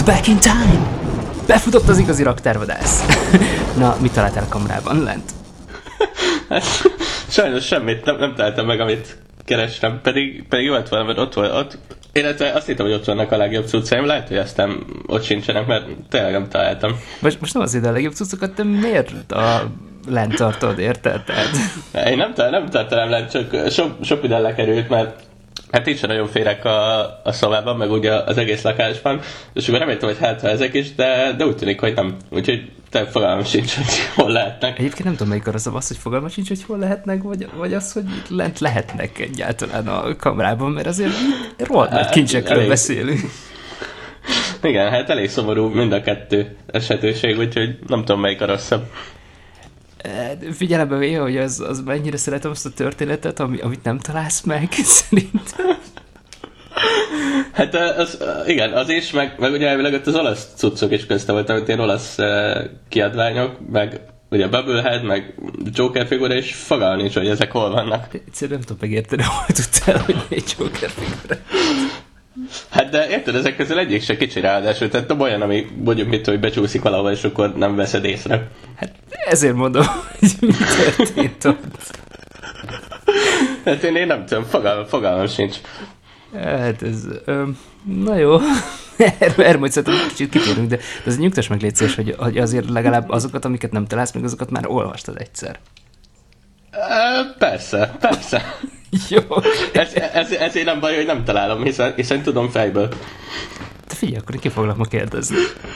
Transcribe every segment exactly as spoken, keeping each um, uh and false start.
back in time! Befutott az igazi raktárvadász. Na, mit találtál a kamerában lent? Hát, sajnos semmit nem, nem találtam meg, amit kerestem, pedig, pedig jó lett volna, mert ott volt, ott, illetve azt hittem, hogy ott vannak a legjobb cuccaim, lehet, hogy aztán ott sincsenek, mert tényleg nem találtam. Most, most nem azért a legjobb cuccokat, te miért a lent tartod, érted? Tehát... Én nem, nem tartanám lent, csak sok, sok minden lekerült, mert hát így sem nagyon férek a, a szobában, meg ugye az egész lakásban, és akkor reméltem, hogy hát ha ezek is, de, de úgy tűnik, hogy nem. Úgyhogy te fogalmam sincs, hogy hol lehetnek. Egyébként nem tudom, melyik a rosszabb, az, hogy fogalmam sincs, hogy hol lehetnek, vagy, vagy az, hogy lent lehetnek egyáltalán a kamerában, mert azért rohadt nagy kincsekről elég... beszélünk. Igen, hát elég szomorú mind a kettő esetőség, úgyhogy nem tudom, melyik a rosszabb. Figyelembe véve, hogy az, az mennyire szeretem azt a történetet, ami, amit nem találsz meg, szerintem. Hát az, igen, az is, meg, meg ugye elvileg ott az olasz cuccok is közte voltam, hogy ilyen olasz kiadványok, meg ugye Bubblehead, meg Joker figura, és fogalmam nincs, hogy ezek hol vannak. Egyszerűen nem tudom megérteni, hol tudtál, hogy egy Joker figura. Hát de érted, ezek közül egyik se kicsi ráadásul, tehát nem olyan, ami mondjuk mit, hogy becsúszik valahol, és akkor nem veszed észre. Hát ezért mondom, hogy mi történt ott. Hát én, én nem tudom, fogalmam, fogalmam sincs. Hát ez... Öm, na jó, erről majd szerintem kicsit kitérünk, de, de ez nyugtass meg létszés, hogy, hogy azért legalább azokat, amiket nem találsz meg, azokat már olvastad egyszer. Persze, persze. Jó. Ez, ez, ezért nem baj, hogy nem találom, hiszen, hiszen tudom fejből. Te figyelj, akkor én ki foglak ma kérdezni.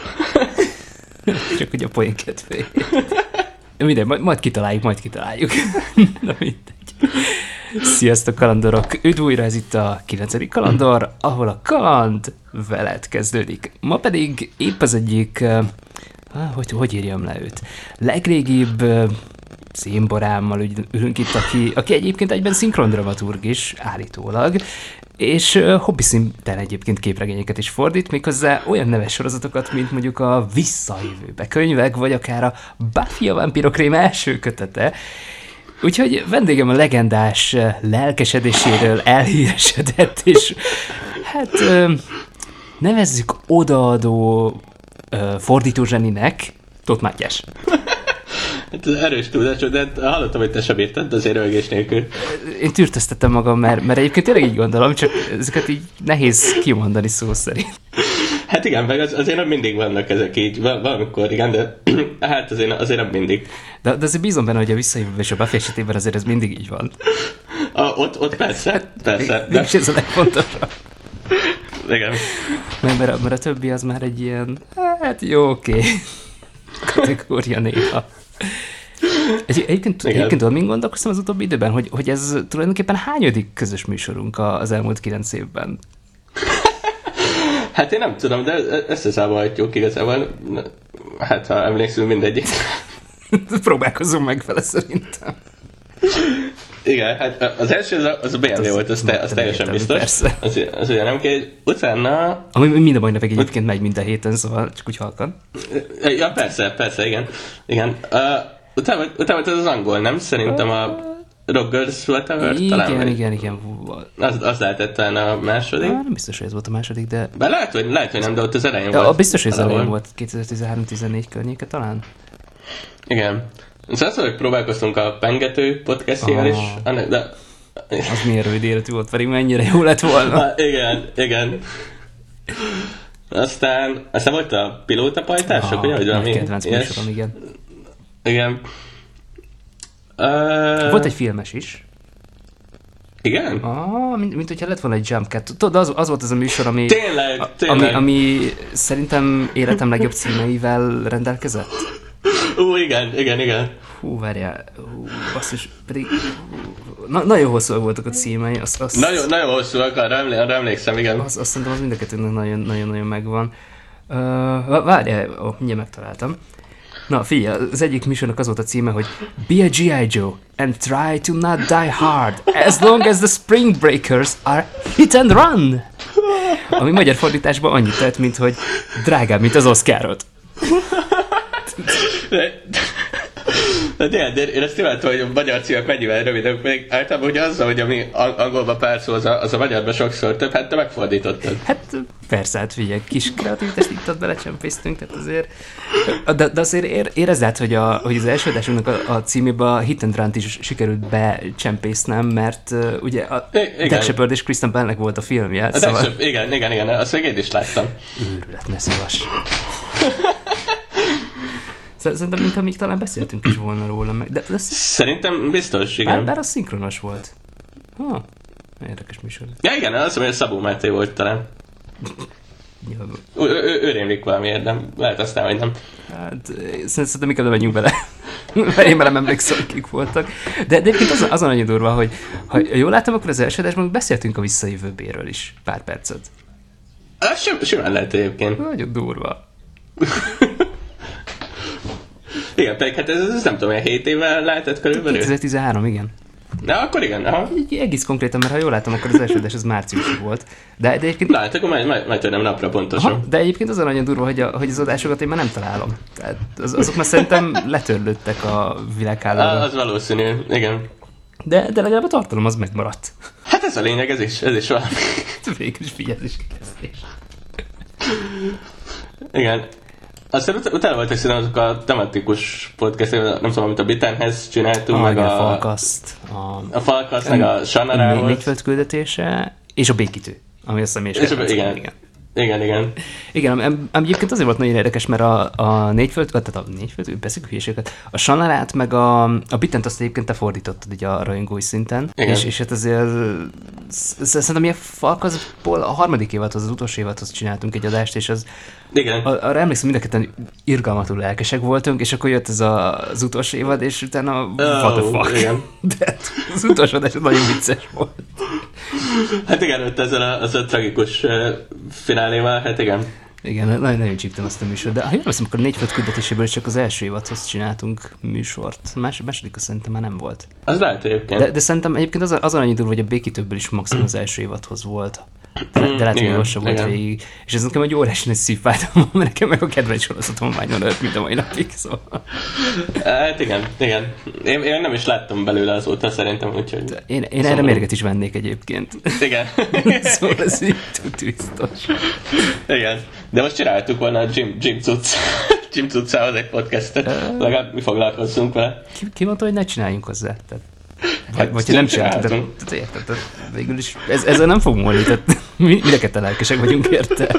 Csak hogy a poén kedvéért. Minden, majd, majd kitaláljuk, majd kitaláljuk. Na mindegy. Sziasztok kalandorok! Üdv újra, ez itt a kilencedik kalandor, ahol a kaland veled kezdődik. Ma pedig épp az egyik, uh, hogy, hogy írjam le őt, legrégibb uh, színborámmal ülünk itt, aki, aki egyébként egyben szinkrondramaturg is, állítólag, és uh, hobbi szinten egyébként képregényeket is fordít, méghozzá olyan neves sorozatokat, mint mondjuk a Visszajövőbe könyvek, vagy akár a Buffy a vámpírokrém első kötete. Úgyhogy vendégem a legendás lelkesedéséről elhíresedett, és hát nevezzük odaadó fordító zseninek, Tóth Mátyás. Hát ez erős tudásod, de hallottam, hogy te sem érted, azért rögés nélkül. Én tűrtöztettem magam, mert, mert egyébként tényleg így gondolom, csak ezeket így nehéz kimondani szó szerint. Hát igen, meg az, azért nem mindig vannak ezek így, valamikor igen, de hát azért, azért nem mindig. De, de azért bízom benne, hogy a Visszajövő és a Buffy esetében azért ez mindig így van. A, ott, ott persze, persze. De is ez a legfontosabb. Igen. Mert, mert, a, mert a többi az már egy ilyen, hát jó, oké, okay. kategória néha. Egy, egyébként, egyébként tudom, mint gondolkoztam az utóbbi időben, hogy, hogy ez tulajdonképpen hányadik közös műsorunk az elmúlt kilenc évben? Hát én nem tudom, de ezt számolhatjuk igazából. Hát ha emlékszünk mindegyik. Próbálkozunk meg vele szerintem. Igen, hát az első az a, az a bé em vé volt, az, te, az teljesen biztos. Persze. Az, az ugye nem kell, utána... Ami mind a mai napig egyébként megy minden héten, szóval csak úgy halkan. Ja, persze, persze, igen. igen. Uh, utána, utána volt az az angol, nem? Szerintem a Rock Girls Whatever, igen, talán. Igen, igen, igen. Az, az lehetett talán a második. Ah, nem biztos, hogy ez volt a második, de... Bár lehet, hogy, lehet, hogy nem, de ott az elején ja, volt. Biztos, hogy az elején volt, kétezer-tizenhárom tizennégy környéke talán. Igen. Szóval hogy próbálkoztunk a Pengető podcastjával is, oh. de... Az milyen rövid életű volt, pedig mennyire jó lett volna. Ha, igen, igen. Aztán, aztán volt a pilótapajtások, ah, ugye, hogy valami... kedvenc műsorom, igen. Igen. Uh... Volt egy filmes is. Igen? Ah, mint, mint hogyha lett volna egy Jump Cut. Tudod, az, az volt az a műsor, ami, tényleg, a, tényleg. Ami, ami szerintem életem legjobb címeivel rendelkezett. Ú, igen, igen, igen. Hú, várjál, hú, basszus, pedig na, nagyon hosszúak voltak a címei. Azt, azt, nagyon, nagyon hosszúak, arra, emlé, arra emlékszem, igen. Azt, azt szerintem az mind a kettőnek nagyon-nagyon megvan. Uh, várjál, oh, mindjárt megtaláltam. Na, figyelj, az egyik műsornak az volt a címe, hogy Be a gé i. Joe and try to not die hard as long as the spring breakers are hit and run. Ami magyar fordításban annyit tett, mint hogy drágább, mint az Oscarod. De ilyen, én ezt imádtam, hogy a magyar címek mennyivel rövidebb, még általában ugye azzal, hogy ami angolban pár szó, az a, az a magyarban sokszor több, hát te megfordítottad. Hát persze, hát figyelj, kis kreativitást itt ott belecsempésztünk, tehát azért, de, de azért ér, érezd át, hogy, a, hogy az első adásunknak a, a címébe a Hit and Run-t is sikerült becsempésznem, mert uh, ugye a Dax Shepard és Kristen Bellnek volt a filmje. A szóval... Shep- igen, igen, igen, azt még én is láttam. Őrület, ne szívas. Szerintem, mintha még talán beszéltünk is volna róla. Meg. De, de Szerintem biztos, igen. Bár, bár az szinkronos volt. Ha, érdekes műsor. Ja igen, azt mondom, hogy Szabó Máté volt talán. Ő, ő, ő rémlik valamiért, nem? Lehet aztán, hogy nem. Hát, szerintem inkább nem menjünk bele. Mert én velem emlékszem, kik voltak. De, de egyébként az, azon nagyon durva, hogy ha jól láttam, akkor az első adásban beszéltünk a visszajövőbéről is pár percet. Az sem, simán lehet egyébként. Nagyon durva. Igen, pedig hát ez, ez nem tudom, hogy hét évvel lehetett körülbelül. kétezer-tizenhárom, igen. Na, akkor igen, aha. Egész konkrétan, mert ha jól látom, akkor az első adás az márciusig volt. De, de egyébként... Lát, akkor majd, majd, majd nem napra pontosan. Aha, de egyébként az a nagyon durva, hogy, a, hogy az adásokat én már nem találom. Tehát az, azok már szerintem letörlődtek a világhálóra. Az valószínű, igen. De, de legalább a tartalom az megmaradt. Hát ez a lényeg, ez is, ez is valami. Végül is figyelés kezdés. Igen. Aztán ut- utána voltak szerintem azok a tematikus podcast, nem tudom, amit a Bitenhez csináltunk, ah, meg a... a... Falkaszt. A, a Falkaszt, meg a Sanará volt. Négyföld küldetése, és a Békítő, ami a személyes kedvenc. Igen. igen. Igen, igen. Igen, ám egyébként azért volt nagyon érdekes, mert a, a négyföld, tehát a négyföld, beszélünk hülyeséget, a Sanarát meg a, a Bitent azt egyébként te fordítottad így a rajongói szinten, és, és hát azért szerintem mi a Falkaszból a harmadik évadhoz, az utolsó évadhoz csináltunk egy adást, és az igen. Arra emlékszem, mind a ketten irgalmatul lelkesek voltunk, és akkor jött ez a, az utolsó évad, és utána oh, what the fuck. Igen. De az utolsó adás nagyon vicces volt. Hát igen, ott ezzel a, az a tragikus uh, fináléval, hát igen. Igen, nagyon, nagyon csíptem azt a műsort, de ha jól veszem, akkor négy föld küldetéséből csak az első évadhoz csináltunk műsort. Más, második szerintem már nem volt. Az lehet egyébként. De, de szerintem egyébként az, az annyi durva, hogy a Békítőből is maximum az első évadhoz volt. De, de lehet, hogy lassabb volt végig. És ez nekem egy óriási nagy szívfájdalom, mert nekem meg a kedvenc sorozatom a Minor Earth mind a mai napig, szóval. Hát igen, igen. Én, én nem is láttam belőle azóta szerintem, úgyhogy... Én, én szóval erre mérget is vennék egyébként. Igen. Szóval ez így biztos. Igen. De most csináltuk volna a Jim, Jim Cucc. Jim Cuccához egy podcastet. Uh, Legalább mi foglalkozzunk vele. Ki, ki mondta, hogy ne csináljunk hozzá? Tehát, hát vagy ha nem csináltunk. Végül is ez, ezzel nem fog múlni, tehát mi, mindeket lelkesek vagyunk érte.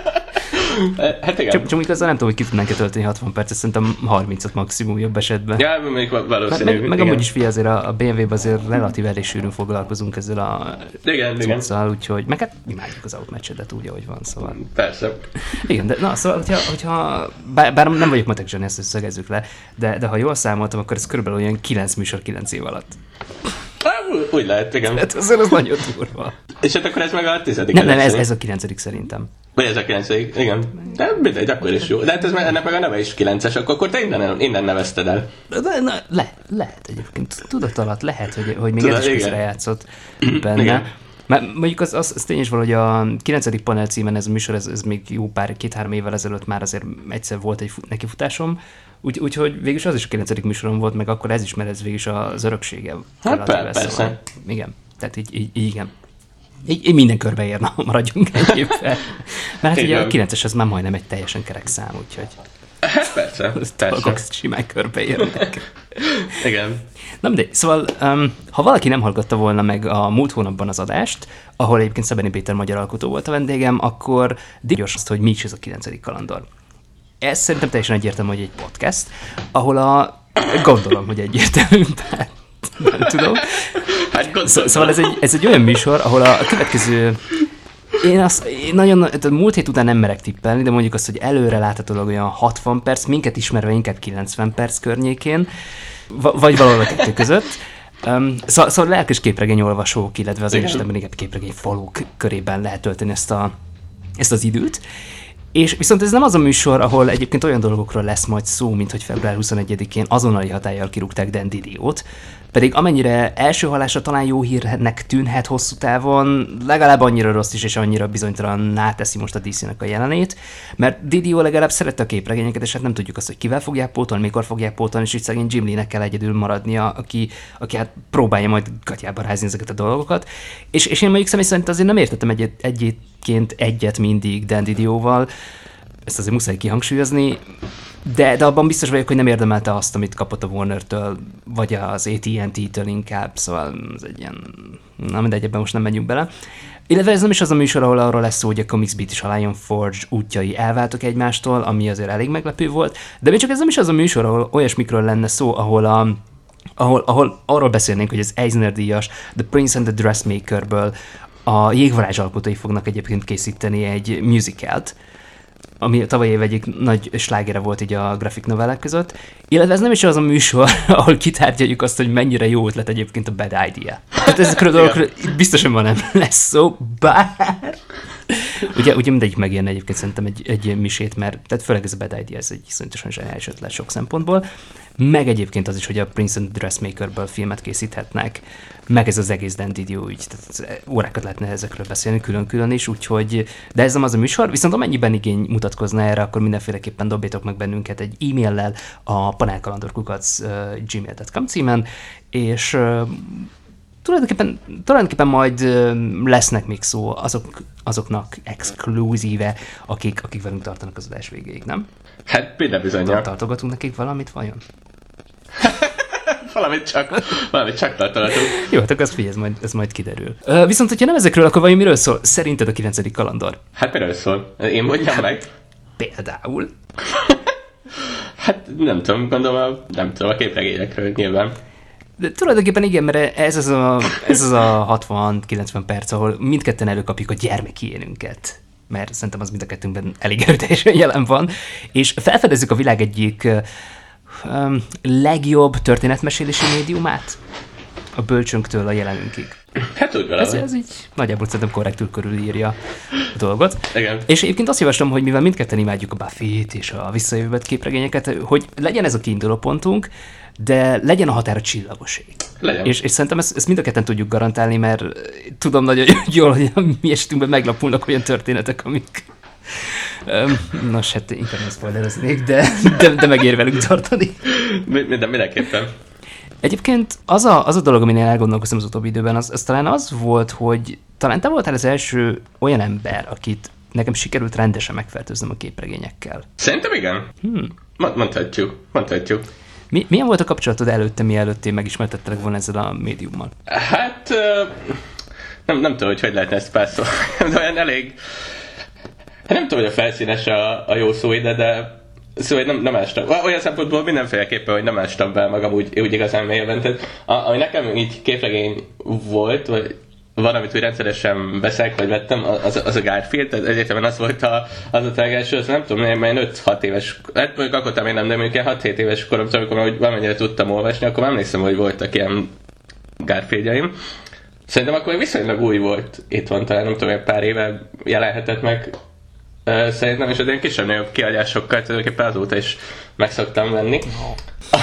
Hát igen. Csak, csak igazán nem tudom, hogy ki tudnánk tölteni hatvan percet, szerintem harmincat maximum jobb esetben. Ja, még valószínű. Meg, meg amúgy is figyelj, azért a, a bé em vé-ben azért relatív elég sűrűn foglalkozunk ezzel a cuccal, úgyhogy meg hát imádjuk az outmatchedet úgy, ahogy van, szóval. Persze. Igen, de na, szóval, hogyha, hogyha bár, bár nem vagyok matek zseni, ezt szögezzük le, de, de ha jól számoltam, akkor ez körülbelül olyan kilenc műsor kilenc év alatt. Úgy lehet, igen. Hát azért az nagyon durva. És hát akkor ez meg a tizedik. Nem, nem, ez, ez a kilencedik szerintem. Vagy ez a kilencedik, igen. De mindegy, akkor is jó. De hát ez, ennek meg a neve is kilences, akkor, akkor te innen, innen nevezted el. De, na, le, lehet egyébként. Tudat alatt lehet, hogy, hogy még Tudod, ez is közrejátszott benne. Igen. Mert mondjuk az, az, az tényleg valahogy a kilencedik panel címen ez a műsor, ez, ez még jó pár, két-három évvel ezelőtt már azért egyszer volt egy nekifutásom, úgy, úgyhogy végülis az is a kilencedik műsorom volt, meg akkor ez is, mert ez végülis az öröksége. Hát persze. Szóval. Igen, tehát így, így, így igen. Így, így minden körbe érne, ha maradjunk egy évvel. Mert hát ugye a kilences az már majdnem egy teljesen kerek szám, úgyhogy... Hát persze, persze. Simán körbe érnek. Igen. Na mindegy, szóval um, ha valaki nem hallgatta volna meg a múlt hónapban az adást, ahol egyébként Szebeni Péter magyar alkotó volt a vendégem, akkor gyors azt, hogy mi is ez a kilencedik kalandor. Ez szerintem teljesen egyértelmű, hogy egy podcast, ahol a... Gondolom, hogy egyértelmű, nem tudom. Hát szóval ez egy, ez egy olyan műsor, ahol a következő... Én azt én nagyon, tehát múlt hét után nem merek tippelni, de mondjuk azt, hogy előre láthatólag olyan hatvan perc, minket ismerve inkább kilencven perc környékén, vagy valahol a kettő között. Um, szóval, szóval lelkes képregényolvasók, illetve az egyetemben inkább képregény falók körében lehet tölteni ezt, a, ezt az időt. És viszont ez nem az a műsor, ahol egyébként olyan dolgokról lesz majd szó, mint hogy február huszonegyedikén azonnali hatállyal kirúgták Dan Didiót, pedig amennyire első hallásra talán jó hírnek tűnhet hosszú távon, legalább annyira rossz is és annyira bizonytalanná teszi most a dé cé-nek a jelenét, mert Didio legalább szerette a képregényeket, és hát nem tudjuk azt, hogy kivel fogják pótolni, mikor fogják pótolni, és így szegény Jim Lee-nek kell egyedül maradnia, aki, aki hát próbálja majd gatyába rázni ezeket a dolgokat. És, és én mondjuk személy szerint azért nem értettem egyet, egyébként egyet mindig Dan Didióval, ezt azért muszáj kihangsúlyozni, de, de abban biztos vagyok, hogy nem érdemelte azt, amit kapott a Warner-től, vagy az á té and té-től inkább, szóval ez egy ilyen, na mindegy, ebben most nem menjünk bele. Illetve ez nem is az a műsor, ahol arról lesz szó, hogy a Comics Beat és a Lion Forge útjai elváltak egymástól, ami azért elég meglepő volt, de még csak ez nem is az a műsor, ahol olyasmikről lenne szó, ahol, a, ahol, ahol arról beszélnénk, hogy az Eisner-díjas The Prince and the Dressmakerből a Jégvarázs alkotói fognak egyébként készíteni egy musicalt, ami a tavaly év egyik nagy slágere volt így a graphic novellák között, illetve ez nem is az a műsor, ahol kitárgyaljuk azt, hogy mennyire jó ötlet egyébként a Bad Idea. Tehát ezekről a dolgokról biztosan van nem lesz szó, bár... Ugye, ugye mindegyik megérne egyébként szerintem egy, egy misét, mert tehát főleg ez a Bad Idea, ez egy iszonyatosan zseniális ötlet sok szempontból, meg egyébként az is, hogy a Prince and the Dressmakerből filmet készíthetnek, meg ez az egész Dan Didio ügy, tehát órákat lehetne ezekről beszélni külön-külön is, úgyhogy, de ez nem az a műsor, viszont amennyiben igény mutatkozna erre, akkor mindenféleképpen dobjátok meg bennünket egy e-maillel a panelkalandorkukac gmail dot com címen, és Tulajdonképpen, tulajdonképpen majd lesznek még szó azok, azoknak exkluzíve, akik, akik velünk tartanak az adás végéig, nem? Hát például bizonyja. Tartogatunk nekik valamit, vajon? valamit csak, valamit csak tartalatunk. Jó, hát akkor ez, figyelj, ez majd, ez majd kiderül. Uh, viszont, hogyha nem ezekről, akkor vajon miről szól szerinted a kilencedik kalandor? Hát miről szól? Én mondjam meg. Például? hát nem tudom, gondolom, nem tudom, a képregényekről nyilván. De tulajdonképpen igen, mert ez az a, ez az a hatvan-kilencven perc, ahol mindketten előkapjuk a gyermeki énünket, mert szerintem az mind a kettőnkben elég erőteljesen jelen van, és felfedezzük a világ egyik um, legjobb történetmesélési médiumát, a bölcsönktől a jelenünkig. Hát úgy valahogy. Ez, ez így nagyjából szerintem korrektül körülírja a dolgot. Igen. És egyébként azt javaslom, hogy mivel mindketten imádjuk a Buffy-t és a visszajövőbet képregényeket, hogy legyen ez a kiinduló pontunk, de legyen a határ a csillagoség. Legyen. És, és szerintem ezt, ezt mind a ketten tudjuk garantálni, mert tudom nagyon jól, hogy a mi esetünkben meglapulnak olyan történetek, amik... Nos, hát inkább nem spoilereznék, de, de, de megér velünk tartani. Minden, mindenképpen. Egyébként az a, az a dolog, amin elgondolkoztam az utóbbi időben, az, az talán az volt, hogy talán te voltál az első olyan ember, akit nekem sikerült rendesen megfertőznöm a képregényekkel. Szerintem igen. Hmm. Mondhatjuk, mondhatjuk. Mi, milyen volt a kapcsolatod előtte, mielőtt én megismertettelek volna ezzel a médiummal? Hát nem, nem tudom, hogy hogy lehetne ezt pászolni, de olyan elég... Hát nem tudom, hogy a felszínes a, a jó szó ide, de szóval nem, nem ástam. Olyan szempontból mindenféleképpen, hogy nem ástam be magam úgy, úgy igazán mélyeben. Tehát, ami nekem így képregény volt, vagy van, amit úgy rendszeresen veszek, vagy vettem, az, az a Garfield, tehát egyértelműen az volt a, az a első, az nem tudom, mert öt-hat éves, hát mondjuk akkor még nem, de mondjuk ilyen hat-hét éves koromtól, amikor már valamennyire tudtam olvasni, akkor emlékszem, hogy voltak ilyen Garfieldjaim. Szerintem akkor viszonylag új volt, itt van talán, nem tudom, egy pár éve jelenhetett meg uh, szerintem, és az ilyen kisebb-nagyobb kiadásokkal tulajdonképpen azóta is meg szoktam venni. No.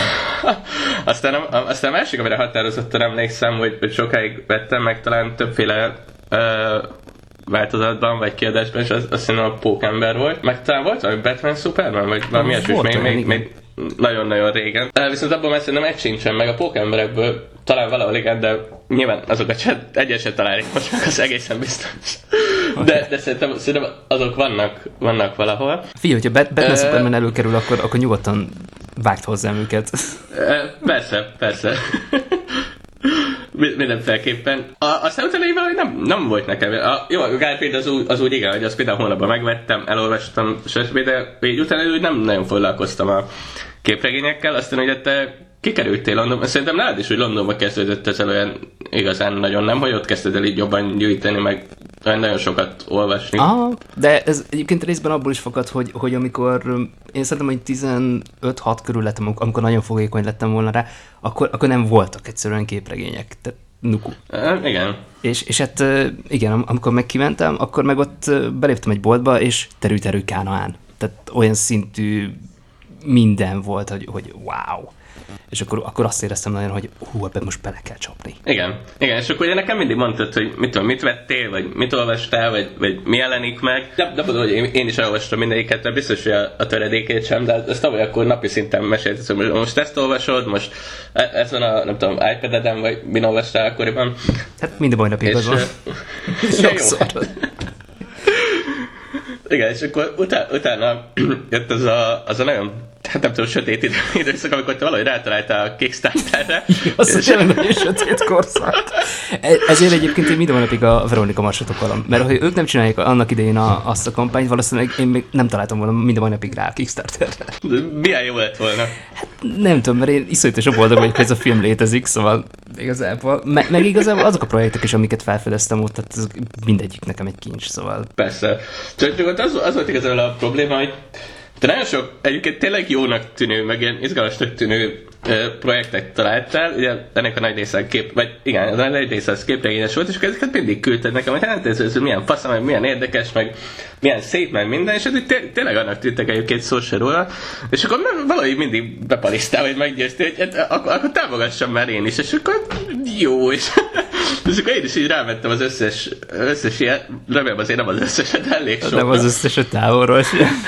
aztán, a, aztán a másik, amire határozottan emlékszem, hogy, hogy sokáig vettem meg talán többféle uh, változatban, vagy kiadásban, és az, azt hiszem a Pókember volt. Meg talán volt valami Batman, Superman, vagy valami ilyesmi, még, még, még nagyon-nagyon régen. Uh, viszont abban már szerintem egy sincsen, meg a Pókemberekből talán valahol igen, de nyilván azokat se, egyet se találjuk most, meg az egészen biztos. De, de szerintem, szerintem azok vannak, vannak valahol. Figyelj, hogyha Batman uh, Superman előkerül, akkor, akkor nyugodtan vágd hozzám őket. Uh, persze, persze. Mindenféleképpen. Aztán utána így valahogy nem, nem volt nekem. A, jó, a Garfield az úgy, az úgy igen, hogy azt például honlapban megvettem, elolvastam, stb. De így utána úgy nem nagyon foglalkoztam a képregényekkel. Aztán ugye te kikerültél Londonba. Szerintem nálad is, hogy Londonba kezdődött ezzel olyan igazán nagyon nem, hogy ott kezdted el így jobban gyűjteni, meg nagyon sokat olvasni. Aha, de ez egyébként részben abból is fakad, hogy, hogy amikor én szerintem, hogy tizenöt hat körül lettem, amikor nagyon fogékony lettem volna rá, akkor, akkor nem voltak egyszerűen képregények. Tehát Nuku. Uh, igen. És, és hát igen, amikor meg kimentem, akkor meg ott beléptem egy boltba, és terű-terű Kánaán. Tehát olyan szintű minden volt, hogy, hogy wow. És akkor, akkor azt éreztem nagyon, hogy hú, ebben most bele kell csapni. Igen, igen, és akkor ugye nekem mindig mondtad, hogy mit, tudom, mit vettél, vagy mit olvastál, vagy, vagy mi jelenik meg. De, de mondom, hogy én, én is elolvastam mindegyiket, de biztos, hogy a, a töredékét sem, de ezt tavaly akkor napi szinten mesélted, hogy most ezt olvasod, most ez van a, nem tudom, iPad-eden, vagy min olvastál akkoriban. Hát minden mai napig az van. Sokszor. Igen, és akkor utána, utána jött az a, az a nagyon, hát nem tudom, sötét időszak, amikor te valahogy rátaláltál a Kickstarterre. Az és... tényleg nagyon sötét korszak. Ezért egyébként én minden napig a Veronika Marsatokolom, mert ha ők nem csinálják annak idején a, azt a kampányt, valószínűleg én még nem találtam volna minden mai napig rá a Kickstarterre. Milyen jó lett volna? Hát nem tudom, mert én iszonyatosan boldog vagyok, hogy ez a film létezik, szóval igazából, meg, meg igazából azok a projektek is, amiket felfedeztem ott, tehát ez mindegyik nekem egy kincs, szóval. Persze. Csak az, az volt igazából a probléma, hogy te nagyon sok egyébként tényleg jónak tűnő, meg ilyen izgalmasnak tűnő ö, projektet találtál, ugye ennek a nagy része kép, vagy igen, az a nagy része az képregényes volt, és ezeket mindig küldted nekem, hogy hát ez, ez milyen faszom, meg milyen érdekes, meg milyen szép, meg minden, és ez té- tényleg annak tűntek egyébként szó se róla, és akkor valahogy mindig bepalisztál, hogy meggyőztél, hogy hát, akkor, akkor támogassam már én is, és akkor jó, és, és akkor én is így rámentem az összes, összes ilyen, remélem azért nem az összeset, elég sok. Nem az összeset távolról sem.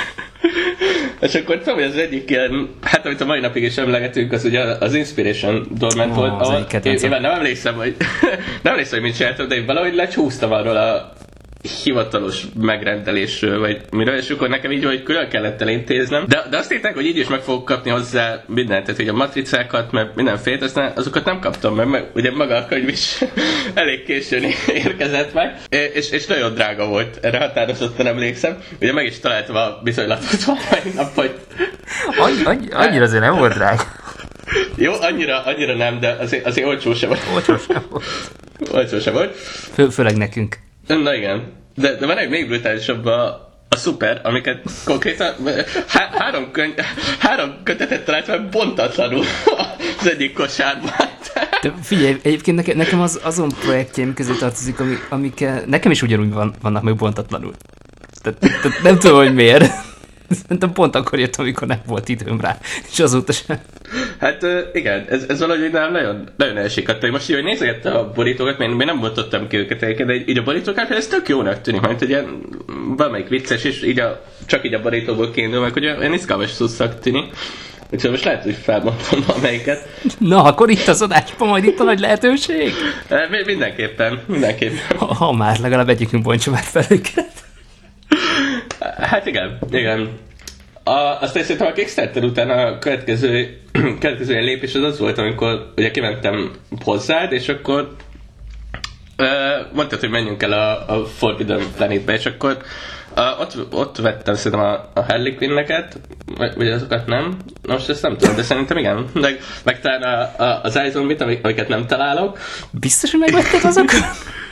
És akkor tudom, hogy az egyik ilyen, hát amit a mai napig is emlegetünk, az ugye az Inspiration Dormant oh, volt, ahol én, én nem emlékszem, hogy nem emlékszem, hogy mit csináltam, de én valahogy lecsúsztam arról a hivatalos megrendelésről, vagy miről, és akkor nekem így, hogy külön kellett elintéznem. De, de azt írták, hogy így is meg fogok kapni hozzá mindent, tehát hogy a matricákat, meg mindenfélt, aztán azokat nem kaptam meg, meg ugye maga a könyv is elég későn érkezett meg, és, és nagyon drága volt, erre határozottan emlékszem. Ugye meg is találtam a bizonylatot valamelyik nap, hogy... Annyi, annyi, annyira azért nem volt drága. Jó, annyira, annyira nem, de azért, azért olcsó sem volt. Olcsó sem volt. Olcsó sem volt. Fő, főleg nekünk. Na igen. De, de van egy még brutálisabb a, a szuper, amiket konkrétan há, három, könyv, három kötetet talált meg bontatlanul az egyik kosárban. De figyelj, egyébként nekem, nekem az, azon projektjeim közé tartozik, ami, amik nekem is ugyanúgy van, vannak meg bontatlanul. Tehát, tehát nem tudom, hogy miért. Szerintem pont akkor jött, amikor nem volt időm rá, és azóta sem. Hát igen, ez, ez valahogy nem nagyon, nagyon elsikadt. Most így, hogy nézegettem a borítókat, mert én nem bontottam ki őket egyébként, de így a borítókat, ez tök jónak tűnik, mert ugye valamelyik vicces, és így a, csak így a borítóból kiindul meg, hogy olyan izgalmas szusszak tűnik. Úgyhogy most lehet, hogy felmondtam valamelyiket. Na, akkor itt az adásban, majd itt a nagy lehetőség? Mindenképpen, mindenképpen. Ha, ha már, legalább egyikünk bontsa már fel őket. Hát igen, igen. A, aztán szerintem a Kickstarter után a következő, következő lépés az az volt, amikor ugye kimentem hozzád, és akkor uh, mondtad, hogy menjünk el a, a Forbidden Planetbe, és akkor uh, ott, ott vettem szerintem a, a Harley Quinn-eket, vagy azokat nem, most ezt nem tudom, de szerintem igen. Meg, meg talán a, a, az iZombie-t, amiket nem találok. Biztos, hogy megvetted azokat?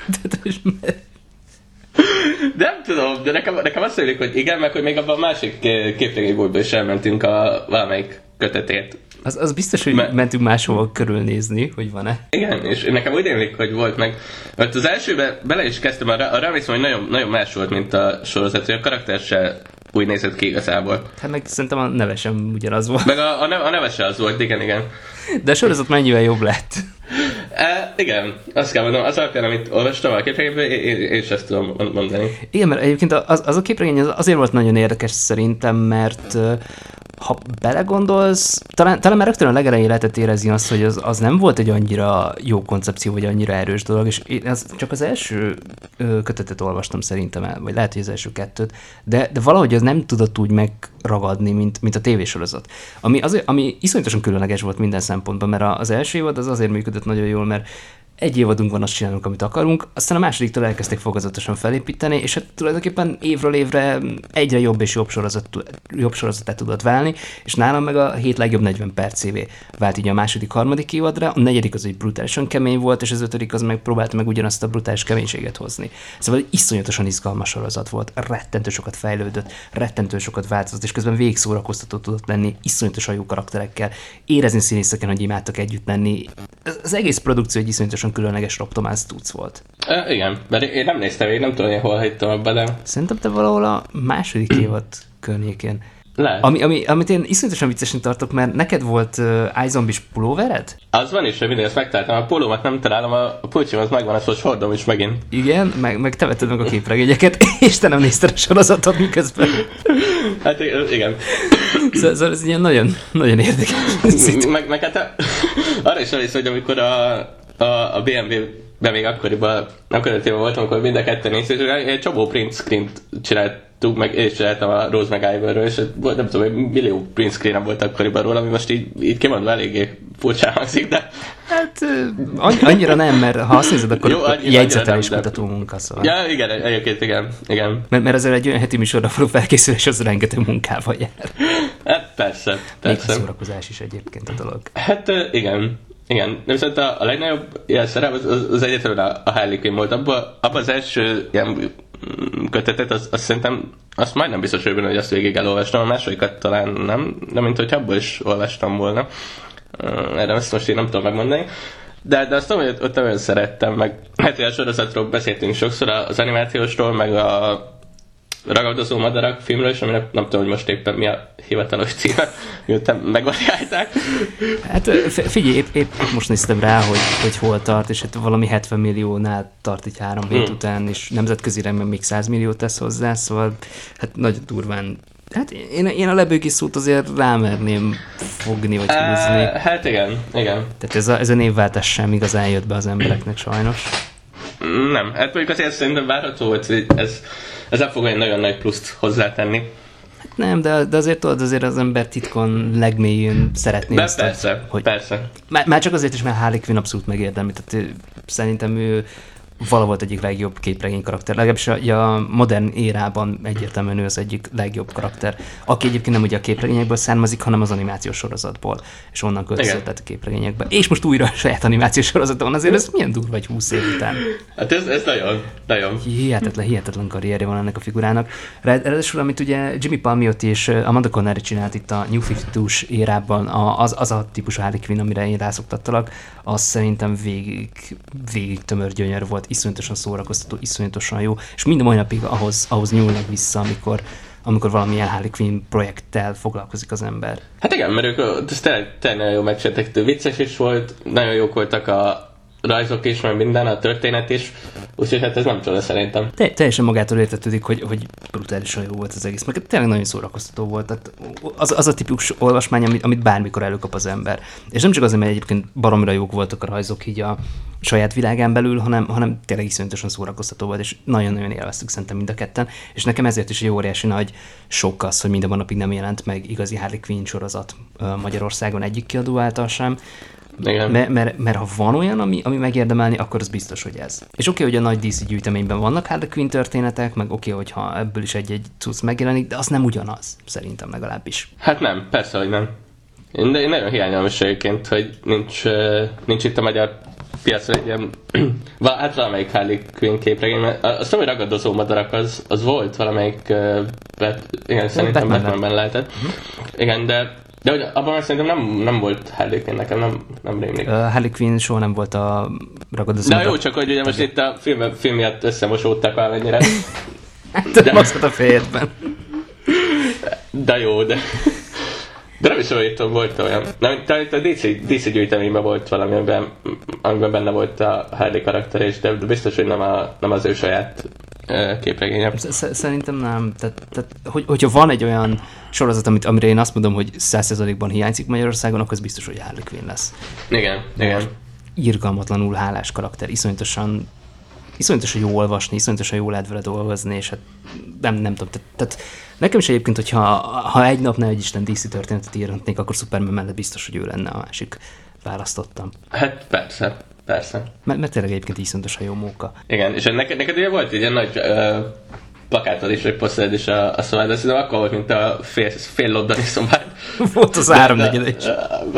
De nem tudom, de nekem, nekem azt mondjuk, hogy igen, meg hogy még abban a másik képregényboltba is elmentünk a valamelyik kötetért. Az, az biztos, hogy mert... mentünk máshol körülnézni, hogy van-e. Igen, és nekem úgy élik, hogy volt meg. Mert az elsőben bele is kezdtem, arra, arra emlékszem, hogy nagyon, nagyon más volt, mint a sorozat, hogy a karakter se úgy nézett ki igazából. Hát meg szerintem a neve sem ugyanaz volt. Meg a, a, neve, a neve se az volt, igen, igen. De a sorozat mennyivel jobb lett. E, igen, azt kell mondom, az alapján, amit olvastam a képregényből, én, én is ezt tudom mondani. Igen, mert egyébként az, az a képregény azért volt nagyon érdekes szerintem, mert ha belegondolsz, talán, talán már rögtön a legelején lehetett érezni azt, hogy az, az nem volt egy annyira jó koncepció, vagy annyira erős dolog, és én az, csak az első kötetet olvastam szerintem el, vagy lehet, hogy az első kettőt, de, de valahogy az nem tudott úgy megragadni, mint, mint a tévésorozat. Ami, azért, ami iszonyatosan különleges volt minden szempontban, mert az első évad az azért működött nagyon jól, mert egy évadunk van, azt csinálunk, amit akarunk, aztán a másodiktól elkezdték fokozatosan felépíteni, és hát tulajdonképpen évről évre egyre jobb és jobb, sorozat, jobb sorozatát tudott válni, és nálam meg a hét legjobb negyven percévé vált így a második, harmadik évadra, a negyedik az egy brutálisan kemény volt, és az ötödik az meg próbálta meg ugyanazt a brutális keménységet hozni. Szóval egy iszonyatosan izgalmas sorozat volt, rettentő sokat fejlődött, rettentő sokat változott, és közben végig szórakoztató tudott lenni, iszonyatosan jó karakterekkel, érezni színészeken, hogy imádtak együtt lenni. Az egész produkció egy iszonyatosan iszonyatosan különleges Rob Thomas tudsz volt. Uh, igen, mert én nem néztem, én nem tudom, én hol hagytam abba, de... Szerintem te valahol a második évad környékén. Lehet. Ami, ami, amit én iszonyatosan viccesen tartok, mert neked volt uh, iZombie-s pulóvered? Az van is, hogy mindig ezt megtaláltam. A pólómat nem találom, a, a pulcsim az megvan, azt most hordom is megint. Igen, meg, meg te vetted meg a képregényeket, és te nem nézted a sorozatot miközben. Hát igen. Szóval, szóval ez ilyen nagyon, nagyon érdekes. meg, meg hát arra is elég, hogy amikor a, a, a bé em vé-ben még akkoriban, akkoriban voltam, amikor mind a ketten néztük, és egy csomó print screen-t csináltuk, meg én is csináltam a Rose McIverről, és nem tudom, hogy millió print screen-em volt akkoriban róla, ami most így, így kimondva eléggé furcsán hangzik, de... Hát annyira nem, mert ha azt nézed, akkor jó, annyira, jegyzetelés de... kutató munka, szóval. Ja, igen, egyébként igen, igen. Mert, mert azért egy olyan heti műsorra való felkészülés, az rengeteg munkával jár. Hát persze, persze. Még a szórakozás is egyébként a dolog. Hát igen. Igen, de viszont a, a legnagyobb ilyen szerep az, az, az egyetlen a, a Harley Quinn volt. Abban abba az első ilyen kötetet, az, azt szerintem, azt majdnem biztos, hogy benne, hogy azt végig elolvastam, a másodikat talán nem, de mint hogy abból is olvastam volna. Erre azt most én nem tudom megmondani. De, de azt tudom, hogy ott nagyon szerettem, meg hát, hogy a sorozatról beszéltünk sokszor, az animációsról, meg a Ragadozó madarak filmről is, aminek nem tudom, hogy most éppen mi a hivatalos címe, miután megvariálták. Hát figyelj, épp, épp most néztem rá, hogy, hogy hol tart, és hát valami hetven milliónál tart így három hét hmm. után, és nemzetközire még száz milliót tesz hozzá, szóval hát nagyon durván. Hát én, én a lebőki szót azért rámerném fogni, vagy húzni. Uh, hát igen, igen. Tehát ez a, ez a névváltás sem igazán jött be az embereknek sajnos. Nem, hát mondjuk azért szerintem várható volt, hogy ez, ez nem fog egy nagyon nagy pluszt hozzátenni. Hát nem, de, de azért tudod, azért az ember titkon legmélyén szeretné de azt, persze, hogy... persze. Már, már csak azért is, mert Harley Quinn abszolút megérdemli, tehát szerintem ő vala volt egyik legjobb képregény karakter. Legalábbis a, a modern érában egyértelműen ő az egyik legjobb karakter. Aki egyébként nem ugye a képregényekből származik, hanem az animációs sorozatból. És onnan költözött a képregényekbe. És most újra a saját animációs sorozaton. Azért ez milyen durva egy húsz év után. Hát ez, ez nagyon, nagyon. Hihetetlen, hihetetlen karrierje van ennek a figurának. Ráadásul, amit ugye Jimmy Palmiotti és Amanda Connery csinált itt a New fifty-two-s érában, az, az a típusú Harley Quinn, amire én rászoktattalak, az szerintem végig, végig tömör gyönyör volt. Iszonyatosan szórakoztató, iszonyatosan jó, és mind a mai napig ahhoz, ahhoz nyúlnak vissza, amikor, amikor valamilyen Harley Quinn projekttel foglalkozik az ember. Hát igen, mert ők ez tényleg, tényleg nagyon jó megcsináltak, vicces is volt, nagyon jók voltak a rajzok is, meg minden, a történet is, úgyhogy hát ez nem csoda szerintem. Te, teljesen magától értetődik, hogy, hogy brutálisan jó volt az egész, meg tényleg nagyon szórakoztató volt. Tehát az, az a típus olvasmány, amit, amit bármikor előkap az ember. És nem csak azért, mert egyébként baromira jók voltak a rajzok így a saját világán belül, hanem, hanem tényleg iszonyatosan szórakoztató volt, és nagyon-nagyon élveztük szerintem mind a ketten. És nekem ezért is egy óriási nagy sok az, hogy mind a napig nem jelent meg igazi Harley Quinn sorozat Magyarországon egyik kiadó által sem. Mert, mert, mert ha van olyan, ami, ami megérdemelni, akkor az biztos, hogy ez. És oké, okay, hogy a nagy dé cé gyűjteményben vannak Harley Quinn történetek, meg oké, okay, hogyha ebből is egy-egy cucc megjelenik, de az nem ugyanaz, szerintem legalábbis. Hát nem, persze, hogy nem. Én, de én nagyon hiányolom is egyébként, hogy nincs, nincs itt a magyar piacra egy ilyen, hát valamelyik Harley Quinn képregény, mert azt tudom, hogy Ragadozó madarak az, az volt valamelyik, bet, igen, szerintem Batmanben lehetett. Uh-huh. Igen, de De hogy abban már szerintem nem, nem volt Harley Quinn, nekem nem, nem rémlik. Uh, Harley Quinn soha nem volt a Ragadozó. De jó, csak hogy ugye most itt a film, film miatt összemosódtak valamennyire. Hát maszkod a fejedben. De jó, de... De nem is olyan, hogy volt olyan. Nem, tehát a dé cé, dé cé gyűjteményben volt valami, amiben, amiben benne volt a Harley karakter, és de biztos, hogy nem, a, nem az ő saját képregényem. Szerintem nem. Tehát, tehát hogy, hogyha van egy olyan sorozat, amit, amire én azt mondom, hogy száz százalékban hiányzik Magyarországon, akkor az biztos, hogy Harley Quinn lesz. Igen, igen. Irgalmatlanul hálás karakter, iszonyatosan, iszonyatosan jó olvasni, iszonyatosan jó lehet vele dolgozni, és hát nem, nem tudom. Tehát, tehát nekem is egyébként, hogyha ha egy nap ne egy Isten dé cé történetet írhatnék, akkor Superman mellett biztos, hogy ő lenne a másik választottam. Hát persze. Persze. Mert, mert tényleg egyébként iszonyatosan jó móka. Igen, és neked, neked ugye volt egy ilyen nagy uh, plakátod is, vagy posztered is a, a szobád, de szerintem akkor volt, mint a fél, fél londoni szobád. Volt az háromnegyed is.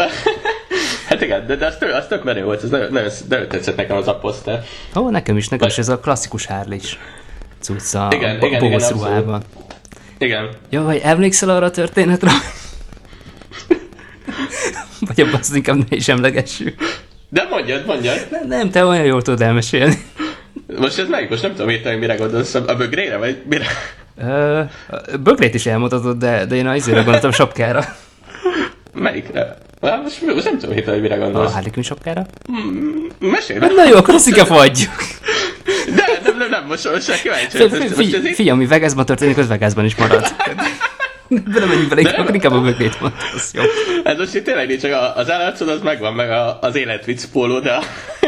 Hát igen, de, de az, tök, az tök menő volt, ez nagyon, nagyon, nagyon tetszett nekem az a poszter. Ó, nekem is, nekem is ez a klasszikus Harley-s cucc a bohóc ruhában. Igen. Jó, vagy emlékszel arra a történetre? Vagy abban azt inkább ne is emlegessük. De mondjad, mondjad. Nem, nem, te olyan jól tudod elmesélni. Most ez meg, most nem tudom érteni, mire gondolsz, a bögrére, vagy mire? Uh, bögrét is elmutatod, de, de én azért gondoltam sapkára. Melyikre? Most, most nem tudom érteni, hogy mire gondolsz. A Harley Quinn sapkára? Mm, mesélj. Na jó, akkor azt inkább hagyjuk. De nem, nem, nem, most, most már kíváncsi. Figyelj, ami Vegasban történik, az Vegasban is marad. Belemegyünk bele, akkor inkább a bögrét mondta, az jó. Ez most itt tényleg nincs, csak az állatszod, az megvan, meg az életvicc póló, de...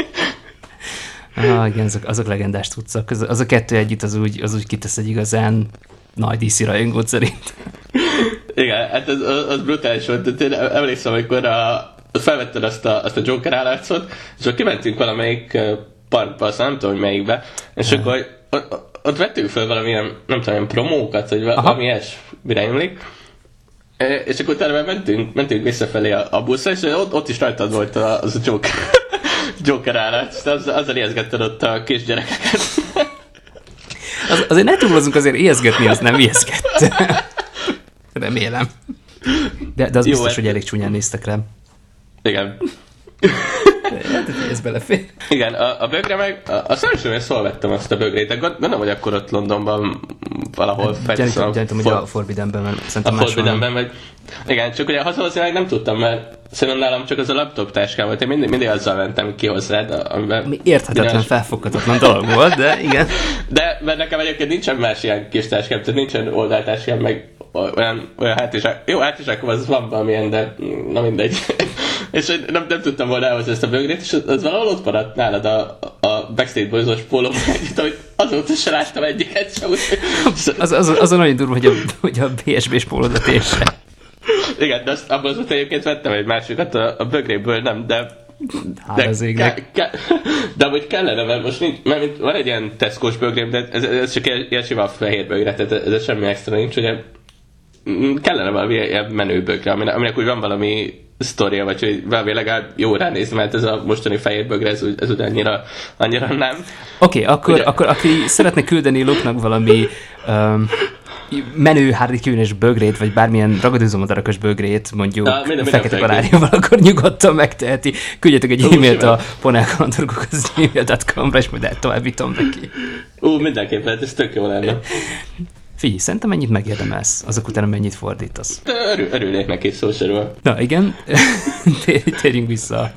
Ah, igen, azok, azok legendás tudszak. Az, az a kettő együtt az úgy, az úgy kitesz egy igazán nagy dé cé rajongót szerint. Igen, hát az, az brutális volt. Én emlékszem, amikor a, felvetted azt a, azt a Joker állatszot, és akkor kimentünk valamelyik parkba, azt nem tudom, hogy melyikbe, és akkor ott, ott vettünk fel valamilyen, nem tudom, promókat, vagy Aha. valami ilyesmire emlik. És akkor utána mentünk, mentünk visszafelé a, a buszra, és ott, ott is rajtad volt az a Joker. Joker állat, az, azzal ijeszgetted ott a kisgyerekeket. Az, azért ne túlozunk, azért ijeszgetni, az nem ijeszgett. Remélem. De, de az Jó, biztos, hogy elég csúnyán néztek rám. Igen. Hát, ez belefér. Igen, a, a bögre meg, a, a szemsően szól vettem azt a bögrét, de gondolom, hogy akkor ott Londonban valahol fejteszem. Gyanítom, hogy a Forbiddenben, mert szerintem A Forbiddenben, vagy... Igen, csak ugye hazahozni nem tudtam, mert szerintem nálam csak az a laptop táskám volt, én mindig, mindig azzal mentem ki hozzád, amiben... Mi érthetetlen, bizonyos... felfoghatatlan dolog volt, de igen. De mert nekem egyébként nincsen más ilyen kis táskám, tehát nincsen oldaltáskám, meg olyan, olyan hátizsák. Jó, hátizsák az van valamilyen, de na mindegy. És nem, nem tudtam volna elhozni ezt a bögrét, és az valahol ott maradt nálad a, a Backstreet Boys-os pólóban együtt, hogy azóta se láttam egyiket sem. Az, az, az a nagyon durva, hogy a, hogy a bé es bé-s pólódat én sem. Igen, de azt, abban az után egyébként vettem egy másikat, a, a bögréből nem, de... De, az ke, ke, de amúgy kellene, mert most nincs, mert van egy ilyen Tesco-s bögrém, de ez, ez csak ilyen, ilyen sima fehér bögre, tehát ez, ez semmi extra nincs, ugye kellene valami ilyen menő bögre, aminek, aminek úgy van valami sztoria, vagy hogy valami legalább jó ránézni, mert ez a mostani fehér bögre, ez, ez úgy annyira, annyira nem. Oké, okay, akkor, akkor aki szeretne küldeni Luke-nak valami um, menő Harley Quinn-es bögrét, vagy bármilyen ragadozómadarakos bögrét, mondjuk a fekete kaláriával, akkor nyugodtan megteheti. Küldjetek egy e-mailt a ponelkalandorgok az e-mail dot com-ra, és majd továbbítom neki. Ú, mindenképpen, ez tök jó lenne. Figyelj, szerintem mennyit megérdemelsz, azok után mennyit fordítasz. Örül, örülnék neki szó serül. Na igen, térjünk vissza.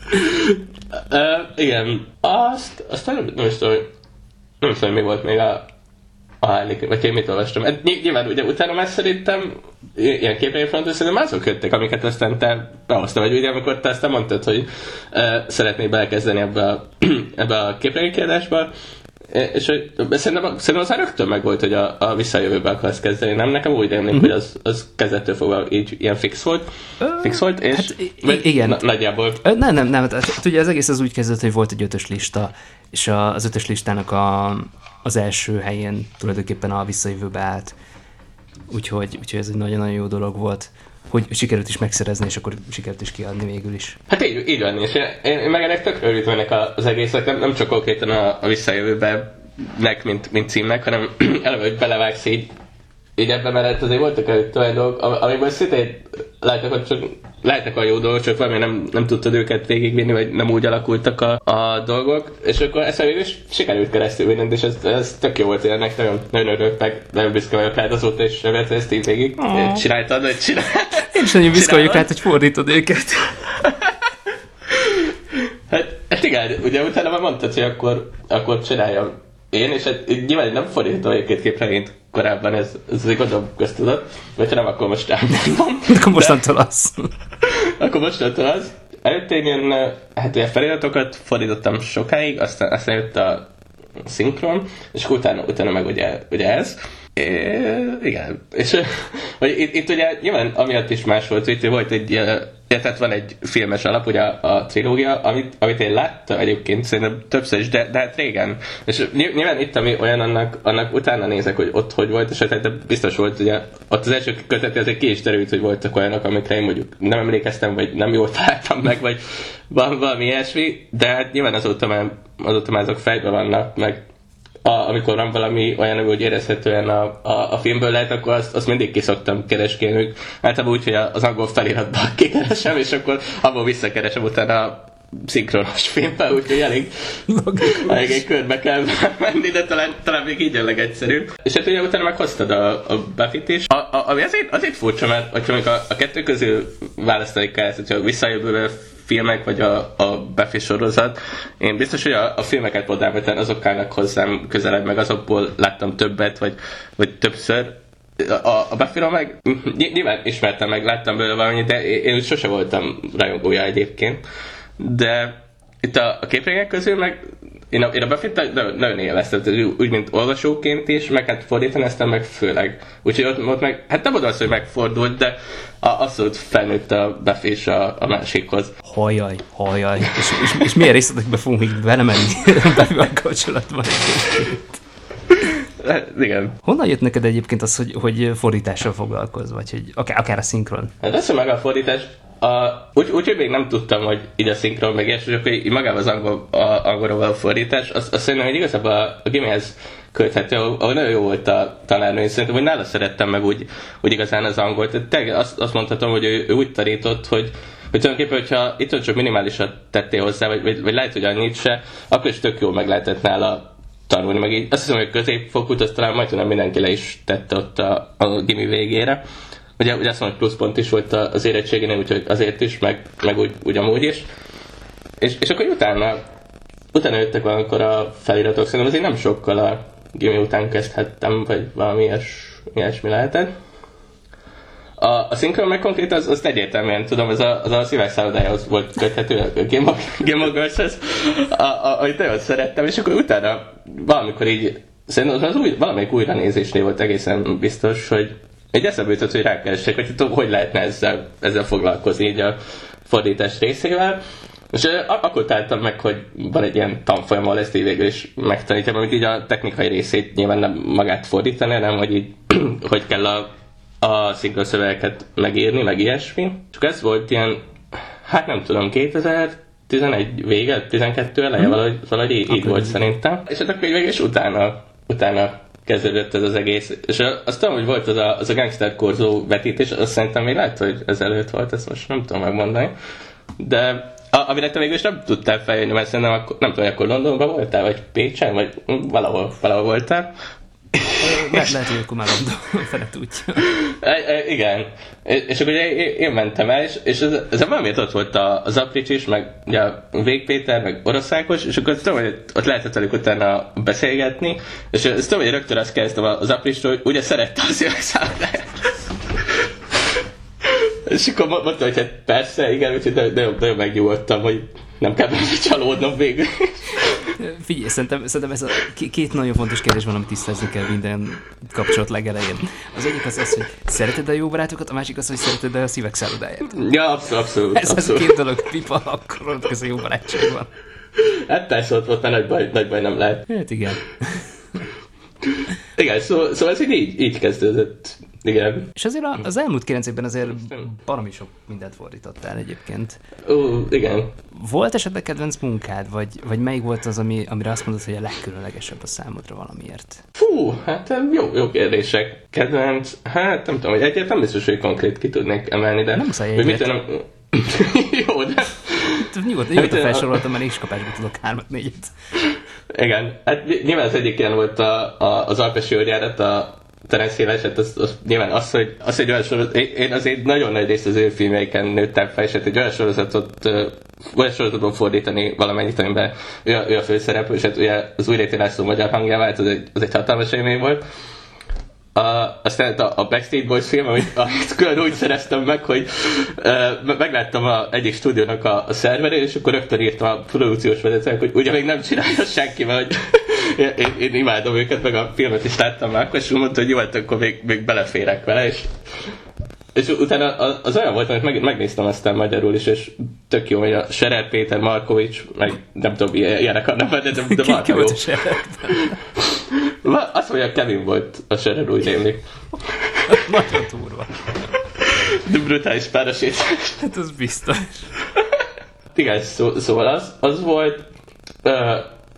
Uh, igen, azt, azt nem, nem is tudom, nem is tudom, mi volt még a, a Harley, vagy én mit olvastam. Hát nyilván ugye utána már szerintem ilyen képregény fronton szerintem azok jöttek, amiket aztán te behoztam, vagy ugye amikor te aztán mondtad, hogy uh, szeretnék belekezdeni ebbe a, ebbe a képregénykiadásba. És hogy szerintem, szerintem az már rögtön meg volt, hogy a, a visszajövőbe akarsz kezdeni, nem? Nekem úgy rémlik, mm-hmm. hogy az, az kezdettől fogva így ilyen fix volt, fix volt, és hát, igen. Na, nagyjából. Nem, nem, nem, hát, ugye az egész az úgy kezdett, hogy volt egy ötös lista, és az ötös listának a, az első helyén tulajdonképpen a visszajövőbe állt. Úgyhogy, úgyhogy ez egy nagyon-nagyon jó dolog volt, hogy sikerült is megszerezni, és akkor sikerült is kiadni végül is. Hát így, így van, és én, én meg ennek tökre örültem ennek az egésznek, nem, nem csak konkrétan a, a visszajövőbe nek, mint, mint címnek, hanem eleve, hogy belevágsz így, így ebben, mert azért voltak előtt olyan dolgok, amiből szintén lehetnek, hogy csak lehetnek a jó dolgok, csak valami nem, nem tudtad őket végigvinni, vagy nem úgy alakultak a, a dolgok, és akkor ezt végül is sikerült keresztül mindent, és ez, ez tök jó volt, hogy ennek nagyon, nagyon örülök, meg nagyon büszke vagyok rád azóta, és remélem, hogy ezt így végig oh. csináltad, vagy csináltad. Én is nagyon büszke vagyok rád, hogy fordítod őket. hát, hát igen, ugye utána már mondtad, hogy akkor, akkor csináljam én, és hát nyilván nem fordítottam egyébként képregényt korábban, ez, ez egy gondolom köztudat, vagy ha nem, akkor most elmondom. Akkor mostantól az. akkor mostantól az. Előtte én ilyen, hát ilyen feliratokat fordítottam sokáig, aztán, aztán jött a szinkron, és utána, utána meg ugye, ugye ez. É, igen, és hogy itt, itt ugye nyilván amiatt is más volt, hogy volt egy ilyen, tehát van egy filmes alap, ugye a, a trilógia, amit, amit én láttam egyébként szerintem többször is, de, de hát régen. És nyilván itt, ami olyan, annak, annak utána nézek, hogy ott hogy volt, és hát biztos volt, ugye ott az első kötet azért ki is derült, hogy voltak olyanok, amikre én mondjuk nem emlékeztem, vagy nem jól találtam meg, vagy valami ilyesmi, de hát nyilván azóta már, azóta már azok fejben vannak, meg A, amikor van valami olyan, hogy érezhetően a, a, a filmből lehet, akkor azt, azt mindig ki szoktam keresgélni. Általában úgy, hogy az angol feliratban kikeresem, és akkor abból visszakeresem utána a, szinkronos filmben, úgyhogy elég, elég egy körbe kell menni, de talán, talán még így a legegyszerűbb. És hát ugye utána meghoztad a, a Buffy-t is, a, a, ami azért, azért furcsa, mert hogyha még a, a kettő közül választani kell, hogyha visszajövő filmek, vagy a, a Buffy sorozat, én biztos, hogy a, a filmeket mondanám, hogy azok állnak hozzám közelebb, meg azokból láttam többet, vagy, vagy többször. A, a Buffy-ról meg nyilván ismertem meg, láttam belőle valamit, de én, én sose voltam rajongója egyébként. De itt a, a képregények közül meg én a, én a Buffy-t nagyon élveztem, úgy, mint olvasóként is, meg hát fordítani eztem meg főleg. Úgyhogy ott, ott meg, hát nem mondom azt, hogy megfordult, de a, abszolút felnőtt a Buffy is a, a másikhoz. Hajjaj, hajjaj. És, és, és milyen részletekbe fogunk még belemenni a Buffy-val kapcsolatban? Hát, igen. Honnan jött neked egyébként az, hogy, hogy fordítással foglalkozz, vagy hogy akár, akár a szinkron? Hát lesz meg a fordítás. A, úgy, úgy, hogy még nem tudtam, hogy így a szinkron meg és akkor így magában az angol, a, angolról való fordítás, azt, azt szerintem, hogy igazából a, a gimihez köthető, ahol nagyon jó volt a tanárnő, én szerintem, hogy nála szerettem meg úgy, úgy igazán az angolt. Tehát azt, azt mondhatom, hogy ő, ő úgy tanított, hogy hogy tulajdonképpen, hogyha itt csak minimálisat tettél hozzá, vagy, vagy, vagy lehet, hogy annyit se, akkor is tök jó meg lehetett nála tanulni, meg így azt hiszem, hogy középfokút azt talán majdnem mindenki le is tette ott a, a gimi végére. Ugye, ugye azt mondom, hogy pluszpont is volt az érettségénél, úgyhogy azért is, meg, meg úgy, úgy amúgy is. És, és akkor utána, utána jöttek valamikor a feliratok, szerintem azért nem sokkal a gimi után kezdhettem, vagy valami ilyes, ilyesmi lehetett. A, a szinkron meg konkrét az, az egyértelműen tudom, az a, az a szívek szállodájához volt köthető, a Game of Girls-hez, amit nagyon szerettem, és akkor utána valamikor így, szerintem az új, valamelyik újranézésnél volt egészen biztos, hogy egy eszembe jutott, hogy rákerestek, hogy tudom, hogy lehetne ezzel, ezzel foglalkozni így a fordítás részével. És akkor találtam meg, hogy van egy ilyen tanfolyam, ahol ezt így végül is megtanítja, amit így a technikai részét nyilván nem magát fordítani, hanem hogy így, hogy kell a, a szinkron szövegeket megírni, meg ilyesmi. Csak ez volt ilyen, hát nem tudom, kétezer-tizenegy vége, tizenkettő eleje, hmm. valahogy, valahogy így, így volt szerintem. És akkor végül is utána, utána kezdődött ez az egész. És azt tudom, hogy volt az a, az a Gangster Korzó vetítés, azt szerintem még lehet, hogy ezelőtt volt, ezt most nem tudom megmondani. De a, amire te végül is nem tudtál feljönni, mert szerintem akkor, nem tudom, akkor Londonban voltál, vagy Pécsen, vagy valahol, valahol voltál. Le, lehet, hogy akkor már London fele tudja. E, e, igen. És akkor ugye én, én mentem el, és, és ez, ez valamiért ott volt az Aprics is, meg ugye a Vég Péter, meg Oroszákos, és akkor azt tudom, hogy ott lehetett velük utána beszélgetni, és azt tudom, hogy rögtön azt kezdtem az Apricsról, hogy ugye szerette a szívek szállodáját. És akkor mondta, hogy hát persze, igen, úgyhogy nagyon, nagyon megnyugodtam, hogy nem kell benne csalódnom végül. Figyelj, szerintem, szerintem ez a két nagyon fontos kérdés van, amit tisztázni kell minden kapcsolat legelején. Az egyik az az, hogy szereted a jó barátokat, a másik az, hogy szereted a szívek szállodáját. Ja, abszolút, abszolút. Ez abszolút. az a két dolog pipa, akkor ott ez a jó barátság van. Hát persze ott volt, mert nagy baj, nagy baj nem lehet. Hát igen. Igen, szó, szóval ez így, így kezdődött. Igen. És azért az elmúlt kilenc évben azért baromi sok mindent fordítottál egyébként. Ó, igen. Volt esetleg kedvenc munkád, vagy, vagy melyik volt az, ami, amire azt mondod, hogy a legkülönlegesebb a számodra valamiért? Fú, hát jó, jó kérdések. Kedvenc, hát nem tudom, hogy egyet nem biztos, hogy konkrét ki tudnék emelni, de... Nem muszáj egyet. Mit nem... Jó, de... Nyugodtan, nyugodtan felsoroltam, mert én is kapásba tudok hármat, négyet. Igen, hát nyilván az egyik ilyen volt a, a, az Alpesi őrjárat, a Terence Hill eset, az, az, nyilván az, hogy, az, hogy olyan sorozat, én azért nagyon nagy részt az ő filmjeiken nőttem fel, és hát egy olyan sorozatot, olyan sorozatban fordítani valamennyit, amiben ő a, ő a főszereplő, és hát ugye az Újréti László magyar hangjával, az egy, az egy hatalmas élmény volt. A, aztán a, a Backstreet Boys film, amit, amit külön úgy szereztem meg, hogy uh, megláttam a egyik stúdiónak a, a szerverét, és akkor rögtön írtam a produkciós vezetőnek, hogy ugye még nem csinálja senki, mert hogy én, én imádom őket, meg a filmet is láttam már, és mondta, hogy jó, hát akkor még, még beleférek vele, és, és utána az olyan volt, amit meg, megnéztem aztán magyarul is, és tök jó, hogy a Scherer Péter, Markovics, meg nem tudom, ilyenek a neve, de, de Ki volt a Scherer? Azt mondja, Kevin volt a Scherer, úgy rémlik. Nagyon durva. De brutális párosítás. Hát az biztos. Igen, szó, szóval az, az volt... Uh,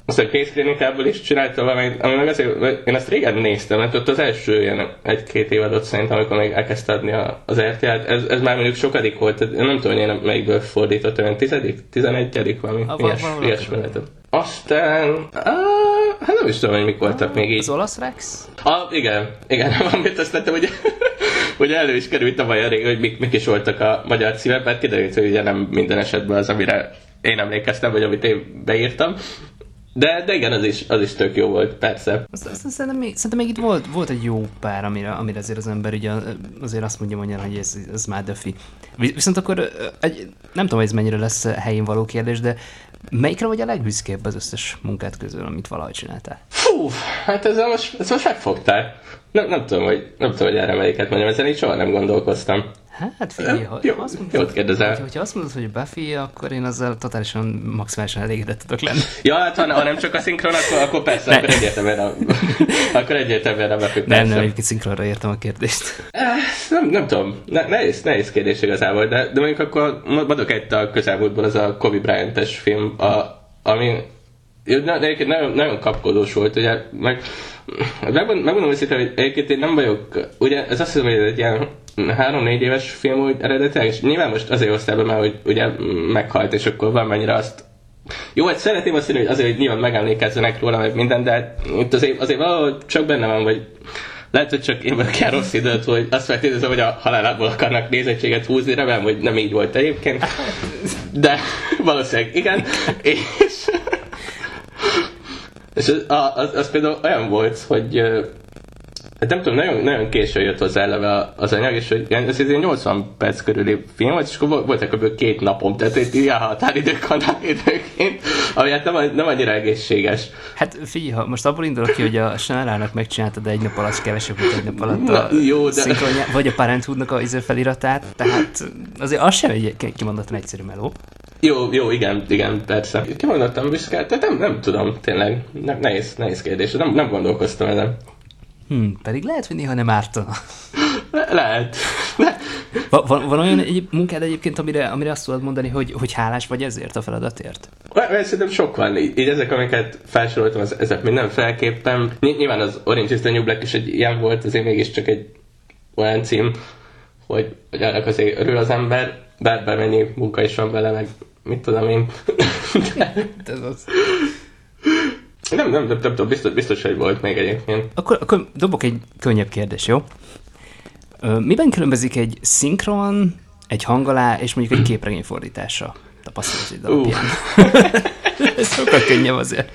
aztán Case Clinicából is csinálta valamit, ami meg azért, én ezt régen néztem, mert ott az első ilyen egy-két évadot szerintem, amikor még elkezdte adni az er té el-t, ez, ez már mondjuk sokadik volt, tehát én nem tudom, hogy én melyikből fordítottam, olyan tizedik, tizenegyedik valami, ilyes veletem. Aztán, á, hát nem is tudom, hogy mik voltak még így. Az olasz Rex? Ah, igen, igen, valamit azt lettem, hogy, hogy elő is került a magyar rég, hogy mik, mik is voltak a magyar címek, mert kiderült, hogy ugye nem minden esetben az, amire én emlékeztem, vagy amit én beírtam. De, de igen, az is, az is tök jó volt, persze. Azt, azt, szerintem, még, szerintem még itt volt, volt egy jó pár, amire, amire azért az ember ugye, azért azt mondja mondja, hogy ez, ez már Duffy. Viszont akkor egy, nem tudom, hogy ez mennyire lesz helyén való kérdés, de melyikre vagy a legbüszkébb az összes munkát közül, amit valahogy csináltál? Fú, hát ezzel most, ezt most megfogtál. Nem, nem, tudom, hogy, nem tudom, hogy erre melyiket mondjam, ezen így soha nem gondolkoztam. Hát figyelj, ha jó, azt mondod, jót kérdezel. Hogy, hogyha azt mondod, hogy Buffy, akkor én azzal totálisan maximálisan elégedett tudok lenni. Ja, hát ha, ha nem csak a szinkron, akkor, akkor persze, akkor egyértelműen a, akkor egyértelműen a Buffy, persze. Nem, nem, egyébként szinkronra értem a kérdést. Nem, nem tudom, ne, nehéz, nehéz kérdés igazából, de, de mondjuk akkor mondok egy a közelmúltból, az a Kobe Bryant-es film, a, ami de egyébként nagyon, nagyon kapkodós volt, ugye, meg megmondom őszintén, hogy egyébként én nem vagyok, ugye ez azt hiszem, hogy egy ilyen három-négy éves film úgy eredetileg, és nyilván most azért hoztál be már, hogy ugye meghalt, és akkor valamennyire azt jó, hát szeretném azt mondani, hogy azért, hogy nyilván megemlékezzenek róla, meg minden, de itt azért, azért valahogy csak benne van, vagy lehet, hogy csak én vagyok ilyen rossz időt, hogy azt feltételezem, hogy a halálából akarnak nézettséget húzni, remélem, hogy nem így volt egyébként, de valószínűleg igen, és és az, az, az például olyan volt, hogy hát nem tudom, nagyon, nagyon későn jött hozzá eleve az anyag, és hogy ez egy nyolcvan perc körüli film volt, és akkor voltak kb. két napom, tehát egy ilyen határidők vannak időként, ami hát nem, nem annyira egészséges. Hát figyelj, ha most abból indulok ki, hogy a Snálának megcsináltad egy nap alatt, kevesebb, mint egy nap alatt a Na, jó, de... vagy a Parenthoodnak a iző feliratát, tehát azért az sem egy kimondottan egyszerű meló. Jó, jó, igen, igen, persze. Kimondottam büszke, tehát nem, nem tudom, tényleg, nem, nehéz, nehéz kérdés, nem, nem gondolkoztam ezen. Hmm, pedig lehet, hogy néha nem ártana. Le- lehet. Le- Va- van, van olyan egy munkád egyébként, amire, amire azt tudod mondani, hogy, hogy hálás vagy ezért a feladatért? Szerintem sok van. Így, így ezek, amiket felsoroltam, az, ezek mindenféleképpen. Nyilván az Orange is the New Black is egy ilyen volt, azért mégiscsak egy olyan cím, hogy, hogy arra azért örül az ember, bár bármennyi munka is van vele, meg mit tudom én. De... ez az. Nem, nem, nem, nem tudom, biztos, biztos, hogy volt még egyébként. Akkor, akkor dobok egy könnyebb kérdés, jó? Miben különbözik egy szinkron, egy hangolá és mondjuk egy képregény fordítása tapasztalated alapján? Ez sokkal könnyebb azért.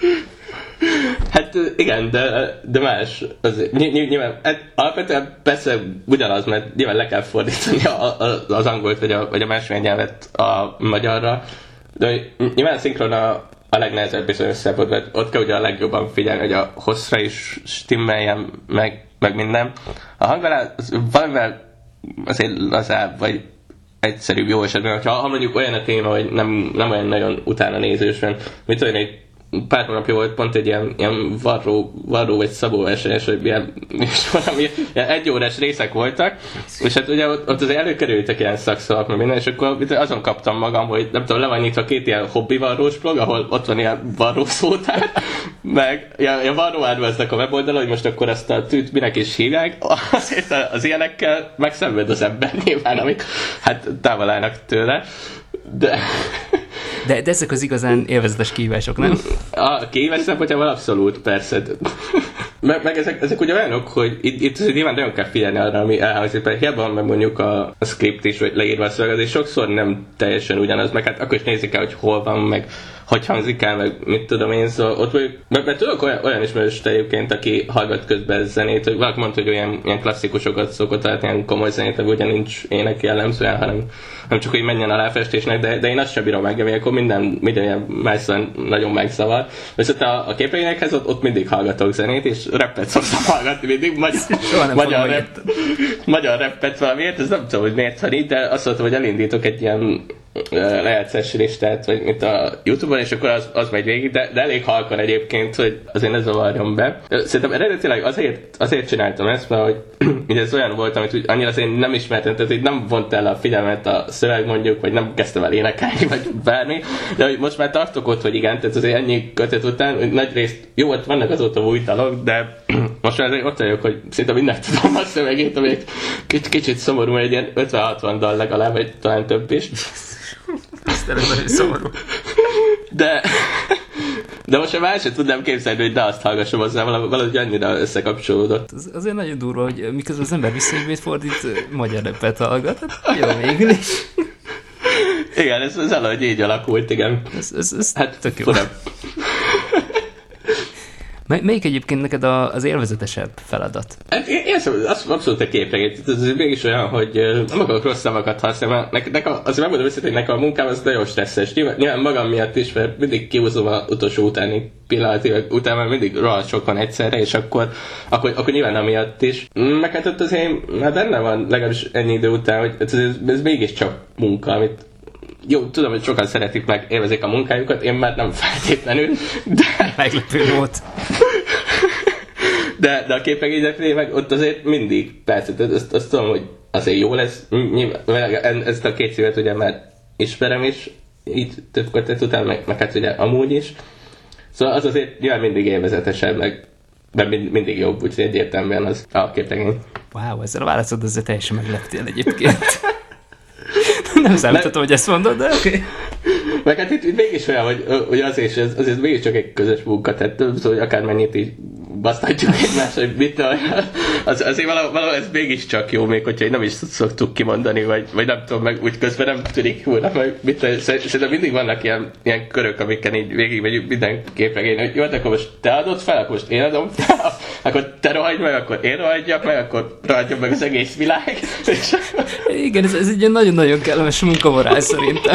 Hát igen, de, de más. Az, nyilván, hát alapvetően persze ugyanaz, mert nyilván le kell fordítani a, a, az angolt vagy a, vagy a másik nyelvet a magyarra, de nyilván a szinkron a, a legnehezebb bizonyos szempontból, mert ott kell ugye a legjobban figyelni, hogy a hosszra is stimmeljen, meg, meg minden. A hangolá valamivel azért lazább, vagy egyszerűbb jó esetben, hogyha ha mondjuk olyan a téma, hogy nem, nem olyan nagyon utána nézős, mit tudom, egy pár hónapja volt pont egy ilyen, ilyen varró, varró vagy szabó esélyes, hogy ilyen, és valami ilyen egyórás részek voltak, és hát ugye ott, ott azért előkerültek ilyen szakszavak, meg minden, és akkor azon kaptam magam, hogy nem tudom, le van nyitva két ilyen hobbi varrós blog, ahol ott van ilyen varró szótár, meg ilyen, ilyen varró árváznak a weboldala, hogy most akkor ezt a tűt minek is hívják, azért az ilyenekkel megszenved az ember nyilván, amik hát távol állnak tőle, de... De, de ezek az igazán élvezetes kihívások, nem? A kihívás szempontjából abszolút, persze. meg, meg ezek, ezek ugye olyanok, hogy itt, itt nyilván nagyon kell figyelni arra, ami elhangzik, mert hiába van meg mondjuk a, a script is, vagy leírva a szöveg, és sokszor nem teljesen ugyanaz, meg hát akkor is nézik el, hogy hol van, meg hogy hangzik el, meg mit tudom én, szóval ott vagyok, mert, mert tudok olyan, olyan ismerőst egyébként, aki hallgat közben zenét, hogy valaki mondta, hogy olyan ilyen klasszikusokat szokott, tehát ilyen komoly zenét, hogy ugye nincs ének jellemzően, hanem, hanem csak hogy menjen a láfestésnek, de, de én azt sem bírom meg, ami akkor minden, minden ilyen másszor nagyon megzavar. Viszont a, a képregényekhez ott, ott mindig hallgatok zenét, és rappet szoktam hallgatni mindig, magyar, magyar, rap, magyar rappet valamiért, ez nem tudom, hogy miért van így, de azt mondtam, hogy elindítok egy ilyen lejátszási listát, vagy mint a YouTube-on, és akkor az, az megy végig, de, de elég halkan egyébként, hogy azért ne zavarjon be. Szerintem eredetileg azért, azért csináltam ezt, mert hogy ugye ez olyan volt, amit úgy annyira azért nem ismertem, tehát így nem vont el a figyelmet a szöveg mondjuk, vagy nem kezdtem el énekelni, vagy bármi, de hogy most már tartok ott, hogy igen, tehát azért ennyi kötet után, hogy nagy részt, jó, ott vannak azóta új dalok, de most már azért ott vagyok, hogy szinte mindent tudom a szövegét, ami egy kicsit, kicsit szomorú, egy ilyen ötven-hatvan dal legalább, vagy talán több is. Ez nagyon szomorú. De, de most már sem tudnám képzelni, hogy de azt hallgassam hozzá, valahogy annyira összekapcsolódott. Az, azért nagyon durva, hogy miközben az ember visszaívét fordít, magyar repet hallgat. Hát jó, végül is. Igen, ez, ez valahogy így alakult, igen. Ez, ez, ez hát tök jó. Fura. Melyik egyébként neked az élvezetesebb feladat? Hát én, én azt abszolút a képregény. Ez mégis olyan, hogy nem akarok rossz szavakat használni, mert nek, nek azért megmondom össze, hogy nekem a munkám az nagyon stresszes. Nyilván, nyilván magam miatt is, mert mindig kihúzom az utolsó utáni pillanatig, utána már mindig rohadt sok van egyszerre, és akkor, akkor, akkor nyilván amiatt is. Meg hát ott azért már benne van legalábbis ennyi idő után, hogy ez, ez, ez mégiscsak munka, amit jó, tudom, hogy sokan szeretik meg, élvezik a munkájukat, én már nem feltétlenül, de... Meglepő volt. De, de a képregényeknél meg ott azért mindig, persze, azt, azt tudom, hogy azért jó lesz, nyilván, ezt a két szívet ugye már ismerem is, így több kötet után, meg, meg hát ugye amúgy is. Szóval az azért nyilván mindig élvezetesebb, meg de mindig jobb, úgyhogy egyértelműen az a képregény. Wow, ezzel a válaszod azért teljesen megleptél egyébként. Nem számítottam, hogy ezt mondod, de oké. Okay. Meg hát itt, itt mégis olyan, hogy, hogy az és ez, azért mégiscsak egy közös munka, tehát tudom, hogy akármennyit így basztatjuk egymást, hogy mit az, azért valahol, valahol ez mégiscsak jó, még hogyha nem is szoktuk kimondani, vagy, vagy nem tudom, meg úgy közben nem tűnik volna, meg mit szerintem mindig vannak ilyen, ilyen körök, amiken így végigmegyünk minden képregény, hogy jó, akkor most te adod fel, akkor most én adom fel, akkor te rohagyj meg, akkor én rohadjak meg, akkor rohadjon meg az egész világ. Igen, ez, ez egy ilyen nagyon-nagyon kellemes munkamorály szerintem.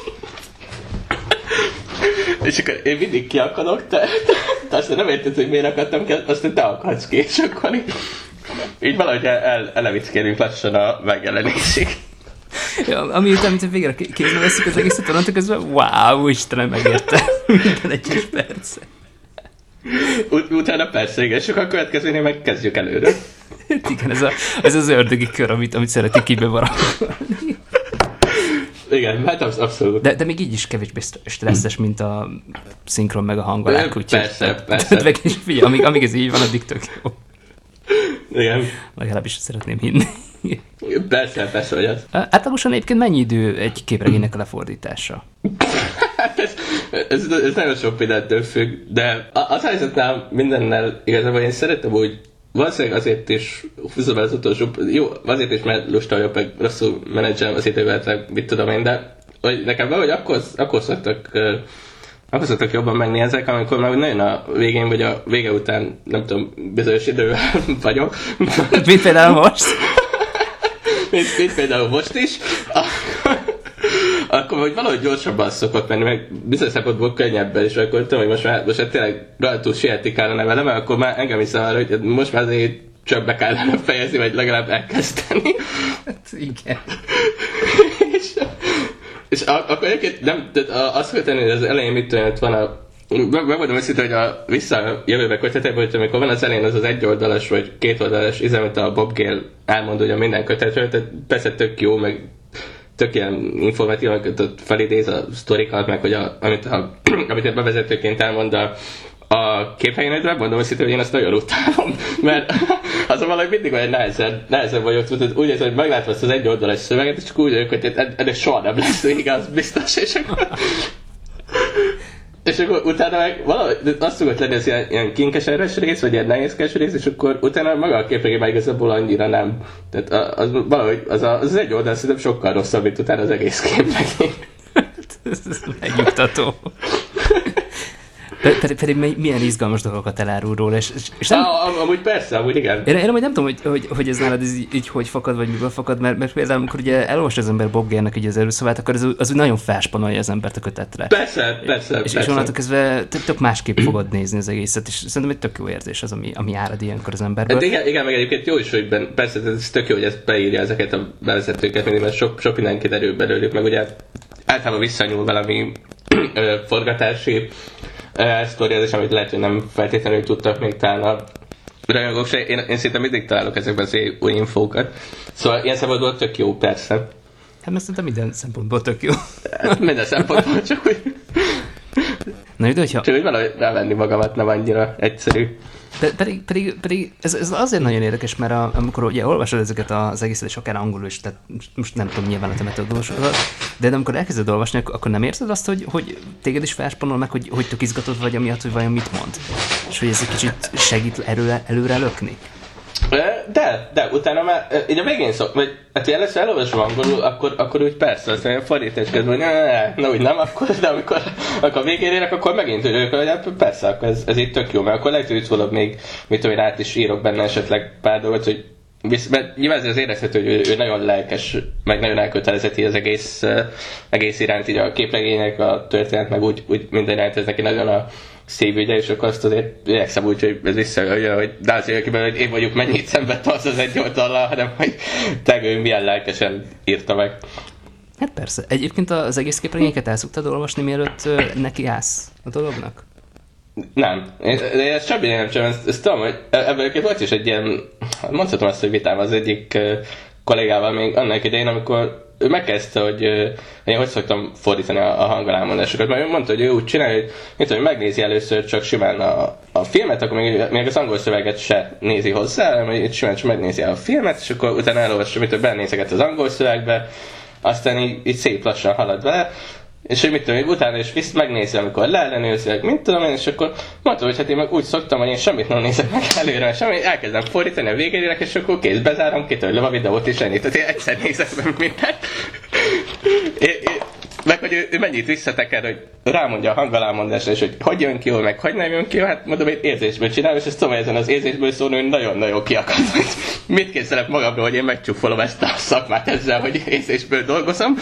És akkor én mindig kiakadok, te, te aztán nem érted, hogy miért akadtam ki, aztán te akadsz ki, és akkor így, így valahogy el, el, elevickélünk lassan a megjelenésig. Ja, ami után, mint végre kézbe veszik az egészet, onnantól közben, wow, Istenem, megérte minden egyes perc. Ut- utána persze, igen, és akkor a következőnél meg kezdjük előre. Igen, ez, a, ez az ördögi kör, amit, amit szeretik kibevarakolni. Igen, hát abszolút. De, de még így is kevésbé stresszes, mint a szinkron meg a hangolák. Persze, tehát, persze. Tehát, figyelj, amíg, amíg ez így van, addig tök jó. Igen. Legalábbis szeretném hinni. Persze, persze, hogy az. Átlagosan egyébként mennyi idő egy képregénynek a lefordítása? Hát ez, ez, ez nagyon sok mindentől függ, de az helyzetnál mindennel igazából én szeretem úgy, valószínűleg azért is húzom el az utolsó, jó, azért is, mert lusta vagyok, meg rosszul menedzselem az idővel, mit tudom én, de hogy nekem valahogy akkor, akkor szoktak, akkor szoktak jobban menni ezek, amikor már nagyon a végén, vagy a vége után, nem tudom, bizonyos idővel vagyok. Mint például most? mint, mint például most is. Akkor hogy valahogy gyorsabban szokott menni, meg bizonyos szempontból könnyebben, és akkor tudom, hogy most már, most már tényleg rajtól sietni kellene velem, mert akkor már engem is zavar, hogy most már azért csöbbbe kellene fejezni, vagy legalább elkezdeni. Hát igen. és, és akkor egyébként nem, azt kell tenni, hogy az elején mit tudom, van a megmondom őszintén, hogy a vissza jövőbe kötetében, hogy amikor van az elején az az egyoldalas vagy kétoldalas izem, amit a Bob Gale elmond ugye minden kötetről, tehát persze tök jó, meg tök ilyen informatív, hogy felidéz a sztorikat, meg hogy a, amit, a, amit bevezetőként elmond a, a képhelyenetre, mondom őszintén, hogy én azt nagyon utálom, mert azon valahogy mindig olyan nehezen, nehezen vagyok, úgy érzem, hogy meglátva azt az egyoldalas szöveget, és csak úgy vagyok, hogy ennek soha nem lesz igaz, biztos, és akkor... És akkor utána meg valahogy azt szokott lenni, ez ilyen, ilyen kinkeseres rész, vagy ilyen nehézkes rész, és akkor utána maga a képregény már igazából annyira nem. Tehát az, valahogy az, a, az egy oldal szerintem sokkal rosszabb, mint utána az egész képregény. Ez megnyugtató. Pedig, pedig milyen izgalmas dolgokat elárul róla, és, és nem... Am, amúgy persze, amúgy igen. Én, én amúgy nem tudom, hogy, hogy, hogy ez nálad így, így hogy fakad, vagy miből fakad, mert, mert például amikor ugye elolvas az ember Bob Gale-nek így az előszavát, akkor az, az úgy nagyon felspanolja az embert a kötetre. Persze, persze, És, persze. és onnantól kezdve tök másképp fogod nézni az egészet, és szerintem egy tök jó érzés az, ami, ami árad ilyenkor az emberből. Hát igen, igen, meg egyébként jó is, hogy ben, persze ez tök jó, hogy ezt beírja ezeket a bevezetőket, mert sok, sok minden kiderül belőlük, meg ugye általában visszanyúl valami ö, forgatási sztoriázás, amit lehet, hogy nem feltétlenül tudtak még talán a rajongók se. Én, én szinte mindig találok ezekben az új infókat. Szóval ilyen szempontból tök jó, persze. Hát mert szerintem minden szempontból tök jó. Minden szempontból, csak úgy... Na, de hogyha... Csak úgy valahogy rávenni magamat nem annyira egyszerű. De pedig, pedig, pedig ez, ez azért nagyon érdekes, mert a, amikor ugye olvasod ezeket az egészet, és akár angolul is, tehát most nem tudom nyilván a te metódusodat, de amikor elkezded olvasni, akkor nem érzed azt, hogy, hogy téged is felspannol meg, hogy, hogy tök izgatott vagy amiatt, hogy vajon mit mond? És hogy ez egy kicsit segít előre, előre lökni? De, de, utána már, így a végén szok, vagy hát először elolvasom angolul, akkor, akkor úgy persze, aztán a fordítás közben, hogy ne, na úgy nem, akkor, de amikor, akkor a végén érek, akkor megint örülök, hogy hát persze, akkor ez, ez így tök jó, mert akkor lehet, hogy utólag még, mit tudom én, át is írok benne esetleg pár dolgot, hogy visz, mert nyilván az érezhető, hogy ő, ő nagyon lelkes, meg nagyon elkötelezeti az egész, egész iránt, így a képregények, a történet, meg úgy, úgy minden iránt, ez neki nagyon a szép ügye, és akkor azt azért igyekszem úgy, hogy ez visszajön, hogy de azért kiben, hogy én vagyok mennyit szenvedte az az egy oldallal, hanem hogy te ő milyen lelkesen írta meg. Hát persze. Egyébként az egész képregényeket el szoktad olvasni, mielőtt neki állsz a dolognak? Nem. Én, én ezt semmi nem csinálom, ezt, ezt tudom, hogy ebből volt is egy ilyen, mondhatom azt, hogy vitám az egyik kollégával még annak idején, amikor ő megkezdte, hogy én hogy szoktam fordítani a, a hangolámondásokat, mert ő mondta, hogy ő úgy csinálja, hogy mit tudom, megnézi először csak simán a, a filmet, akkor még, még az angol szöveget se nézi hozzá, hanem hogy simán csak megnézi a filmet, és akkor utána elolvassa, mit tudom, belenézeget az angol szövegbe, aztán így, így szép lassan halad vele, és hogy mit tudom, hogy utána is visz, megnézi, amikor leellenőrzileg, mint tudom én, és akkor mondtam, hogy hát én meg úgy szoktam, hogy én semmit nem nézek meg előre, semmit, elkezdem fordítani a végén érek, és akkor kész, bezárom, kitörlöm a videót, és ennyi. Tehát én egyszer nézek meg mindent. É, é, meg hogy ő, ő mennyit visszateker, hogy rámondja a hangalámondásra, és hogy hogy jön ki jól, meg hogy nem jön ki jól, hát mondom, hogy érzésből csinálom, és ezt tudom, hogy ezen az érzésből szólni, hogy nagyon-nagyon kiakadt, hogy mit készülök magamról, hogy én megcsúfolom ezt a szakmát ezzel, hogy érzésből dolgozom.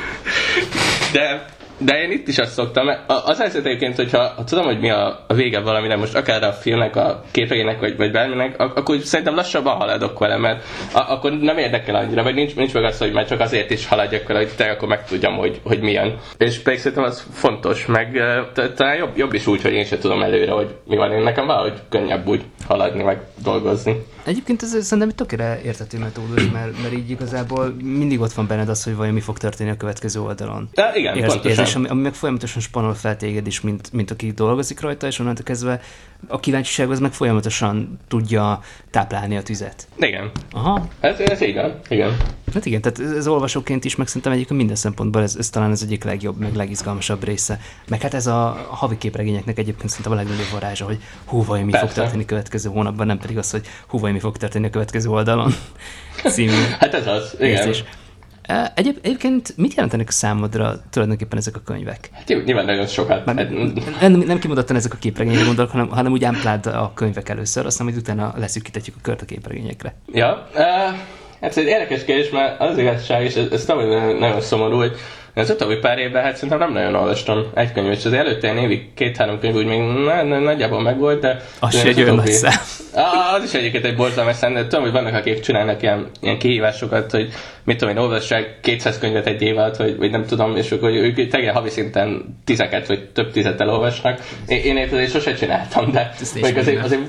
De, de én itt is azt szoktam, az helyzet egyébként, hogyha ha tudom, hogy mi a, a vége valamire, most akár a filmnek, a képregénynek, vagy, vagy bárminek, akkor szerintem lassabban haladok vele, mert a, akkor nem érdekel annyira, vagy nincs, nincs meg az, hogy már csak azért is haladjak vele, hogy te akkor megtudjam, hogy, hogy milyen. És pedig szerintem az fontos, meg talán jobb, jobb is úgy, hogy én sem tudom előre, hogy mi van. Én nekem valahogy könnyebb úgy haladni, meg dolgozni. Egyébként ez szerintem egy tökére érthető metódus, mert, mert így igazából mindig ott van benned az, hogy vajon mi fog történni a következő oldalon. De igen, Érz, pontosan. Érzés, ami, ami meg folyamatosan spanol fel téged is, mint, mint aki dolgozik rajta, és onnantól kezdve a kíváncsiság az meg folyamatosan tudja táplálni a tüzet. Igen. Aha. Ez, ez igen, igen. Hát igen, tehát ez olvasóként is, meg szerintem egyébként minden szempontból ez, ez talán az egyik legjobb, meg legizgalmasabb része. Meg hát ez a havi képregényeknek egyébként szerintem a legnagyobb varázsa, hogy hú, vajon mi Persze. fog történni a következő hónapban, nem pedig az, hogy hú, vajon mi fog történni a következő oldalon. Című hát ez az, igen. Érzés. Egyéb, egyébként mit jelentenek a számodra tulajdonképpen ezek a könyvek? Hát nyilván nagyon sokat. Már, nem, nem kimondottan ezek a képregények gondolok, hanem, hanem úgy ámpláld a könyvek először, aztán majd utána leszűkítetjük a kört a képregényekre. Ja, uh, hát ez egy érdekes kérdés, mert az igazság, és ez, ez nagyon, nagyon szomorú, hogy az utóbbi pár évben hát szerintem nem nagyon olvastam egy könyvet, és az előtte egy évig két-három könyv úgy még na, na, nagyjából megvolt, de... Az se egy olyan nagy szám. Az is egyébként egy borzalmas szám, de tudom, hogy vannak, akik csinálnak ilyen, ilyen kihívásokat, hogy mit tudom én, olvassák kétszáz könyvet egy év alatt, vagy, vagy nem tudom, és akkor ők tegyen havi szinten tizeket, vagy több tizet elolvasnak. Én, én ezt azért sosem csináltam, de... Még azért... azért...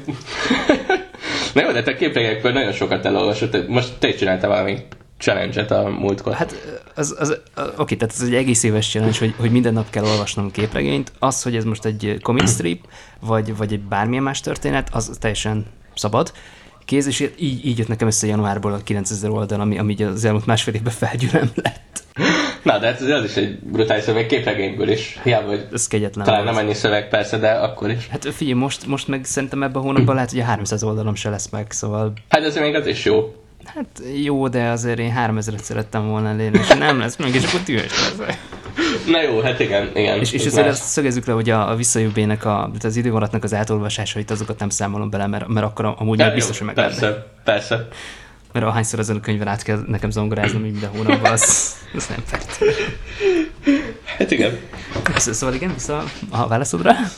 Na jó, de te képregényekből nagyon sokat elolvasod, most te is csináltál valami challenge-et a múltkor. Hát az, az, oké, tehát ez egy egész éves challenge, hogy, hogy minden nap kell olvasnom képregényt. Az, hogy ez most egy comic strip, vagy, vagy egy bármilyen más történet, az teljesen szabad. Kéz, és így, így jött nekem össze januárból a kilencezer oldal, ami, ami az elmúlt másfél évben felgyűlöm lett. Na, de hát ez is egy brutális szöveg, képregényből is. Hiába, hogy ez kegyetlen talán volt. Nem annyi szöveg persze, de akkor is. Hát figyelj, most, most meg szerintem ebben a hónapban lehet, hogy a háromszáz oldalom se lesz meg, szóval... Hát ez még az is jó. Hát jó, de azért én háromezret szerettem volna elérni, és nem lesz meg, és akkor tűnös lesz. Na jó, hát igen, igen. És, és azért azt szögezzük le, hogy a, a visszajövőbének, a, az idővonatnak az átolvasásait, azokat nem számolom bele, mert, mert akkor amúgy ja, biztos, hogy meg persze, lenne. Persze. Mert ahányszor ezen a könyvben át kell nekem zongoráznom minden hónapban, az, az nem fekt. Hát igen. Szóval igen, vissza a válaszodra.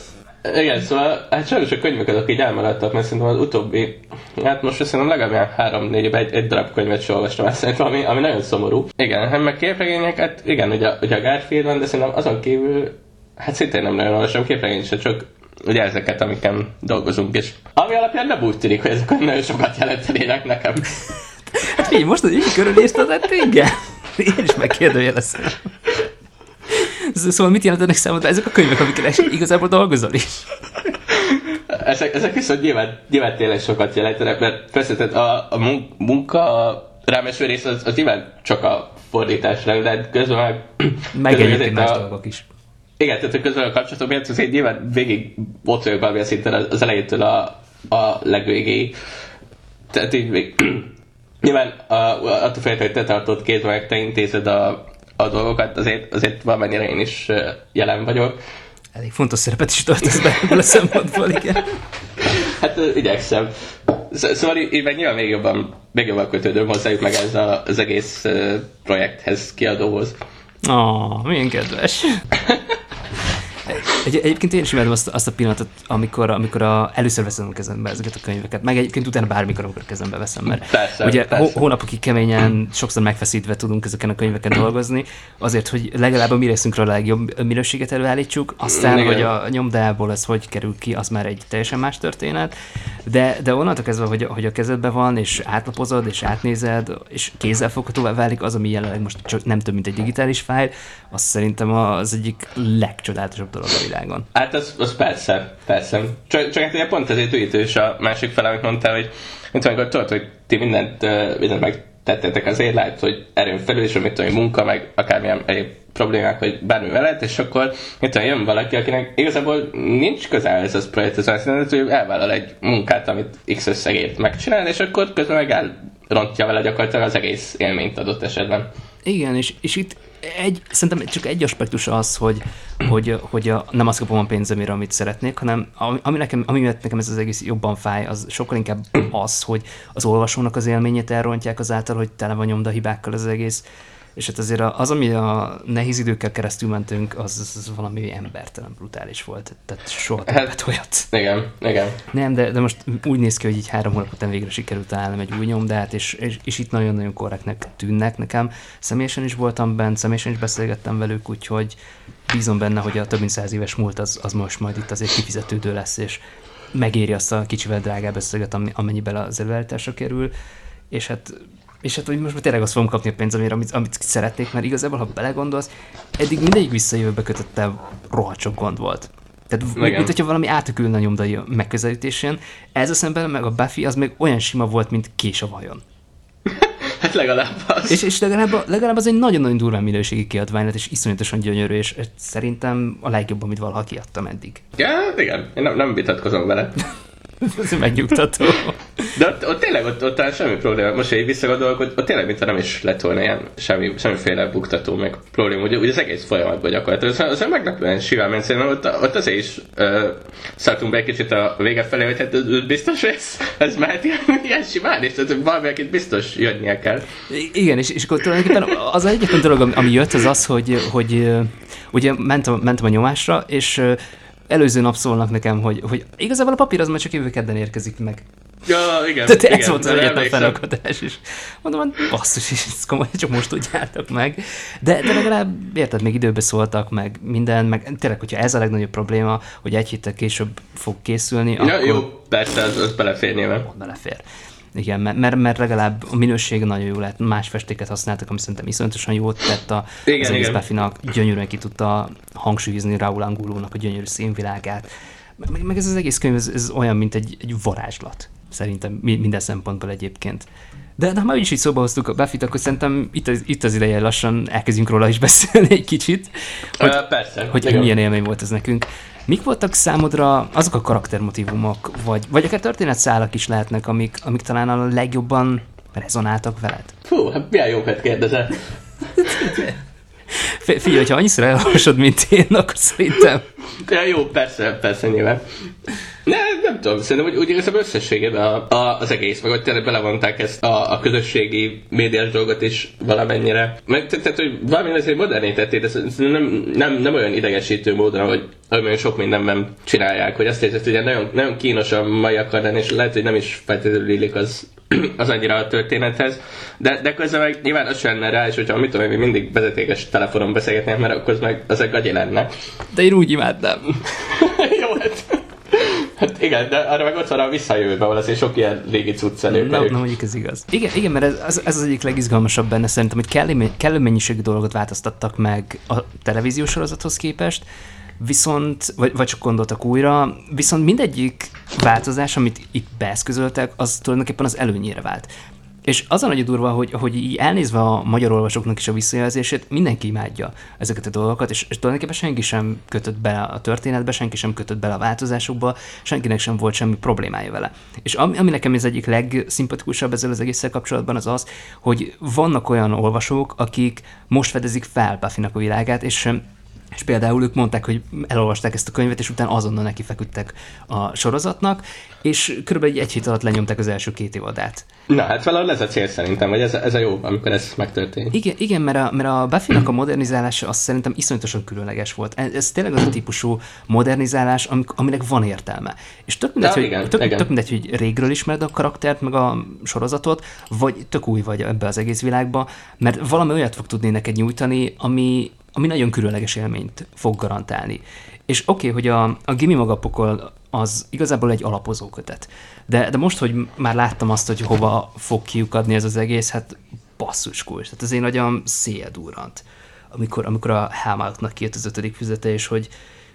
Igen, szóval hát sajnos a könyvek azok így elmaradtak, mert szerintem az utóbbi, hát most szerintem legalább három-négy év egy, egy darab könyvet sem olvastam ezt szerintem, ami, ami nagyon szomorú. Igen, hát meg képregények, hát igen, ugye, ugye a Garfield van, de szerintem azon kívül, hát szintén nem nagyon olvasom képregényt se, csak ugye ezeket, amiken dolgozunk is. Ami alapján nem úgy tűnik, hogy ezek nagyon sokat jelentenének nekem. Hát figyelj, most, hogy így körülnézted, hát igen. Én is megkérdőjelezem. Szóval mit jelentenek számodra ezek a könyvek, amikkel igazából dolgozol is? Ezek, ezek viszont nyilván, nyilván tényleg sokat jelentenek, mert persze a, a munka, a rámeső rész az, az nyilván csak a fordításra, de közben meg... Meg egyébként más dolgok is. Igen, tehát közben a kapcsolatok miatt azért nyilván végig ott vagyok valamilyen szinten az elejétől a, a legvégéig. Tehát így még... Nyilván a, attól félhetően, hogy te tartod kézbe, meg te intézed a, a dolgokat, azért, azért valamennyire én is jelen vagyok. Elég fontos szerepet is töltesz be ebből a szempontból, igen. Hát igyekszem. Szóval így meg nyilván még jobban, még jobban kötődöm hozzájuk meg ez a, az egész projekthez, kiadóhoz. Ó, oh, milyen kedves. Egy, egyébként én is imádom azt, azt a pillanatot, amikor, amikor a, először veszem a kezembe ezeket a könyveket, meg egyébként utána bármikor, amikor kezembe veszem, mert persze, ugye persze. hónapokig keményen, sokszor megfeszítve tudunk ezeken a könyveken dolgozni, azért, hogy legalább a mi részünkről a legjobb minőséget előállítsuk, aztán, igen, hogy a nyomdából ez hogy kerül ki, az már egy teljesen más történet, de, de onnantól kezdve, hogy, hogy a kezedben van, és átlapozod, és átnézed, és kézzelfoghatóvá válik az, ami jelenleg most csak nem több, mint egy digitális fájl, az szerintem az egyik legcsodálatosabb dolog a világon. Hát az, az persze, persze. Csak, csak hát pont ezért ügyítő is a másik fel, amit mondtál, hogy mint amikor tudod, hogy ti mindent, mindent megtettétek azért, lehet, hogy erőn felül, és mit tudom, munka, meg akármilyen egyéb problémák, vagy bármi veled, és akkor mit tudom, jön valaki, akinek igazából nincs közel ez az projekt, az azt jelenti, hogy elvállal egy munkát, amit X összegért megcsinál, és akkor közben meg elrontja vele gyakorlatilag az egész élményt adott esetben. Igen, és, és itt egy, szerintem csak egy aspektus az, hogy, hogy, hogy a, nem azt kapom a pénzemére, amit szeretnék, hanem ami, nekem, ami nekem ez az egész jobban fáj, az sokkal inkább az, hogy az olvasónak az élményét elrontják azáltal, hogy tele van nyomdahibákkal az egész. És hát azért az, ami a nehéz időkkel keresztül mentünk, az, az valami embertelen, brutális volt. Tehát soha többet hát, olyat. Igen, igen. Nem, de, de most úgy néz ki, hogy így három hónap után végre sikerült találnom egy új nyomdát, és, és, és itt nagyon-nagyon korrektnek tűnnek nekem. Személyesen is voltam bent, személyesen is beszélgettem velük, úgyhogy bízom benne, hogy a több mint száz éves múlt az, az most majd itt azért kifizetődő lesz, és megéri azt a kicsivel drágább összeget, amennyiben az előállításra kerül. És hát És hát, hogy most tényleg azt fogom kapni a pénzemért, amit, amit szeretnék, mert igazából, ha belegondolsz, eddig mindegyik visszajövőbe kötöttel rohadt sok gond volt. Tehát igen, mint hogyha valami átükülne a nyomdai megközelítésén. Ez a szemben meg a Buffy az még olyan sima volt, mint kés a vajon. Hát legalább az. És, és legalább, legalább az egy nagyon-nagyon durván minőségi kiadvány lett, és iszonyatosan gyönyörű, és szerintem a legjobb, amit valaha kiadtam eddig. Ja, igen, én nem, nem vitatkozom vele. Ez megnyugtató. De ott, ott tényleg ott, ott semmi probléma. Most, hogy visszagondolok, ott, ott tényleg mintha nem is lett volna ilyen semmi, semmiféle buktató, meg probléma. Ugye, ugye az egész folyamatban gyakorlatilag. Az, az meglepően simán ment, szerintem ott, ott azért is uh, szálltunk be egy kicsit a vége felé, hogy hát ez biztos, hogy ez, ez mehet ilyen, ilyen simán, és tehát valami, akit biztos jönnie kell. Igen, és, és akkor tulajdonképpen az egyetlen dolog, ami jött, az az, hogy, hogy ugye mentem, mentem a nyomásra, és előző nap szólnak nekem, hogy, hogy igazából a papír az már csak jövő kedden érkezik meg. Ja, igen. Tehát igen, ez volt az egyetlen felakadás is. Mondom, hogy basszus, és ezt komolyan csak most tudjátok meg. De, de legalább, érted, még időbe szóltak, meg minden, meg tényleg, hogyha ez a legnagyobb probléma, hogy egy héttel később fog készülni, ja, akkor... Jó, persze, az, az belefér nyilván. Belefér. Igen, mert, mert legalább a minőség nagyon jó lett, más festéket használtak, ami szerintem iszonyatosan jót tett a, igen, az egész Buffy-nak, gyönyörűen ki tudta hangsúlyozni Raúl Angulónak a gyönyörű színvilágát. Meg, meg ez az egész könyv, ez, ez olyan, mint egy, egy varázslat, szerintem minden szempontból egyébként. De, de ha már úgyis így szóba hoztuk a Buffy-t, akkor szerintem itt az, itt az ideje lassan elkezdjünk róla is beszélni egy kicsit, hogy, uh, persze, hogy milyen élmény volt ez nekünk. Mik voltak számodra azok a karaktermotívumok, vagy, vagy akár történetszálak is lehetnek, amik, amik talán a legjobban rezonáltak veled? Fú, hát milyen jókat kérdezel. Figyelj, hogyha annyiszor elolvasod, mint én, akkor szerintem... Ja, jó, persze, persze nyilván. Ne, nem nem tudom, szerintem úgy, úgy igazából összességében a, a, az egész, meg hogy tényleg belevonták ezt a, a közösségi médiás dolgot is valamennyire. Meg tehát, hogy valamilyen azért modernítették, de nem, nem, nem olyan idegesítő módon, hogy olyan sok mindenben csinálják, hogy azt érzed, hogy nagyon, nagyon kínos a mai akar lenni, és lehet, hogy nem is feltétlenül illik az, az annyira a történethez, de, de közben meg nyilván az sem lenne rá, és hogyha mit tudom, hogy mindig vezetékes telefonon beszélgetnék, mert akkor az meg az egy gagyi lenne. De én úgy imádnám. Jó, hát... Hát igen, de arra meg ott van a Visszajövőben, ahol azért sok ilyen régi cucc előkerül. Nem, nem mondjuk ez igaz. Igen, igen, mert ez, ez, ez az egyik legizgalmasabb benne szerintem, hogy kellő, kellő mennyiségű dolgot változtattak meg a televíziós sorozathoz képest, viszont, vagy, vagy csak gondoltak újra, viszont mindegyik változás, amit itt beeszközöltek, az tulajdonképpen az előnyére vált. És az a nagyon durva, hogy, hogy így elnézve a magyar olvasóknak is a visszajelzését, mindenki imádja ezeket a dolgokat, és, és tulajdonképpen senki sem kötött bele a történetbe, senki sem kötött bele a változásokba, senkinek sem volt semmi problémája vele. És ami, ami nekem az egyik legszimpatikusabb ezzel az egésszel kapcsolatban az az, hogy vannak olyan olvasók, akik most fedezik fel Buffy-nak a világát, és És például ők mondták, hogy elolvasták ezt a könyvet, és utána azonnal neki feküdtek a sorozatnak, és körülbelül egy hét alatt lenyomták az első két évadát. Na, hát valahol ez a cél szerintem, vagy ez, ez a jó, amikor ez megtörténik. Igen, igen, mert a, mert a Buffy-nak a modernizálása az szerintem iszonyatosan különleges volt. Ez tényleg az a típusú modernizálás, aminek van értelme. És tök mindegy, ja, hogy, igen, tök, igen. tök mindegy, hogy régről ismered a karaktert, meg a sorozatot, vagy tök új vagy ebbe az egész világba, mert valami olyat fog tudni neked nyújtani, ami ami nagyon különleges élményt fog garantálni. És oké, okay, hogy a, a Gimme Maga Pokol az igazából egy alapozó kötet. De, de most, hogy már láttam azt, hogy hova fog kiukadni ez az egész, hát basszus kulcs. Tehát az én agyam széjjel durrant, amikor, amikor a Hellmouthnak kijött az ötödik füzete, és hogy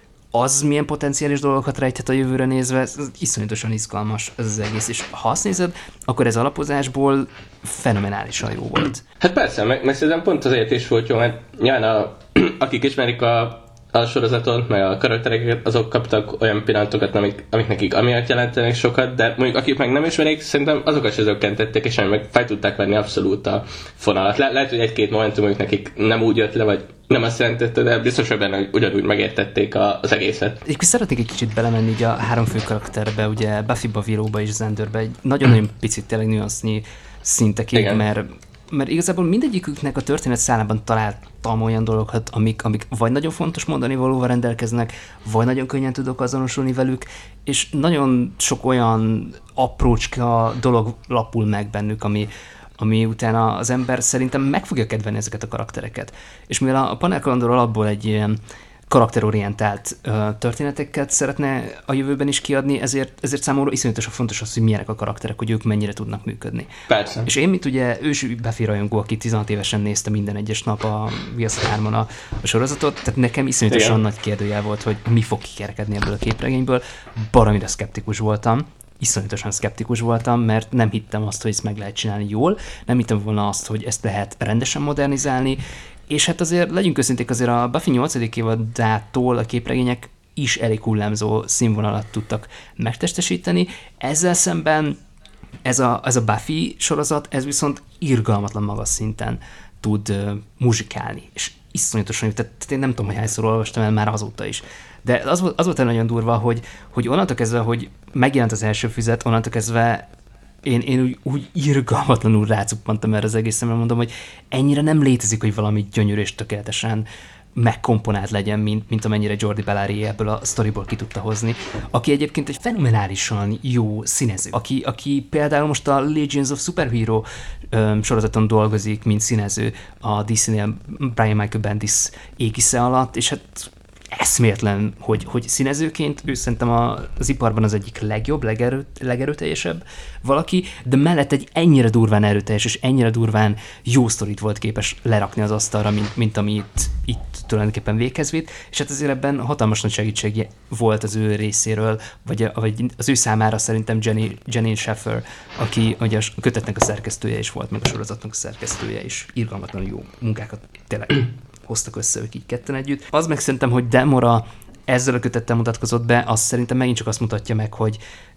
az milyen potenciális dolgokat rejthet a jövőre nézve, ez iszonyatosan izgalmas ez az egész, és ha azt nézed, akkor ez alapozásból fenomenálisan jó volt. Hát persze, meg, meg szerintem pont azért is volt jó, mert nyilván a, akik ismerik a, a sorozatot, meg a karaktereket, azok kaptak olyan pillanatokat, amik, amik nekik amiatt jelentenek sokat, de mondjuk akik meg nem ismerik, szerintem azokat se zökkentették, és meg fel tudták venni abszolút a fonalat. Le, lehet, hogy egy-két momentum nekik nem úgy jött le, vagy nem azt jelentette, de biztos, hogy benne ugyanúgy megértették a, az egészet. Egyébként szeretnék egy kicsit belemenni így a három fő karakterbe, ugye Buffyba, Willowba és Xanderbe, egy nagyon-nagyon picit tényleg nüansznyi szintekig, mert, mert igazából mindegyiküknek a történet szálában találtam olyan dolgokat, amik, amik vagy nagyon fontos mondani valóval rendelkeznek, vagy nagyon könnyen tudok azonosulni velük, és nagyon sok olyan aprócska dolog lapul meg bennük, ami ami utána az ember szerintem meg fogja kedvelni ezeket a karaktereket. És mivel a Panel Kalandor alapból egy ilyen karakterorientált uh, történeteket szeretne a jövőben is kiadni, ezért, ezért számomra iszonyatosan fontos az, hogy milyenek a karakterek, hogy ők mennyire tudnak működni. Persze. És én, mint ugye ősi Buffy rajongó, aki tizenhat évesen nézte minden egyes nap a Viaszat hármon a, a sorozatot, tehát nekem iszonyatosan Igen. nagy kérdőjel volt, hogy mi fog kikerekedni ebből a képregényből. Baromira szkeptikus voltam. Iszonyatosan szkeptikus voltam, mert nem hittem azt, hogy ezt meg lehet csinálni jól, nem hittem volna azt, hogy ezt lehet rendesen modernizálni, és hát azért legyünk őszinték, azért a Buffy nyolcadik évadától a képregények is elég hullámzó színvonalat tudtak megtestesíteni, ezzel szemben ez a, ez a Buffy sorozat, ez viszont irgalmatlan magas szinten tud uh, muzsikálni, és iszonyatosan jó, tehát én nem tudom, hogy hányszor olvastam el már azóta is. De az volt, az volt nagyon durva, hogy, hogy onnantól kezdve, hogy megjelent az első füzet, onnantól kezdve én, én úgy, úgy irgalmatlanul rácuppantam erre az egészen, mert mondom, hogy ennyire nem létezik, hogy valami gyönyörű és tökéletesen megkomponált legyen, mint, mint amennyire Jordi Bellary ebből a sztoriból ki tudta hozni, aki egyébként egy fenomenálisan jó színező, aki, aki például most a Legends of Superhero um, sorozaton dolgozik, mint színező a dé cé-nél Brian Michael Bendis égisze alatt, és hát eszméletlen, hogy, hogy színezőként ő szerintem az iparban az egyik legjobb, legerő, legerőteljesebb valaki, de mellett egy ennyire durván erőteljes és ennyire durván jó sztorit volt képes lerakni az asztalra, mint, mint amit itt tulajdonképpen véghez vitt, és hát azért ebben hatalmas nagy segítség volt az ő részéről, vagy, vagy az ő számára szerintem Jenny, Janine Schaffer, aki ugye a kötetnek a szerkesztője is volt, meg a sorozatnak a szerkesztője is, irgalmatlanul jó munkákat tényleg hoztak össze ők így ketten együtt. Az meg szerintem, hogy Demora ezzel a kötettel mutatkozott be, az szerintem megint csak azt mutatja meg, hogy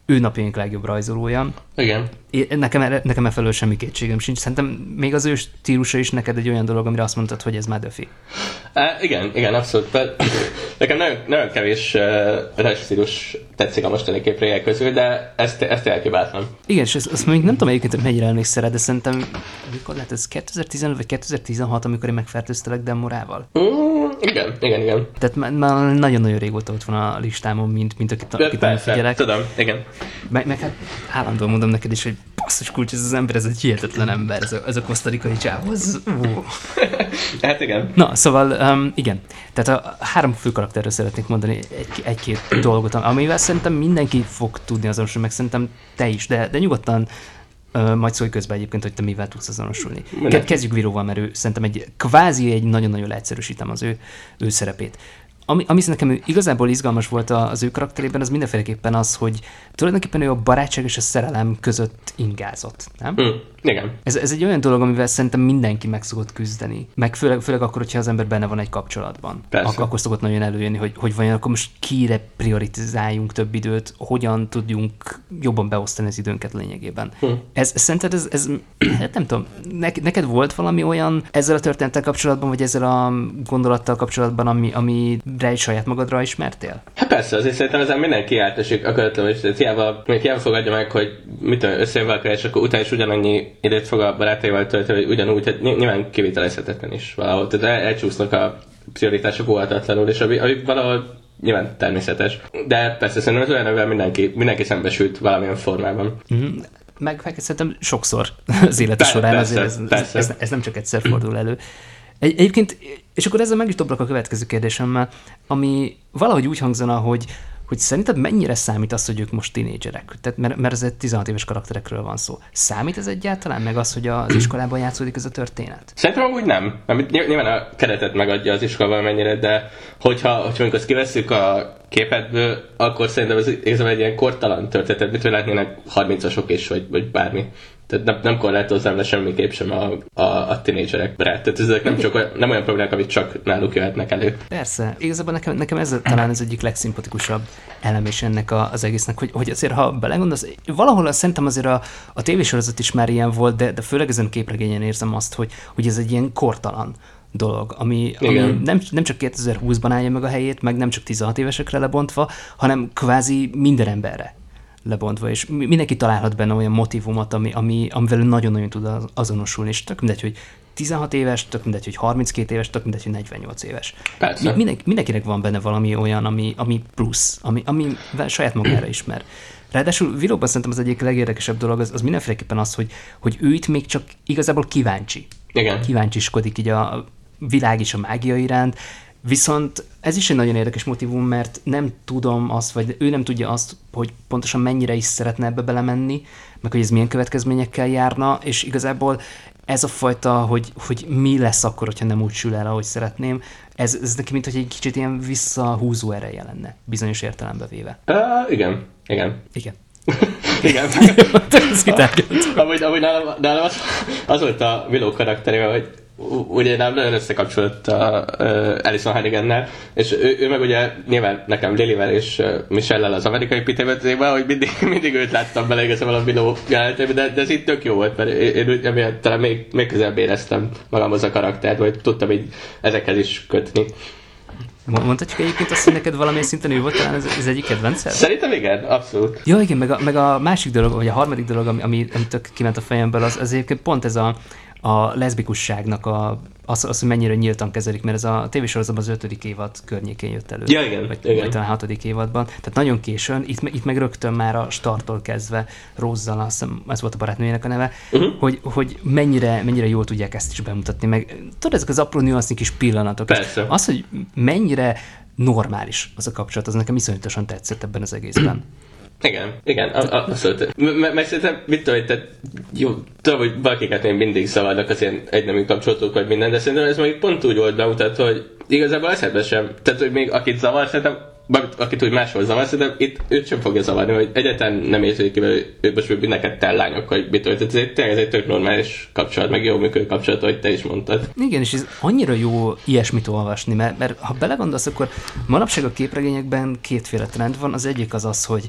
ő napjaink legjobb rajzolója. Igen. Én, nekem, nekem e felől semmi kétségem sincs. Szerintem még az ő stílusa is neked egy olyan dolog, amire azt mondtad, hogy ez már Duffy. Uh, igen, igen, abszolút. Nekem nagyon, nagyon kevés uh, rajzstílus tetszik a mostani képregények közül, de ezt, ezt elkibáltam. Igen, és ezt, azt még nem tudom egyébként, mennyire emlékszel, de szerintem mikor lehet ez kétezer-tizenöt vagy kétezer-tizenhat, amikor én megfertőztelek Demorával? Mm, igen, igen, igen. Tehát már, már nagyon-nagyon régóta ott van a listámon, mint, mint akit, akit nem figyelek. Tudom, igen. Meg, meg hát állandóan mondom neked is, hogy basszus kulcs, ez az ember, ez egy hihetetlen ember, ez a, ez a kosztarikai csáv. Az, uh. Hát igen. Na, szóval um, igen. Tehát a három fő karakterről szeretnék mondani egy, egy-két dolgot, amivel szerintem mindenki fog tudni azonosulni, meg szerintem te is, de, de nyugodtan uh, majd szólj közben egyébként, hogy te mivel tudsz azonosulni. Ke- kezdjük Viróval, mert ő szerintem egy kvázi egy nagyon-nagyon leegyszerűsítem az ő, ő szerepét. Ami, ami nekem igazából izgalmas volt az ő karakterében, az mindenféleképpen az, hogy tulajdonképpen ő a barátság és a szerelem között ingázott, nem? Mm, igen. Ez, ez egy olyan dolog, amivel szerintem mindenki meg szokott küzdeni. Meg főleg, főleg akkor, hogyha az ember benne van egy kapcsolatban. Ak- akkor szokott nagyon előjönni, hogy, hogy vajon akkor most kire prioritizáljunk több időt, hogyan tudjunk jobban beosztani az időnket lényegében. Hm. Ez, szerinted ez, ez hát nem tudom, ne, neked volt valami olyan ezzel a történettel kapcsolatban, vagy ezzel a gondolattal kapcsolatban, ami, amire egy saját magadra ismertél? Hát persze, azért szerintem ezen mindenki átesik akaratlanul, és hiába, még hiába fogadja meg, hogy mit tudom, összejön valaki, és akkor utána is ugyanannyi időt fog a barátaival tölteni, hogy ugyanúgy, hát nyilván kivitelezhetetlen is valahol. Tehát el, elcsúsznak a prioritások óhatatlanul, és ami, ami valahol nyilván természetes. De persze szerintem ez olyan, amivel mindenki, mindenki szembesült valamilyen formában. Mm-hmm. Meg, meg szerintem sokszor az élete során, persze, azért ez, ez, ez, ez nem csak egyszer fordul elő. Egy, egyébként, és akkor ezzel meg is dobrok a következő kérdésemmel, ami valahogy úgy hangzana, hogy, hogy szerinted mennyire számít az, hogy ők most tínédzserek? Tehát, mert, mert ez egy tizenhat éves karakterekről van szó. Számít ez egyáltalán, meg az, hogy az iskolában játszódik ez a történet? Szerintem amúgy nem. Nyilván a keretet megadja az iskolában mennyire, de hogyha, hogyha azt kivesszük a képetből, akkor szerintem ez, ez egy ilyen kortalan történet, mitől lehetnének harmincasok is, vagy, vagy bármi. Tehát nem, nem korlátoznám le semmiképp sem a, a, a tínédzserekre. Tehát ezek nem, csak, nem olyan problémák, amik csak náluk jöhetnek elő. Persze. Igazából nekem, nekem ez talán az egyik legszimpatikusabb elem is ennek a, az egésznek, hogy, hogy azért, ha belegondolsz, valahol szerintem azért a, a tévésorozat is már ilyen volt, de, de főleg ezen a képregényen érzem azt, hogy, hogy ez egy ilyen kortalan dolog, ami, ami nem, nem csak kétezer-húszban állja meg a helyét, meg nem csak tizenhat évesekre lebontva, hanem kvázi minden emberre lebontva, és mindenki találhat benne olyan motivumot, ami, ami, amivel nagyon-nagyon tud azonosulni, és tök mindegy, hogy tizenhat éves, tök mindegy, hogy harminckét éves, tök mindegy, hogy negyvennyolc éves. Minden, mindenkinek van benne valami olyan, ami, ami plusz, ami, ami saját magára ismer. Ráadásul Viróban szerintem az egyik legérdekesebb dolog az, az mindenféleképpen az, hogy, hogy ő itt még csak igazából kíváncsi. Igen. Kíváncsiskodik így a világ és a mágia iránt, viszont ez is egy nagyon érdekes motivum, mert nem tudom azt, vagy ő nem tudja azt, hogy pontosan mennyire is szeretne ebbe belemenni, meg hogy ez milyen következményekkel járna, és igazából ez a fajta, hogy, hogy mi lesz akkor, hogyha nem úgy sül el, ahogy szeretném, ez, ez neki mint hogy egy kicsit ilyen visszahúzó ereje lenne, bizonyos értelembe véve. Uh, igen, igen. Igen. Igen. amúgy, amúgy nálam, nálam az, az volt a Willow karakterével, hogy ugye nem nagyon összekapcsolódott a uh, Alison Hannigannel, és ő, ő meg ugye nyilván nekem Lilyvel és uh, Michelle-lel az amerikai pitében, hogy mindig, mindig őt láttam bele igazából a Willow jelenetében, de, de ez itt tök jó volt, mert én, én, én talán még, még közelebb éreztem magamhoz a karaktert, vagy tudtam így ezekkel is kötni. Mondhatjuk egyébként azt, hogy neked valamilyen szinten ő volt talán ez, ez egyik kedvenced? Szerintem igen, abszolút. Jó, igen, meg a, meg a másik dolog, vagy a harmadik dolog, ami, ami, ami tök kiment a fejemből, az, az egyébként pont ez a, a leszbikusságnak a, az, az, hogy mennyire nyíltan kezelik, mert ez a tévésorozatban az ötödik évad környékén jött elő. Ja, igen, vagy, igen. vagy talán hatodik évadban. Tehát nagyon későn, itt, itt meg rögtön már a starttól kezdve Rozzal, azt hiszem, ez volt a barátnőjének a neve, uh-huh. hogy, hogy mennyire, mennyire jól tudják ezt is bemutatni. Meg tudod, ezek az apró nüansznyi kis pillanatok. Persze. Az, hogy mennyire normális az a kapcsolat, az nekem iszonyatosan tetszett ebben az egészben. Igen, igen, abszolút. Meg szerintem, mit tudom, hogy jó, tudom, hogy valakiket még mindig zavarnak az ilyen egynemű kapcsolatok, vagy minden, de szerintem ez még pont úgy volt bemutatva, hogy igazából esetben sem. Tehát, hogy még akit zavar, szerintem, akit úgy máshol zavar, szerintem itt őt sem fogja zavarni, hogy egyáltalán nem érződik ki, hogy ő most még neked te lányok, vagy mit tudom, tehát ez, ez egy tök normális kapcsolat, meg jó működő kapcsolat, ahogy te is mondtad. Igen, és ez annyira jó ilyesmit olvasni, mert, mert ha belegondolsz, akkor manapság a képregényekben kétféle trend van, az egyik az az, hogy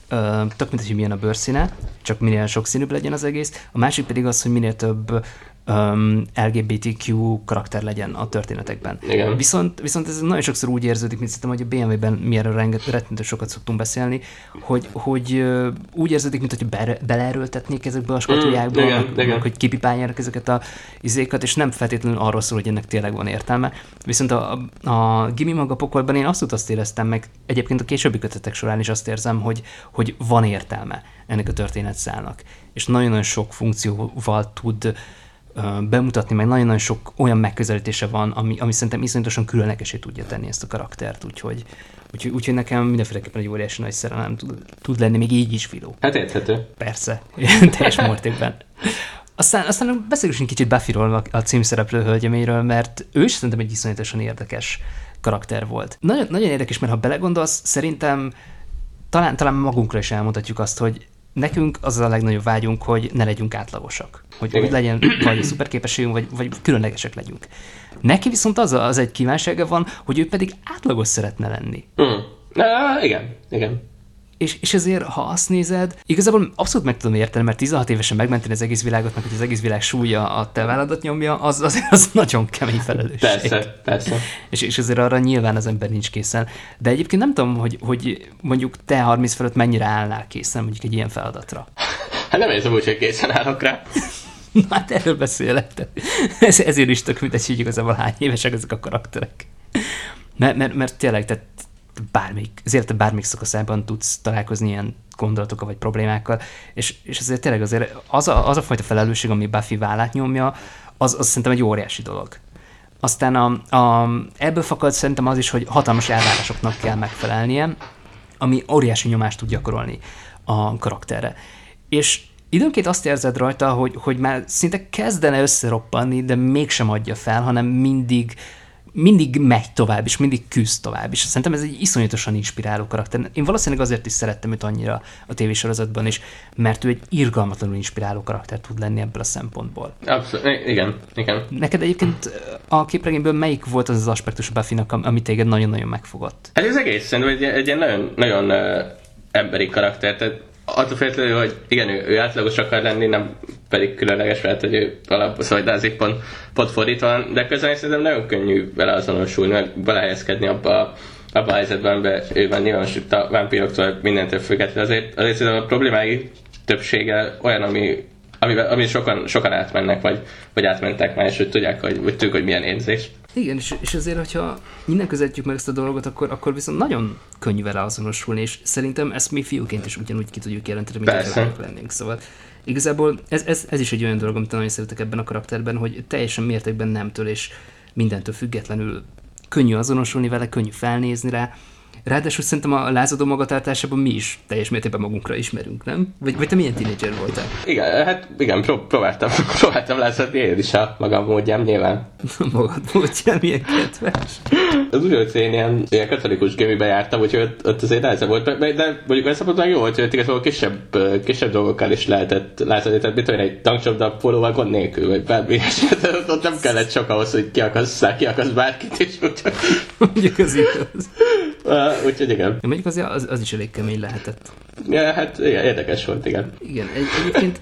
ö, tök mint, hogy milyen a bőrszíne, csak minél sokszínűbb legyen az egész, a másik pedig az, hogy minél több Um, el gé bé té kú karakter legyen a történetekben. Igen. Viszont, viszont ez nagyon sokszor úgy érződik, mint szerintem, hogy a bé em vé-ben mi erről rettenetesen sokat szoktunk beszélni, hogy, hogy uh, úgy érződik, mint hogy be, beleerőltetnék ezekbe a skatujákba, mm, igen, meg, igen. hogy kipipálják ezeket a izékat, és nem feltétlenül arról szól, hogy ennek tényleg van értelme. Viszont a, a, a Gimme Maga Pokolban én azt azt éreztem meg, egyébként a későbbi kötetek során is azt érzem, hogy, hogy van értelme ennek a történetszálnak. És nagyon-nagyon sok funkcióval tud bemutatni, meg nagyon-nagyon sok olyan megközelítése van, ami, ami szerintem iszonyatosan különlegesé tudja tenni ezt a karaktert, úgyhogy, úgyhogy, úgyhogy nekem mindenféleképpen egy óriási nagy szerelem tud, tud lenni, még így is Filó. Hát érthető. Persze, teljes mértékben. Aztán, aztán beszéljünk kicsit Buffyról, a címszereplő hölgyeméről, mert ő is szerintem egy iszonyatosan érdekes karakter volt. Nagyon, nagyon érdekes, mert ha belegondolsz, szerintem talán, talán magunkra is elmondhatjuk azt, hogy nekünk az a legnagyobb vágyunk, hogy ne legyünk átlagosak. Hogy úgy legyen vagy szuperképességünk, vagy, vagy különlegesek legyünk. Neki viszont az, az egy kívánsága van, hogy ő pedig átlagos szeretne lenni. Mm. Ah, igen, igen. És, és ezért, ha azt nézed, igazából abszolút meg tudom érteni, mert tizenhat évesen megmenteni az egész világot, meg hogy az egész világ súlya a te válladat nyomja, az, az, az nagyon kemény felelősség. Persze, persze. És, és ezért arra nyilván az ember nincs készen. De egyébként nem tudom, hogy, hogy mondjuk te harminc fölött mennyire állnál készen mondjuk egy ilyen feladatra. Hát nem érzem úgy, hogy készen állok rá. Na hát erről beszélek. Ez, ezért is tök mindegy, hogy igazából hány évesek ezek a karakterek. Mert, mert, mert tényleg, tehát bármelyik, az életed bármelyik szakaszában tudsz találkozni ilyen gondolatokkal vagy problémákkal, és, és azért tényleg azért az a, az a fajta felelősség, ami Buffy vállát nyomja, az, az szerintem egy óriási dolog. Aztán a, a, ebből fakad szerintem az is, hogy hatalmas elvárásoknak kell megfelelnie, ami óriási nyomást tud gyakorolni a karakterre. És időnként azt érzed rajta, hogy, hogy már szinte kezdene összeroppanni, de mégsem adja fel, hanem mindig mindig megy tovább, és mindig küzd tovább, és szerintem ez egy iszonyatosan inspiráló karakter. Én valószínűleg azért is szerettem őt annyira a tévésorozatban is, mert ő egy irgalmatlanul inspiráló karakter tud lenni ebből a szempontból. Abszolút, igen, igen. Neked egyébként a képregényből melyik volt az az aspektus a Buffynak, ami téged nagyon-nagyon megfogott? Hát ez egész szerintem egy, egy ilyen nagyon, nagyon uh, emberi karakter, tehát attól féltlenül, hogy igen, ő, ő átlagos akar lenni, nem pedig különleges, mert hogy ő alapszajdázik pont, pont fordítva van, de közben szerintem nagyon könnyű vele azonosulni, meg belehelyezkedni abba, abba a helyzetben, amiben ő van nyilván most a vámpíroktól mindentől függetlenül. Azért, azért szerintem a problémái többsége olyan, ami, amiben, ami sokan, sokan átmennek, vagy, vagy átmentek már, és hogy tudják, hogy, hogy tudjuk, hogy milyen érzés. Igen, és, és azért, hogyha innen közelítjük meg ezt a dolgot, akkor, akkor viszont nagyon könnyű vele azonosulni, és szerintem ezt mi fiúként is ugyanúgy ki tudjuk jelenteni, mint hogy lányok lennénk. Szóval igazából ez, ez, ez is egy olyan dolog, amit nagyon szeretek ebben a karakterben, hogy teljesen mértékben nemtől és mindentől függetlenül könnyű azonosulni vele, könnyű felnézni rá. Ráadásul szerintem a lázadó magatartásában mi is teljes mértékben magunkra ismerünk, nem? Vagy, vagy te milyen tínédzser voltál? Igen, hát igen, pró- próbáltam, próbáltam lázadni én is a magam módján, nyilván. Magad módján, milyen kedves. Az ugyanúgy én ilyen, ilyen katolikus gémibe jártam, úgyhogy ott, ott azért nehezebb volt, de mondjuk olyan szabad meg jó volt, hogy igazából kisebb, kisebb dolgokkal is lehetett lázadni, tehát mit olyan egy tankcsapda pólóval gond nélkül, vagy bármi ilyesmi, ott, ott nem kellett sok ahhoz, hogy kiakassz, kiakassz bárkit, és úgyhogy... Mondjuk az igaz. Uh, úgyhogy igen. Mondjuk az, az, az is elég kemény lehetett. Ja, hát igen, érdekes volt, igen. Igen, egy, egyébként,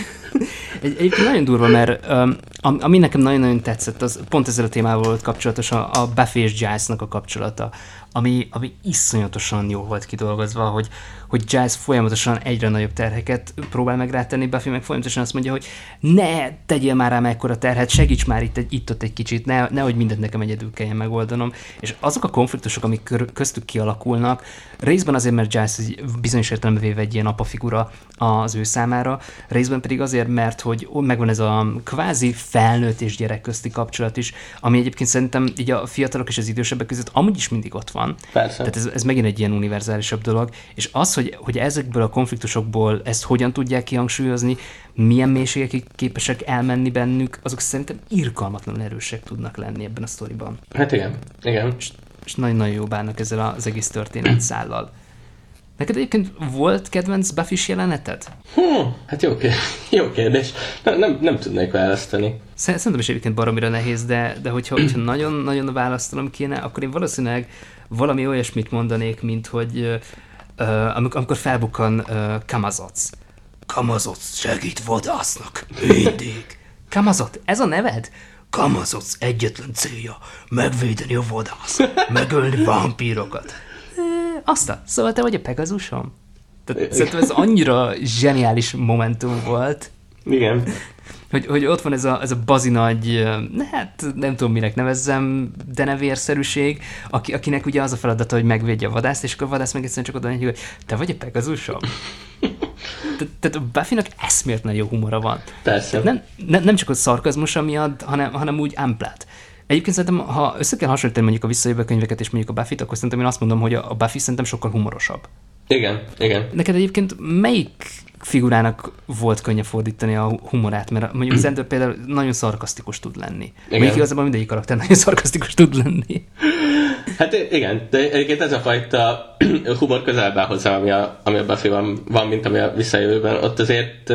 egy, egyébként nagyon durva, mert um, ami nekem nagyon-nagyon tetszett, az pont ezzel a témával volt kapcsolatos, a, a Buffy és Giles-nak a kapcsolata, ami, ami iszonyatosan jó volt kidolgozva, hogy, hogy Giles folyamatosan egyre nagyobb terheket próbál meg rátenni, Buffy meg folyamatosan azt mondja, hogy ne tegyél már rám ekkora terhet, segíts már itt, egy, itt ott egy kicsit, ne, nehogy mindent nekem egyedül kelljen megoldanom. És azok a konfliktusok, amik köztük kialakulnak, részben azért, mert Giles bizonyos értelemben véve egy ilyen apafigura az ő számára, részben pedig azért, mert hogy megvan ez a kvázi felnőtt és gyerek közti kapcsolat is, ami egyébként szerintem így a fiatalok és az idősebbek között amúgy is mindig ott van. Persze. Tehát ez, ez megint egy ilyen univerzálisabb dolog, és az, hogy, hogy ezekből a konfliktusokból ezt hogyan tudják kihangsúlyozni, milyen mélységekig képesek elmenni bennük, azok szerintem irgalmatlanul erősek tudnak lenni ebben a sztoriban. Hát igen, igen. És, és nagyon-nagyon jó bánnak ezzel az egész történetszállal. Neked egyébként volt kedvenc Buffy-s jeleneted? Hm, hát jó, jó kérdés. Nem, nem, nem tudnék választani. Szerintem is egyébként baromira nehéz, de, de hogyha, hogyha nagyon-nagyon választanom kéne, akkor én valószínűleg valami olyasmit mondanék, mint hogy uh, amikor, amikor felbukkan uh, Kamazoc. Kamazoc segít vadásznak. Mindig. Kamazoc, ez a neved? Kamazoc egyetlen célja, megvédeni a vadász, megölni vámpírokat. E, aztán, szóval te vagy a Pegazusom? Tehát szerintem ez annyira zseniális momentum volt. Igen. Hogy, hogy ott van ez a, ez a bazinagy, hát nem tudom minek nevezzem, denevérszerűség, aki, akinek ugye az a feladata, hogy megvédje a vadászt, és akkor a vadász meg egyszerűen csak oda mondja, hogy te vagy a Pegazusom? Te, tehát a Buffynak eszméletlen jó humora van. Persze. Nem, nem, nem csak a szarkazmusa miatt, hanem, hanem úgy amplát. Egyébként szerintem, ha össze kell hasonlítani mondjuk a visszajövő könyveket és mondjuk a Buffyt, akkor szerintem én azt mondom, hogy a Buffy szerintem sokkal humorosabb. Igen, igen. Neked egyébként melyik figurának volt könnyebb fordítani a humorát? Mert mondjuk Xander például nagyon szarkasztikus tud lenni. Mondjuk igazából mindegyik karakter nagyon szarkasztikus tud lenni. Hát igen, de egyébként ez a fajta humor közelebb áll hozzá, ami a, ami a Buffy-ban van, mint ami a visszajövőben. Ott azért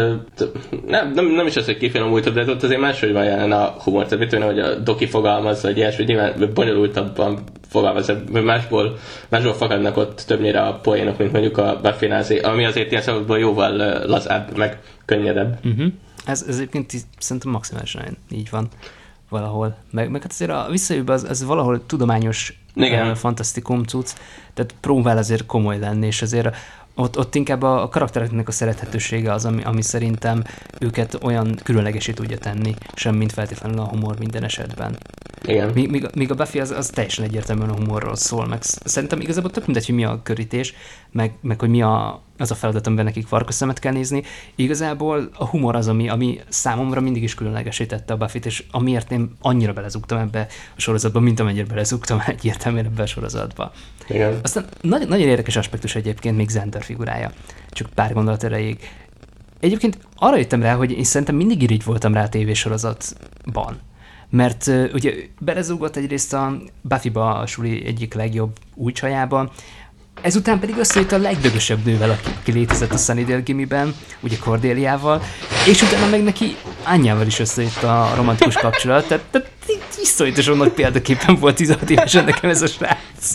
nem, nem, nem is az, hogy kifinomultabb, de ott azért máshogy van jelen a humor. Tehát mit tudom, hogy a Doki fogalmazza, hogy ilyesmi, nyilván bonyolultabban fogalmazza, másból, másból fakadnak ott többnyire a poénok, mint mondjuk a Buffy-nál, ami azért ilyen szempontból jóval lazább, meg könnyedebb. Uh-huh. Ez, ez egyébként szerintem maximálisan így van valahol. Meg, meg hát azért a visszajövőben az, az valahol tudományos uh, fantasztikum cucc, tehát próbál azért komoly lenni, és azért ott, ott inkább a, a karaktereknek a szerethetősége az, ami, ami szerintem őket olyan különlegesé tudja tenni, sem mint feltétlenül a humor minden esetben. Igen. Míg, míg, míg a Buffy az, az teljesen egyértelműen a humorról szól, meg szerintem igazából tök mindegy, hogy mi a körítés, meg, meg hogy mi a, az a feladat, amiben nekik farkas szemet kell nézni. Igazából a humor az, ami, ami számomra mindig is különlegesé tette a Buffyt, és amiért én annyira belezugtam ebbe a sorozatba, mint amennyire belezugtam egyértelműen ebbe a sorozatba. Igen. Aztán nagyon, nagyon érdekes aspektus egyébként még Xander figurája. Csak pár gondolat erejéig. Egyébként arra jöttem rá, hogy én szerintem mindig irigy voltam rá a tévésorozatban. Mert uh, ugye belezúgott egyrészt a Buffyba a suli egyik legjobb új csajába, ezután pedig összejött a legdögösebb nővel, aki, aki létezett a Sunnydale Gimiben, ugye Cordéliával, és utána meg neki anyjával is összejött a romantikus kapcsolat, tehát, tehát iszonyatosan nagy példaképpen volt tizenhat évesen nekem ez a srác.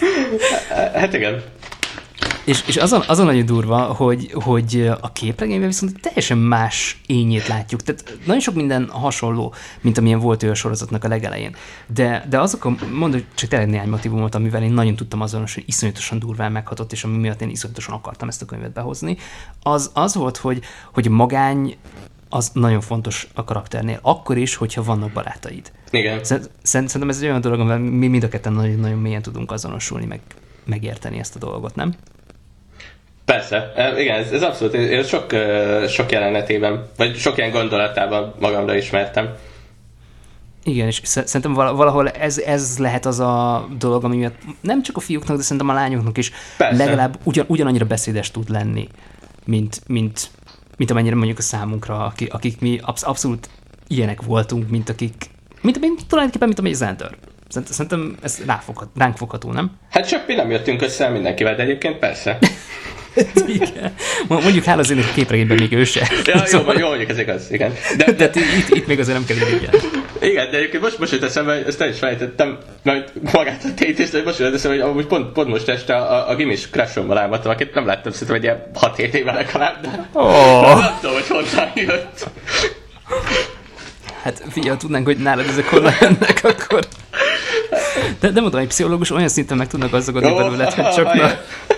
Hát igen. És, és azon, azon nagyon durva, hogy, hogy a képregényben viszont teljesen más ényét látjuk. Tehát nagyon sok minden hasonló, mint amilyen volt ő a sorozatnak a legelején. De, de azok a, mondom, csak tényleg néhány motivumot, amivel én nagyon tudtam azonos, hogy iszonyatosan durván meghatott, és ami miatt én iszonyatosan akartam ezt a könyvet behozni, az az volt, hogy, hogy a magány az nagyon fontos a karakternél. Akkor is, hogyha vannak barátaid. Igen. Szerintem ez egy olyan dolog, amivel mi mind a ketten nagyon, nagyon mélyen tudunk azonosulni, meg megérteni ezt a dolgot, nem? Persze, igen, ez, ez abszolút, én sok, sok jelenetében, vagy sok ilyen gondolatában magamra ismertem. Igen, és szerintem valahol ez, ez lehet az a dolog, ami miatt nem csak a fiúknak, de szerintem a lányoknak is Persze. legalább ugyan, ugyanannyira beszédes tud lenni, mint, mint, mint amennyire mondjuk a számunkra, akik mi absz- abszolút ilyenek voltunk, mint akik, mint, mint tulajdonképpen, mint amely Xander. Szerintem ez ráfoghat, ránk fogható, nem? Hát csak mi nem jöttünk össze mindenkivel, de egyébként persze. Igen. Mondjuk hála azért, hogy a képregényben még ő se. Ja, szóval... jó, jó, mondjuk ez igaz, igen. De, de itt, itt még azért nem kell irigyelni. Igen, de egyébként most, most jött eszembe, ezt el is felejtettem, mert magát a tétést, de most jött eszembe, hogy amúgy pont, pont most este a, a gimis crushommal álmodtam, akit nem láttam szerintem egy ilyen hat-hét éve legalább, de oh. nem tudom, hogy honnan jött. Hát figyelj, tudnánk, hogy nálad ezek honnan jönnek, akkor... De, de mondom, egy pszichológus olyan szinten meg tudnak gazdagodni oh, belőle, hogy csak na...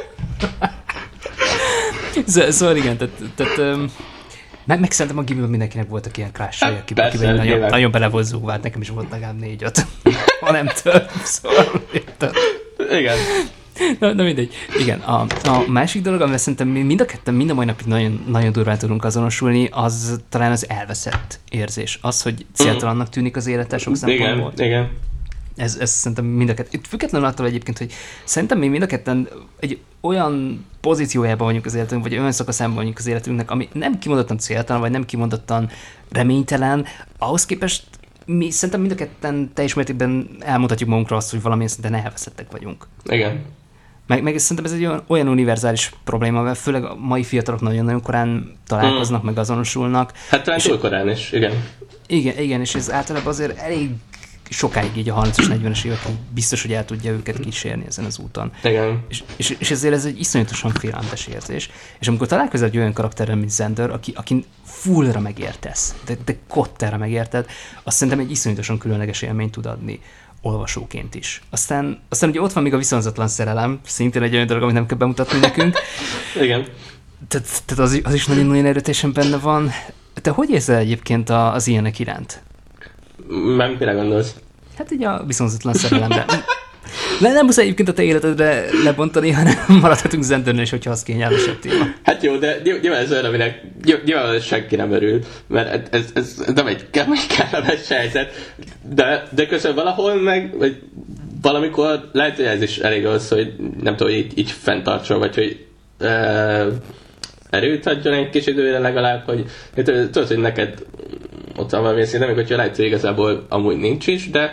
Szóval igen, tehát, tehát um, meg, meg szerintem a gimiben mindenkinek voltak ilyen crush-ai, akiben, akiben nagyon, nagyon bele volt zúgva, hát nekem is volt legalább négy-öt, ha nem több, szóval érted. Igen. Na, na mindegy. Igen, a, a másik dolog, amivel szerintem mi mind a ketten mind a mai napig nagyon, nagyon durván tudunk azonosulni, az talán az elveszett érzés. Az, hogy céltalannak tűnik az élete sok szempontból. Igen, igen. Ez, ez szerintem mind a ketten, függetlenül attól egyébként, hogy szerintem mi mind a ketten egy olyan pozíciójában vagyunk az életünk, vagy olyan szakaszában vagyunk az életünknek, ami nem kimondottan céltalan, vagy nem kimondottan reménytelen, ahhoz képest mi szerintem mind a ketten teljes mértékben elmondhatjuk magunkra azt, hogy valamilyen szinten elveszettek vagyunk. Igen. Meg, meg szerintem ez egy olyan, olyan univerzális probléma, mert főleg a mai fiatalok nagyon-nagyon korán találkoznak, mm. meg azonosulnak. Hát talán túl korán is, igen. Igen, igen, és ez általában azért elég sokáig így a harmincas, negyvenes évekig biztos, hogy el tudja őket kísérni ezen az úton. Igen. És, és, és ezért ez egy iszonyatosan félelmetes érzés. És amikor találkozol egy olyan karakterrel, mint Xander, aki, aki fullra megértesz, de, de kottára megérted, azt szerintem egy iszonyatosan különleges élményt tud adni olvasóként is. Aztán, aztán ugye ott van még a viszonzatlan szerelem, szintén egy olyan dolog, amit nem kell bemutatni nekünk. Igen. Tehát, tehát az, az is nagyon-nagyon erőteljesen benne van. Te hogy érzel egyébként az ilyenek iránt? Nem, mire gondolsz? Hát így a viszonzatlan szerelemben. Le, nem muszáj egyébként a te életedre lebontani, hanem maradhatunk Xandernél is, hogyha az kényelmesebb téma. Hát jó, de nyilván ez olyan, aminek nyilván senki nem örül, mert ez, ez, ez nem egy kellemes helyzet, de, de közben valahol meg, vagy valamikor lehet, hogy ez is elég az, hogy nem tudom, így, így fenntartson, vagy hogy e, erőt adjon egy kis időre legalább, hogy tudod, hogy neked ott van valami szín, amikor lehet, hogy igazából amúgy nincs is, de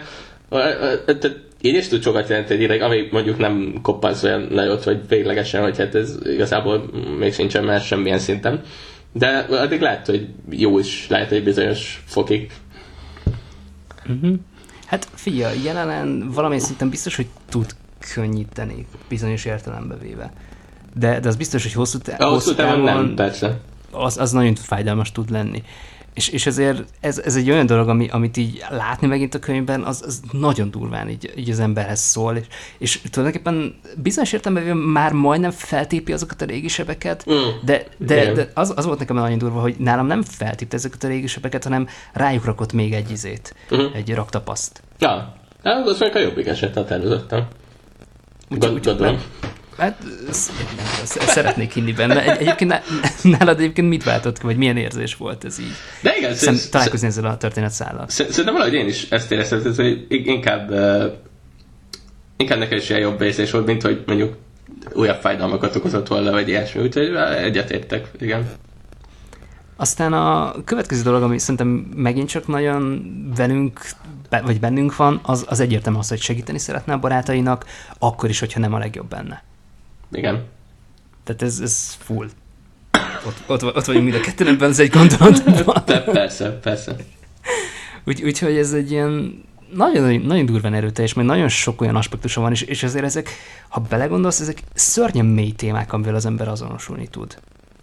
így is tud sokat jelenteni egy ideg, ami mondjuk nem koppansz olyan nagyot, vagy véglegesen, hogy hát ez igazából még sincsen már semmilyen szinten. De addig lehet, hogy jó is lehet egy bizonyos fokig. Uh-huh. Hát figyelj, jelenen valamilyen szinten biztos, hogy tud könnyíteni bizonyos értelembe véve. De, de az biztos, hogy hosszú, t- hosszú, hosszú távon nem, persze. Az, az nagyon fájdalmas tud lenni. És, és ezért ez, ez egy olyan dolog, ami, amit így látni megint a könyvben, az, az nagyon durván így, így az emberhez szól, és, és tulajdonképpen bizonyos értelemben már majdnem feltépi azokat a régi sebeket, mm. de, de, de az, az volt nekem nagyon durva, hogy nálam nem feltépte ezeket a régi sebeket, hanem rájuk rakott még egy izét, mm. egy raktapaszt. Ja, az meg a jobbik eset határozottan. Gondolom. Hát szeretnék hinni benne. Egy, egyébként nálad egyébként mit váltott ki, vagy milyen érzés volt ez így? De igen, Szem, sz- találkozni sz- ezzel a történetszállal. Szerintem valahogy én is ezt éreztem, hogy inkább, uh, inkább nekem is ilyen jobb érzés volt, mint hogy mondjuk újabb fájdalmakat okozott volna, vagy ilyesmi, úgyhogy egyetértek, igen. Aztán a következő dolog, ami szerintem megint csak nagyon velünk, vagy bennünk van, az, az egyértelmű az, hogy segíteni szeretne a barátainak, akkor is, hogyha nem a legjobb benne. Igen. Tehát ez, ez full. Ott, ott, ott vagyunk mind a ketten ebben az egy gondolatban. Persze, persze. Úgy, úgyhogy ez egy ilyen nagyon, nagyon durván erőteljes, mert nagyon sok olyan aspektusa van, és, és ezért ezek, ha belegondolsz, ezek szörnyen mély témák, amivel az ember azonosulni tud.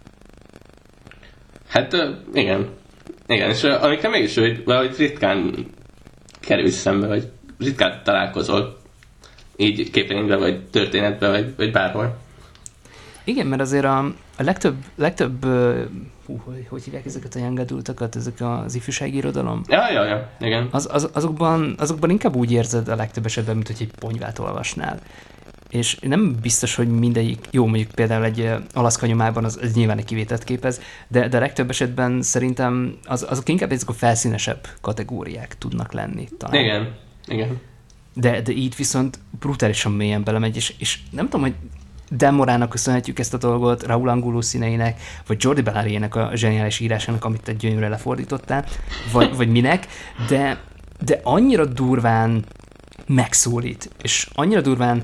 Hát igen. Igen, és amikor mégis, hogy valahogy ritkán kerülsz szembe, vagy ritkán találkozol így képregényben, vagy történetben, vagy, vagy bárhol. Igen, mert azért a, a legtöbb, legtöbb hú, hogy, hogy hívják ezeket a young adultokat, ezek az ifjúsági irodalom? Ja, ja, ja, igen. Az, az, azokban, azokban inkább úgy érzed a legtöbb esetben, mint hogy egy ponyvát olvasnál. És nem biztos, hogy mindegyik, jó, mondjuk például egy Alaszka nyomában az, az nyilván egy kivételt képez, de, de a legtöbb esetben szerintem az, azok inkább ezek a felszínesebb kategóriák tudnak lenni talán. Igen, igen. De, de így viszont brutálisan mélyen belemegy, és, és nem tudom, hogy Dan Morának köszönhetjük ezt a dolgot, Raúl Angulo színeinek, vagy Jordi Bellaryének a zseniális írásának, amit egy gyönyörűen lefordítottál, vagy, vagy minek, de, de annyira durván megszólít, és annyira durván